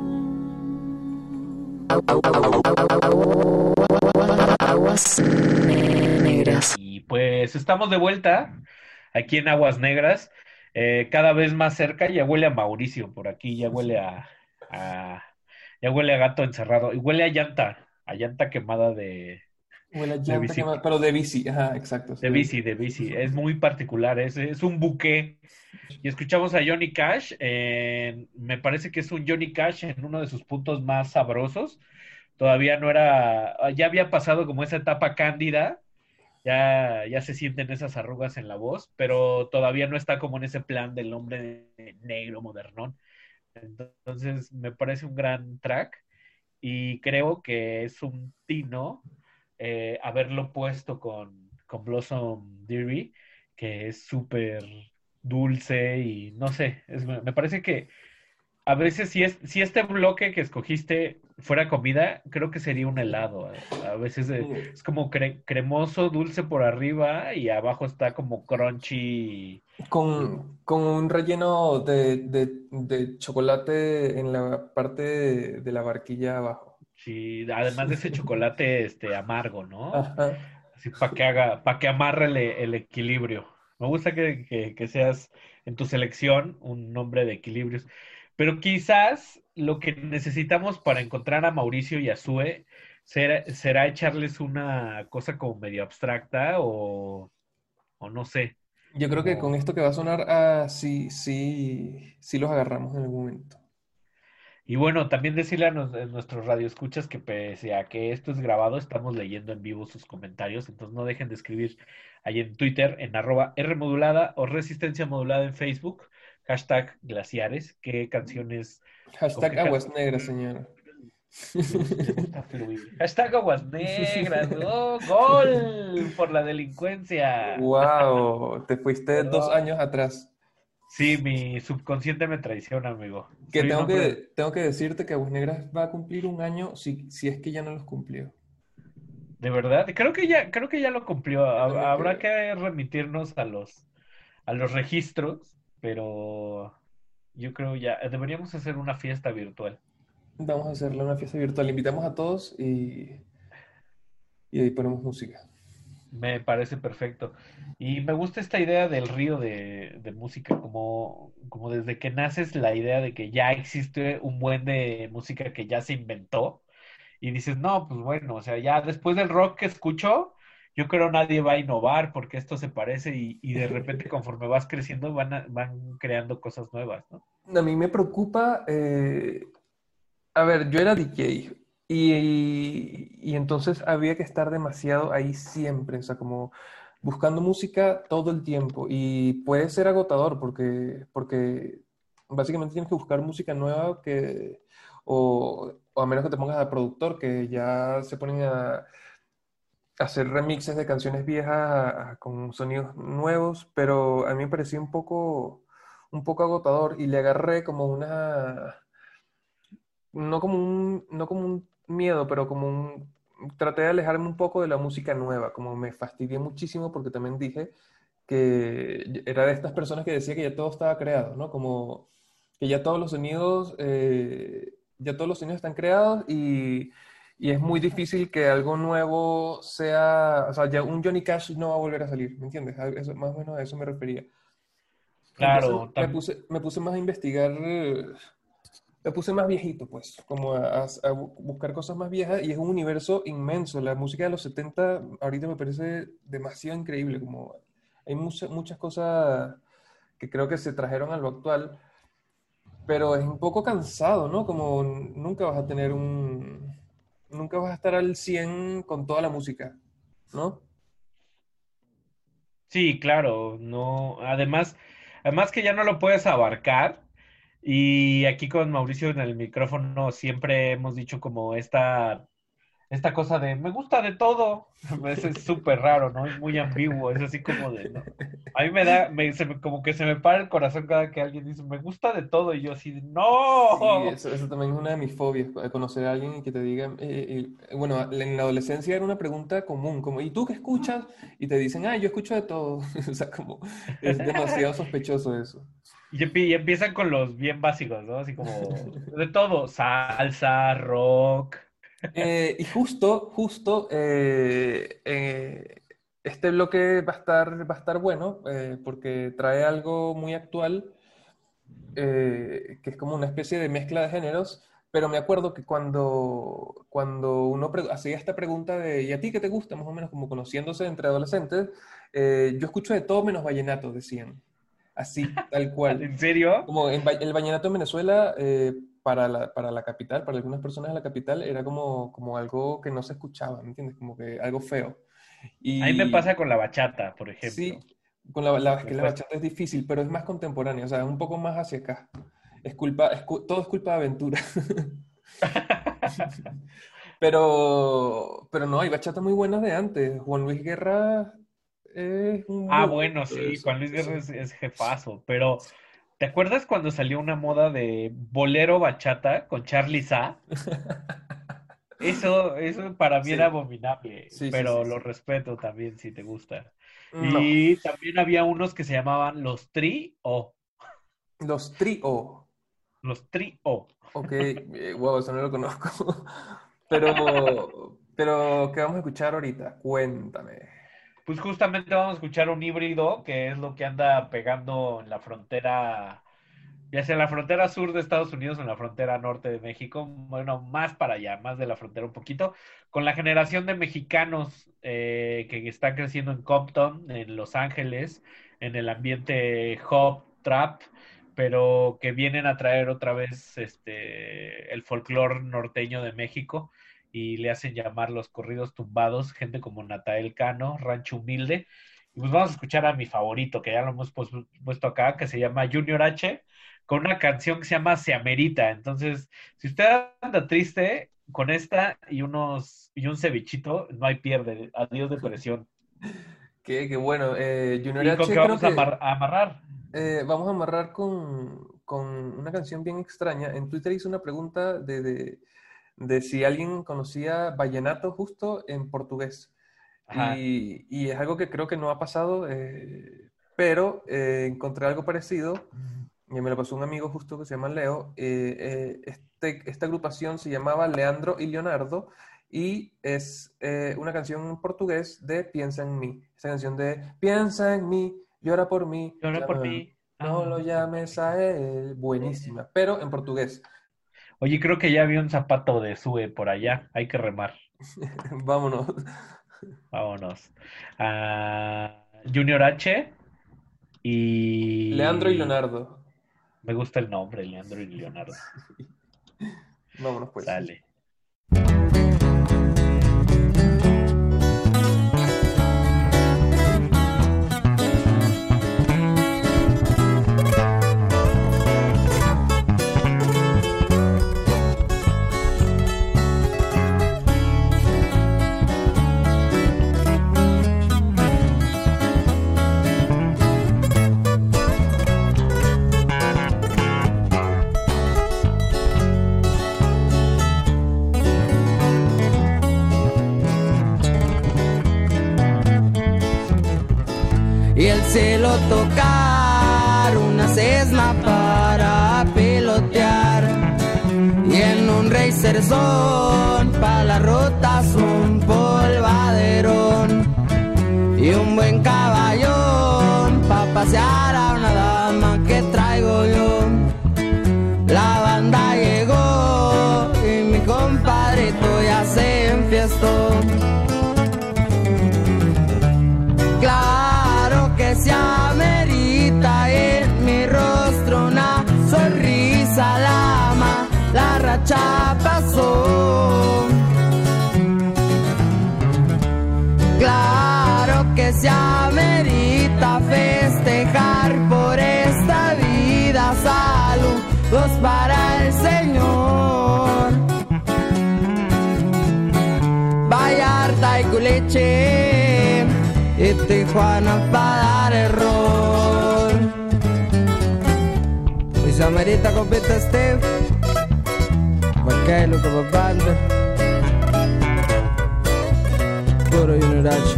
Aguas negras. Y pues estamos de vuelta aquí en Aguas Negras, cada vez más cerca. Ya huele a Mauricio por aquí, ya huele ya huele a gato encerrado y huele a llanta quemada de Huele a de llanta bici. quemada, pero de bici, ajá, exacto. De bici. Es muy particular, es un buque. Y escuchamos a Johnny Cash, me parece que es un Johnny Cash en uno de sus puntos más sabrosos. Todavía no era, ya había pasado como esa etapa cándida, ya se sienten esas arrugas en la voz, pero todavía no está como en ese plan del hombre negro modernón. Entonces me parece un gran track y creo que es un tino haberlo puesto con Blossom Dearie, que es súper dulce y no sé, me parece que a veces si este bloque que escogiste fuera comida, creo que sería un helado. A veces es como cremoso, dulce por arriba y abajo está como crunchy. Con un relleno de chocolate en la parte de la barquilla abajo. Sí, además de ese chocolate amargo, ¿no? Ajá. Así para que amarre el equilibrio. Me gusta que seas en tu selección un hombre de equilibrios. Pero quizás lo que necesitamos para encontrar a Mauricio y a Sue será echarles una cosa como medio abstracta o no sé. Yo creo que con esto que va a sonar, sí los agarramos en algún momento. Y bueno, también decirle a nuestros radioescuchas que pese a que esto es grabado, estamos leyendo en vivo sus comentarios, entonces no dejen de escribir ahí en Twitter, en @Rmodulada o Resistencia Modulada en Facebook, #glaciares, qué canciones... #aguas negras, señora. #aguas negras, ¿no? ¡Gol! Por la delincuencia. ¡Wow! Te fuiste 2 años atrás. Sí, mi subconsciente me traiciona, amigo. Que tengo que decirte que Aguas Negras va a cumplir 1 año si es que ya no los cumplió. ¿De verdad? Creo que ya lo cumplió. Habrá que remitirnos a los registros, pero yo creo ya deberíamos hacer una fiesta virtual. Vamos a hacerle una fiesta virtual. Invitamos a todos y ahí ponemos música. Me parece perfecto. Y me gusta esta idea del río de música, como desde que naces la idea de que ya existe un buen de música que ya se inventó y dices, no, pues bueno, o sea, ya después del rock que escucho, yo creo nadie va a innovar porque esto se parece y de repente conforme vas creciendo van creando cosas nuevas, ¿no? A mí me preocupa, a ver, yo era DJ. Y entonces había que estar demasiado ahí siempre, o sea, como buscando música todo el tiempo. Y puede ser agotador porque básicamente tienes que buscar música nueva o a menos que te pongas a productor, que ya se ponen a hacer remixes de canciones viejas con sonidos nuevos, pero a mí me parecía un poco agotador y le agarré como no como un miedo, pero traté de alejarme un poco de la música nueva, como me fastidié muchísimo porque también dije que era de estas personas que decía que ya todo estaba creado, ¿no? Como que ya todos los sonidos están creados y es muy difícil que algo nuevo sea, o sea, ya un Johnny Cash no va a volver a salir, ¿me entiendes? Eso, más o menos a eso me refería. Claro. Me puse más a investigar. Me puse más viejito, pues, como a buscar cosas más viejas y es un universo inmenso. La música de los 70 ahorita me parece demasiado increíble, como hay muchas cosas que creo que se trajeron a lo actual, pero es un poco cansado, ¿no? Como nunca vas a estar al 100 con toda la música, ¿no? Sí, claro, no, además que ya no lo puedes abarcar. Y aquí con Mauricio en el micrófono siempre hemos dicho como esta cosa de me gusta de todo. Es súper raro, ¿no? Es muy ambiguo, es así como de, ¿no? A mí como que se me para el corazón cada que alguien dice me gusta de todo y yo así de ¡no! Sí, eso también es una de mis fobias, conocer a alguien y que te diga, bueno, en la adolescencia era una pregunta común, como ¿y tú qué escuchas? Y te dicen, yo escucho de todo. O sea, como es demasiado sospechoso eso. Y empiezan con los bien básicos, ¿no? Así como de todo, salsa, rock. Y justo este bloque va a estar bueno porque trae algo muy actual que es como una especie de mezcla de géneros, pero me acuerdo que cuando uno hacía esta pregunta de ¿y a ti qué te gusta? Más o menos como conociéndose entre adolescentes, yo escucho de todo menos vallenato, decían. Así, tal cual. ¿En serio? Como el vallenato en Venezuela, para la capital, para algunas personas de la capital, era como algo que no se escuchaba, ¿me entiendes? Como que algo feo. Y, a mí me pasa con la bachata, por ejemplo. Sí, con la bachata es difícil, pero es más contemporánea, o sea, es un poco más hacia acá. Todo es culpa de Aventura. Pero no, hay bachatas muy buenas de antes. Juan Luis Guerra es un... bueno, sí, Juan Luis Guerra es jefazo, pero ¿te acuerdas cuando salió una moda de bolero bachata con Charly Sa? Eso para mí Sí. era abominable, Sí, sí, pero sí, lo sí. respeto también si te gusta. No. Y también había unos que se llamaban los Tri-O. Los Tri-O. Los Tri-O. Ok, wow, eso no lo conozco. Pero, ¿qué vamos a escuchar ahorita? Cuéntame. Pues justamente vamos a escuchar un híbrido, que es lo que anda pegando en la frontera, ya sea en la frontera sur de Estados Unidos o en la frontera norte de México, bueno, más para allá, más de la frontera un poquito, con la generación de mexicanos que están creciendo en Compton, en Los Ángeles, en el ambiente hop, trap, pero que vienen a traer otra vez el folclore norteño de México y le hacen llamar los corridos tumbados, gente como Natael Cano, Rancho Humilde. Y pues vamos a escuchar a mi favorito, que ya lo hemos puesto acá, que se llama Junior H, con una canción que se llama Se Amerita. Entonces, si usted anda triste, con esta y un cevichito, no hay pierde. Adiós depresión. Qué bueno. Junior ¿Y H con qué vamos a amarrar? Vamos a amarrar con una canción bien extraña. En Twitter hice una pregunta de si alguien conocía vallenato justo en portugués. Y es algo que creo que no ha pasado, pero encontré algo parecido y me lo pasó un amigo justo que se llama Leo. Esta agrupación se llamaba Leandro y Leonardo y es una canción en portugués de Piensa en mí. Esa canción de Piensa en mí, llora por mí, no lo llames a él. Buenísima, pero en portugués. Oye, creo que ya vi un zapato de Sue por allá. Hay que remar. Vámonos. Vámonos. Junior H y... Leandro y Leonardo. Me gusta el nombre, Leandro y Leonardo. Vámonos pues. Sale. Y el cielo tocar una cesna para pilotear y en un racer son pa' las rutas un polvaderón y un buen caballón pa' pasear a una dama que traigo yo. La banda llegó y mi compadrito ya se enfiestó. Se amerita en mi rostro una sonrisa, la racha pasó. Claro que se amerita festejar por esta vida, saludos para el Señor. Vallarta y Culeche y Tijuana para dar error. Y se amerita compita Steve, porque lo que va banda. Puro Junior H.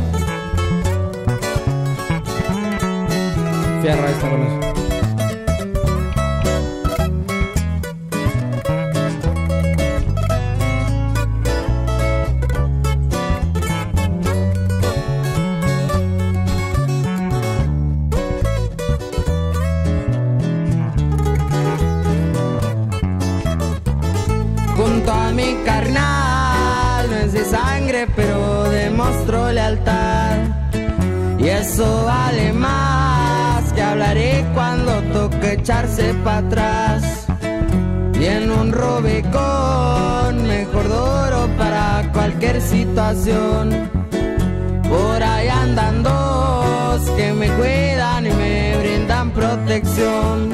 Fierra está con eso. A mi carnal no es de sangre pero demostró lealtad y eso vale más que hablaré cuando toque echarse para atrás y en un Rubicón mejor duro para cualquier situación. Por ahí andan dos que me cuidan y me brindan protección.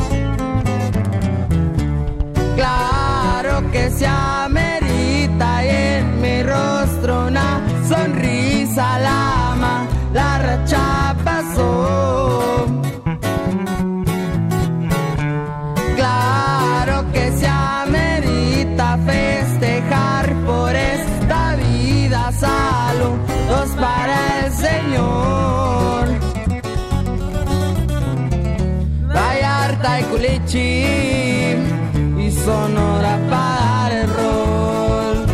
Claro que se amerita y en mi rostro una sonrisa, la racha pasó. Claro que se amerita festejar por señor. Vallarta y Culichi y Sonora para dar el rol.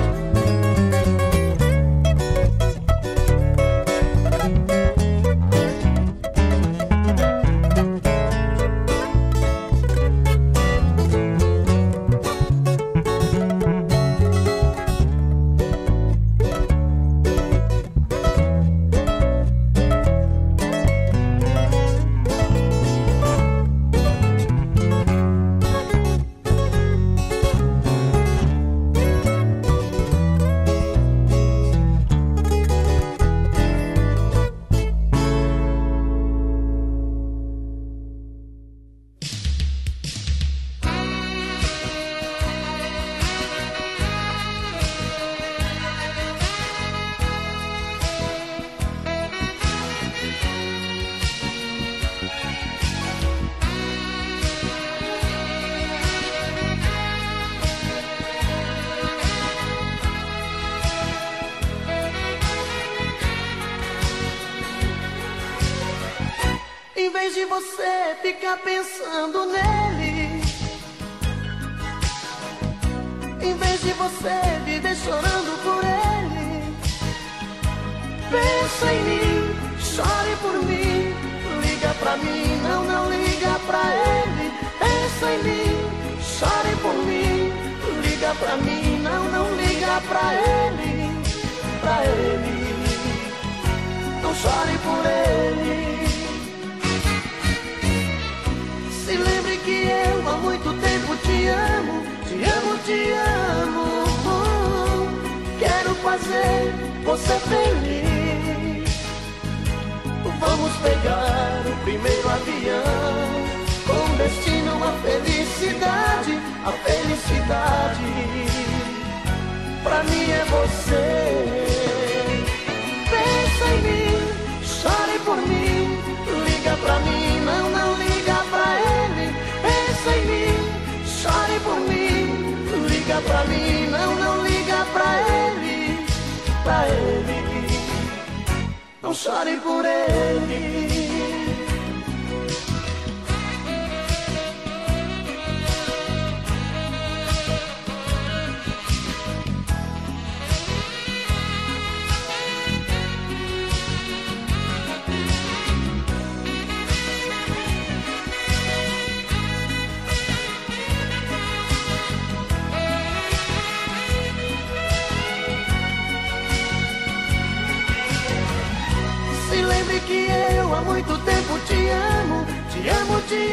Em vez de você ficar pensando nele, em vez de você viver chorando por ele, pensa em mim, chore por mim, liga pra mim, não, não liga pra ele. Pensa em mim, chore por mim, liga pra mim, não, não liga pra ele, pra ele. Não chore por ele. Se lembre que eu há muito tempo te amo, te amo, te amo. Quero fazer você feliz. Vamos pegar o primeiro avião, com destino à felicidade, a felicidade. Pra mim é você. Pensa em mim, chore por mim, liga pra mim, não, não liga pra ele. Pensa em mim, chore por mim, liga pra mim, não, não liga pra ele, pra ele. Não chore por ele. Se lembre que eu há muito tempo te amo, te amo, te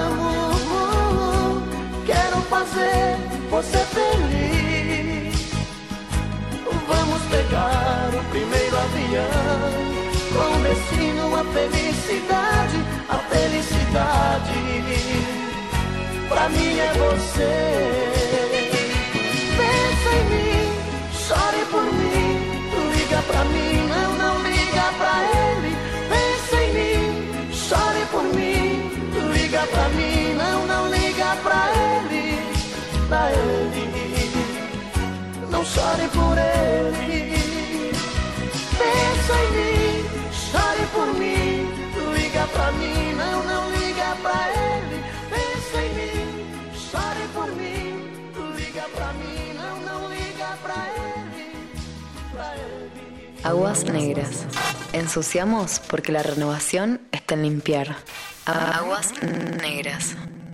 amo. Quero fazer você feliz. Vamos pegar o primeiro avião, com destino à felicidade, a felicidade. Pra mim é você. Pensa em mim, chore por mim, liga pra mim, não, não liga pra ele. Pensa em mim, chore por mim, liga pra mim, não, não liga pra ele, pra ele. Não chore por ele. Pensa em mim, chore por mim, liga pra mim, não, não liga pra ele. Pensa em mim, chore por mim, liga pra mim, não, não liga pra ele, pra ele. Aguas negras. Ensuciamos porque la renovación está en limpiar. Aguas negras.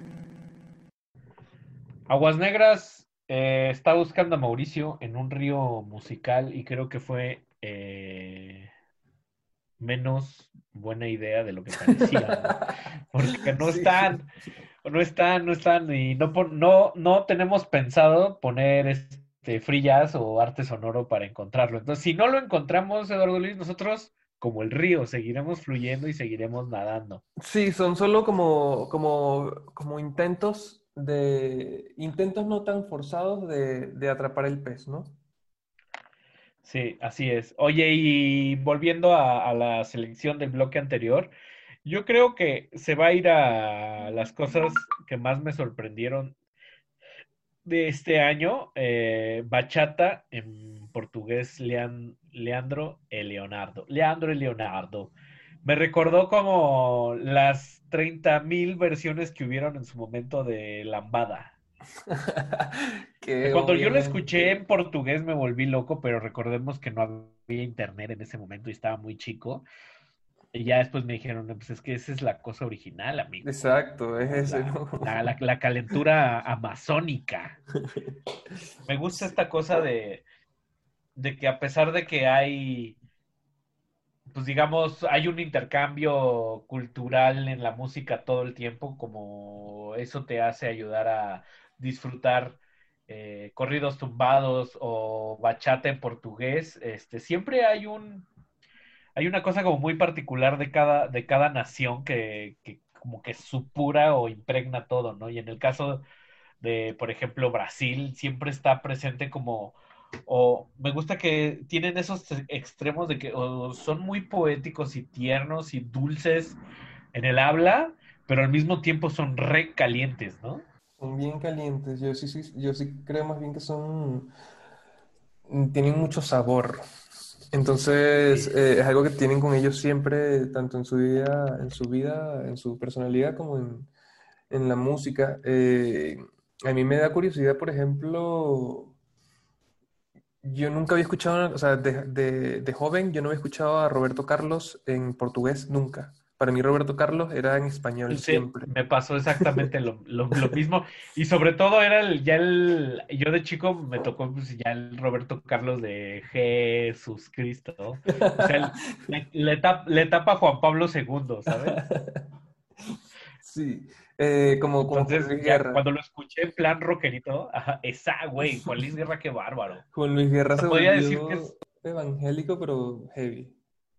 Aguas Negras está buscando a Mauricio en un río musical y creo que fue menos buena idea de lo que parecía, ¿no? Porque no están y no tenemos pensado poner free jazz o arte sonoro para encontrarlo. Entonces, si no lo encontramos, Eduardo Luis, nosotros como el río seguiremos fluyendo y seguiremos nadando. Sí, son solo como intentos no tan forzados de atrapar el pez, ¿no? Sí, así es. Oye, y volviendo a la selección del bloque anterior, yo creo que se va a ir a las cosas que más me sorprendieron de este año, bachata, en portugués, Leandro y Leonardo. Me recordó como las 30,000 versiones que hubieron en su momento de Lambada. Cuando yo lo escuché en portugués me volví loco, pero recordemos que no había internet en ese momento y estaba muy chico. Y ya después me dijeron, pues es que esa es la cosa original, amigo. Exacto, es ese. La calentura amazónica. Me gusta esta cosa de que a pesar de que hay, pues digamos, hay un intercambio cultural en la música todo el tiempo, como eso te hace ayudar a disfrutar corridos tumbados o bachata en portugués, siempre hay una cosa como muy particular de cada nación que como que supura o impregna todo, ¿no? Y en el caso de, por ejemplo, Brasil, siempre está presente como, o me gusta que tienen esos extremos de que o son muy poéticos y tiernos y dulces en el habla, pero al mismo tiempo son re calientes, ¿no? Son bien calientes. Yo sí creo más bien que tienen mucho sabor. Entonces, es algo que tienen con ellos siempre, tanto en su vida, en su personalidad, como en la música. A mí me da curiosidad, por ejemplo, yo nunca había escuchado, o sea, de joven, yo no había escuchado a Roberto Carlos en portugués, nunca. Para mí Roberto Carlos era en español siempre. Me pasó exactamente lo mismo. Y sobre todo era yo de chico me tocó pues, ya el Roberto Carlos de Jesús Cristo, ¿no? O sea, le tapa Juan Pablo II, ¿sabes? Sí. Como entonces, Luis Guerra. Cuando lo escuché en plan rockerito, güey, Juan Luis Guerra, qué bárbaro. Juan Luis Guerra se podría volvió decir que es evangélico, pero heavy.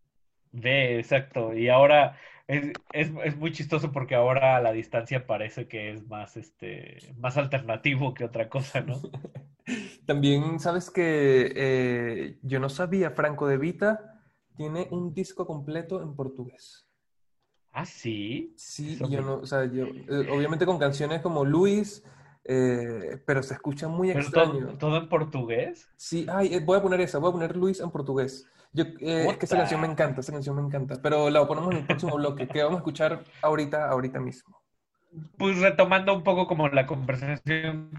Exacto. Y ahora es muy chistoso porque ahora a la distancia parece que es más alternativo que otra cosa, ¿no? También sabes que yo no sabía, Franco De Vita tiene un disco completo en portugués. ¿Ah, sí? Sí, obviamente con canciones como Luis, pero se escucha muy extraño. ¿Todo en portugués? Sí, voy a poner Luis en portugués. Es que esa canción me encanta, pero la ponemos en el próximo bloque, que vamos a escuchar ahorita mismo. Pues retomando un poco como la conversación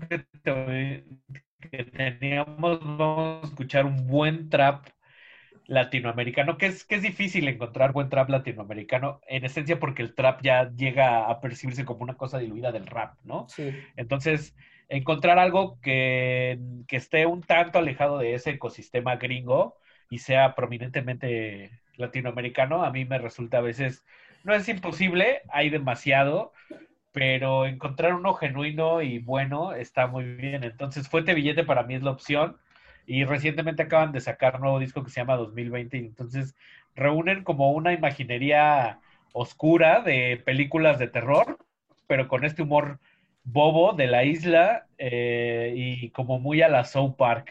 que teníamos, vamos a escuchar un buen trap latinoamericano, que es difícil encontrar buen trap latinoamericano, en esencia porque el trap ya llega a percibirse como una cosa diluida del rap, ¿no? Sí. Entonces, encontrar algo que esté un tanto alejado de ese ecosistema gringo y sea prominentemente latinoamericano, a mí me resulta a veces, no es imposible, hay demasiado, pero encontrar uno genuino y bueno está muy bien. Entonces, Fuete Billete para mí es la opción. Y recientemente acaban de sacar un nuevo disco que se llama 2020 y entonces reúnen como una imaginería oscura de películas de terror, pero con este humor bobo de la isla y como muy a la South Park,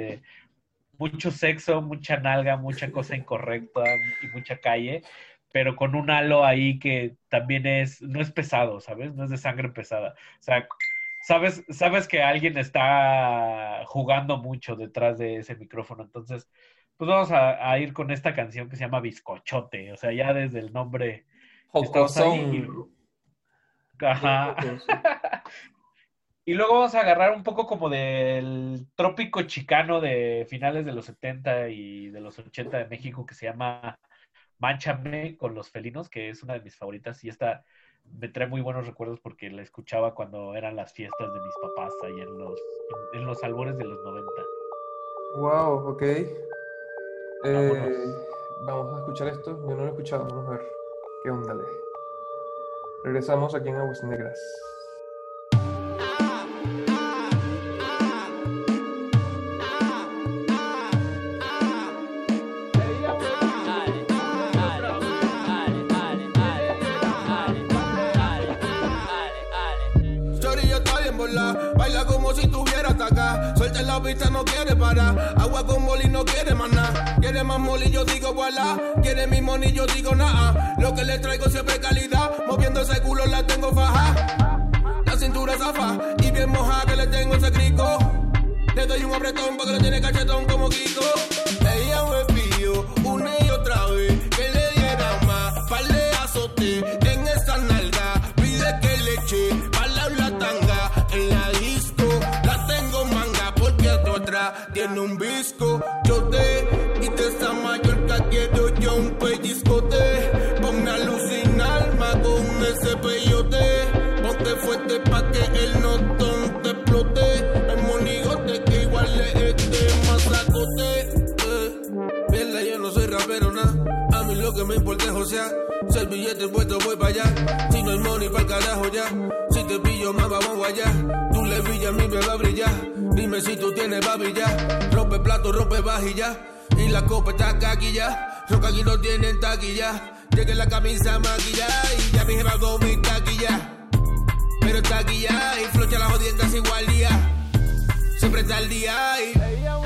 mucho sexo, mucha nalga, mucha cosa incorrecta y mucha calle, pero con un halo ahí que también no es pesado, ¿sabes? No es de sangre pesada. O sea, sabes que alguien está jugando mucho detrás de ese micrófono. Entonces, pues vamos a ir con esta canción que se llama Bizcochote. O sea, ya desde el nombre estamos ahí. Ajá. Y luego vamos a agarrar un poco como del trópico chicano de finales de los 70 y de los 80 de México, que se llama Mánchame con los Felinos, que es una de mis favoritas, y esta me trae muy buenos recuerdos porque la escuchaba cuando eran las fiestas de mis papás ahí en los albores de los 90. Wow, ok. Vamos a escuchar esto. Yo no lo he escuchado, vamos a ver qué onda. Regresamos aquí en Aguas Negras. Baila como si tuviera acá. Suelta en la pista, no quiere parar. Agua con boli, no quiere más nada. Quiere más moli, yo digo voilà. Quiere mi money, yo digo nada. Lo que le traigo siempre calidad. Moviendo ese culo la tengo faja. La cintura zafa y bien tiene moja que le tengo ese crico. Le doy un apretón porque lo tiene cachetón como Kiko. Ella me pidió una y otra vez que le diera más, par de azote en esa nalga. Pide que le eche pa' la tanga. En la disco la tengo manga porque otra tiene un visco. Yo te quité esa Mallorca, quiero yo un pellizcote. Ponme a alucinar más con ese peyote. Ponte fuerte pa' que el notón te explote. El monigote que igual le esté más sacote. Mierda, yo no soy rapero, nada. A mí lo que me importa es josear. Si el billete puesto voy para allá. Si no hay money pa'l carajo ya. Si te pillo más vamos allá. Tú le brillas, a mí me va a brillar. Dime si tú tienes babilla. Rompe plato, rompe vajilla. Y la copa está aquí ya. Los que aquí no tienen taquilla. Llegué la camisa maquillada. Y ya mi jefa con mi taquilla. Pero está aquí ya. Y flocha la jodienda sin igual día. Siempre está al día. Y...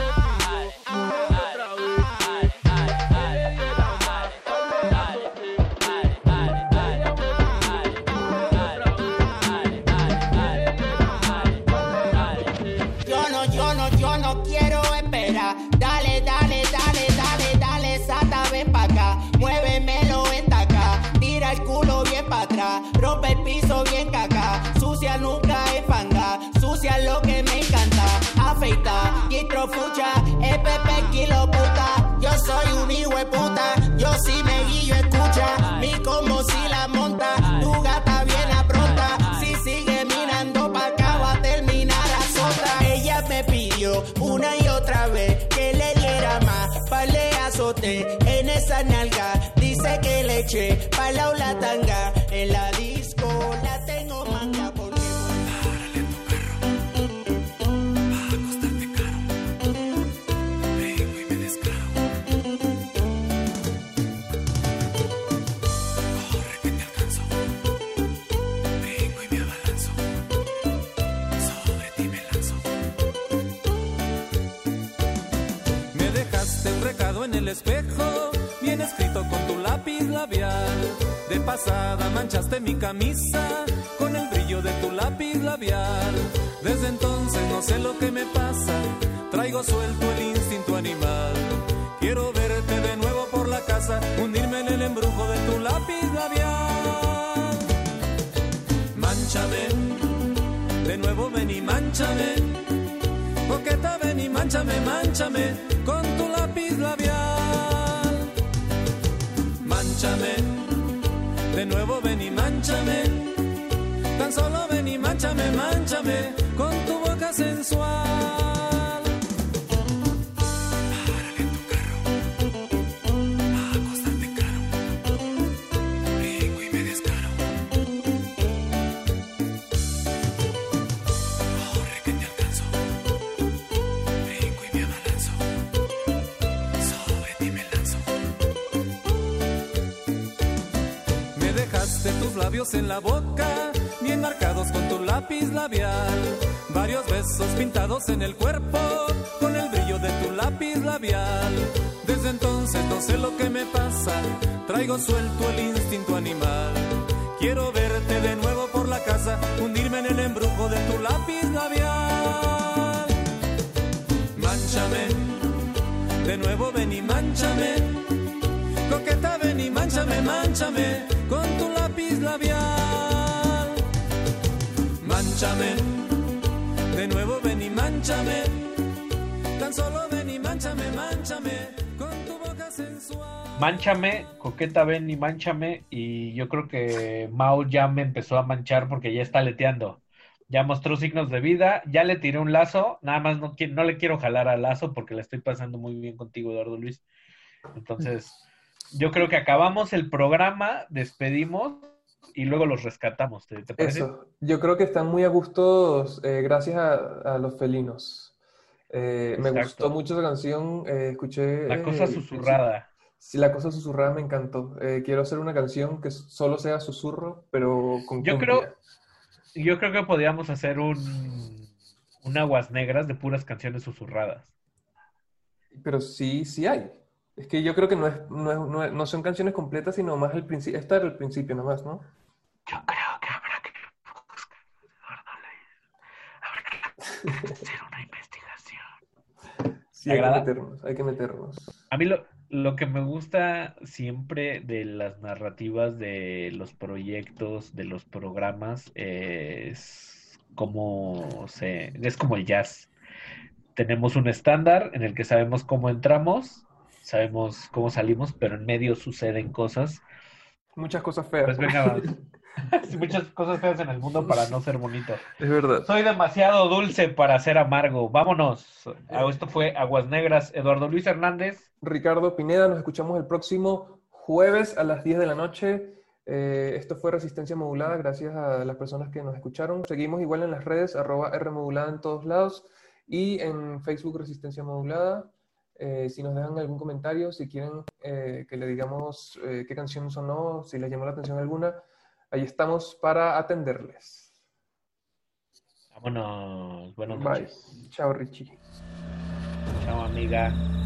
Yo no quiero esperar. Dale, dale, dale, dale, dale, Sata, ven pa' acá. Muévemelo, esta acá. Tira el culo bien pa' atrás. Rompe el piso bien caca. Sucia nunca es fanga. Sucia lo que me encanta. Afeita, quistrofucha, EPP kilo puta. Yo soy un hijo de puta. Yo sí me guillo, escucha. Mi combo si la monta. Tu gata bien apronta. Si sigue mirando pa' acá va a terminar a sota. Ella me pidió una y otra vez que le diera más, par de azote en esa nalga. Dice que le eche pa' la tanga. En la disco la tengo manga porque párale tu carro, va a costarte caro. Vengo y me descaro. Corre que te alcanzo. Vengo y me abalanzo. Sobre ti me lanzo. Me dejaste un recado en el espejo, bien escrito con tu lápiz labial. De pasada manchaste mi camisa con el brillo de tu lápiz labial. Desde entonces no sé lo que me pasa, traigo suelto el instinto animal. Quiero verte de nuevo por la casa, hundirme en el embrujo de tu lápiz labial. Mánchame, de nuevo ven y mánchame. Coqueta ven y mánchame, mánchame con tu lápiz labial. Mánchame, de nuevo ven y mánchame. Tan solo ven y mánchame, mánchame con tu boca sensual. Párale tu carro, va a costarte caro. Vengo y me descaro. Corre que te alcanzo. Vengo y me abalanzo. Sobre ti me lanzo. Me dejaste tus labios en la boca, bien marcados con tu lápiz labial. Varios besos pintados en el cuerpo, con el brillo de tu lápiz labial. Desde entonces no sé lo que me pasa, traigo suelto el instinto animal. Quiero verte de nuevo por la casa, hundirme en el embrujo de tu lápiz labial. Mánchame, de nuevo ven y mánchame. Coqueta ven y mánchame, mánchame con tu lápiz labial. Mánchame, de nuevo ven y mánchame. Tan solo ven y mánchame, mánchame con tu boca sensual. Mánchame, coqueta ven y mánchame. Y yo creo que Mau ya me empezó a manchar porque ya está aleteando. Ya mostró signos de vida, ya le tiré un lazo. Nada más no le quiero jalar al lazo porque la estoy pasando muy bien contigo, Eduardo Luis. Entonces, yo creo que acabamos el programa, despedimos y luego los rescatamos. ¿Te parece? Eso, yo creo que están muy a gusto gracias a los felinos. Me gustó mucho esa canción, escuché... La cosa susurrada. Sí, la cosa susurrada me encantó. Quiero hacer una canción que solo sea susurro, pero con Yo cumbia. creo que podríamos hacer un Aguas Negras de puras canciones susurradas. Pero sí hay. Es que yo creo que no son canciones completas, sino más el principio. Esta era el principio nomás, ¿no? Yo creo que habrá que buscar, Eduardo Luis. Hacer una investigación. Sí, hay que meternos. A mí lo que me gusta siempre de las narrativas, de los proyectos, de los programas, es como el jazz. Tenemos un estándar en el que sabemos cómo entramos, sabemos cómo salimos, pero en medio suceden cosas. Muchas cosas feas. Pues venga, muchas cosas feas en el mundo para no ser bonito. Es verdad. Soy demasiado dulce para ser amargo. Vámonos. Esto fue Aguas Negras. Eduardo Luis Hernández. Ricardo Pineda. Nos escuchamos el próximo jueves a las 10 de la noche. Esto fue Resistencia Modulada. Gracias a las personas que nos escucharon. Seguimos igual en las redes, @Rmodulada en todos lados. Y en Facebook Resistencia Modulada. Si nos dejan algún comentario, si quieren que le digamos qué canción sonó, si les llamó la atención alguna, ahí estamos para atenderles. Vámonos. Buenas noches. Bye. Chao, Richie. Chao, amiga.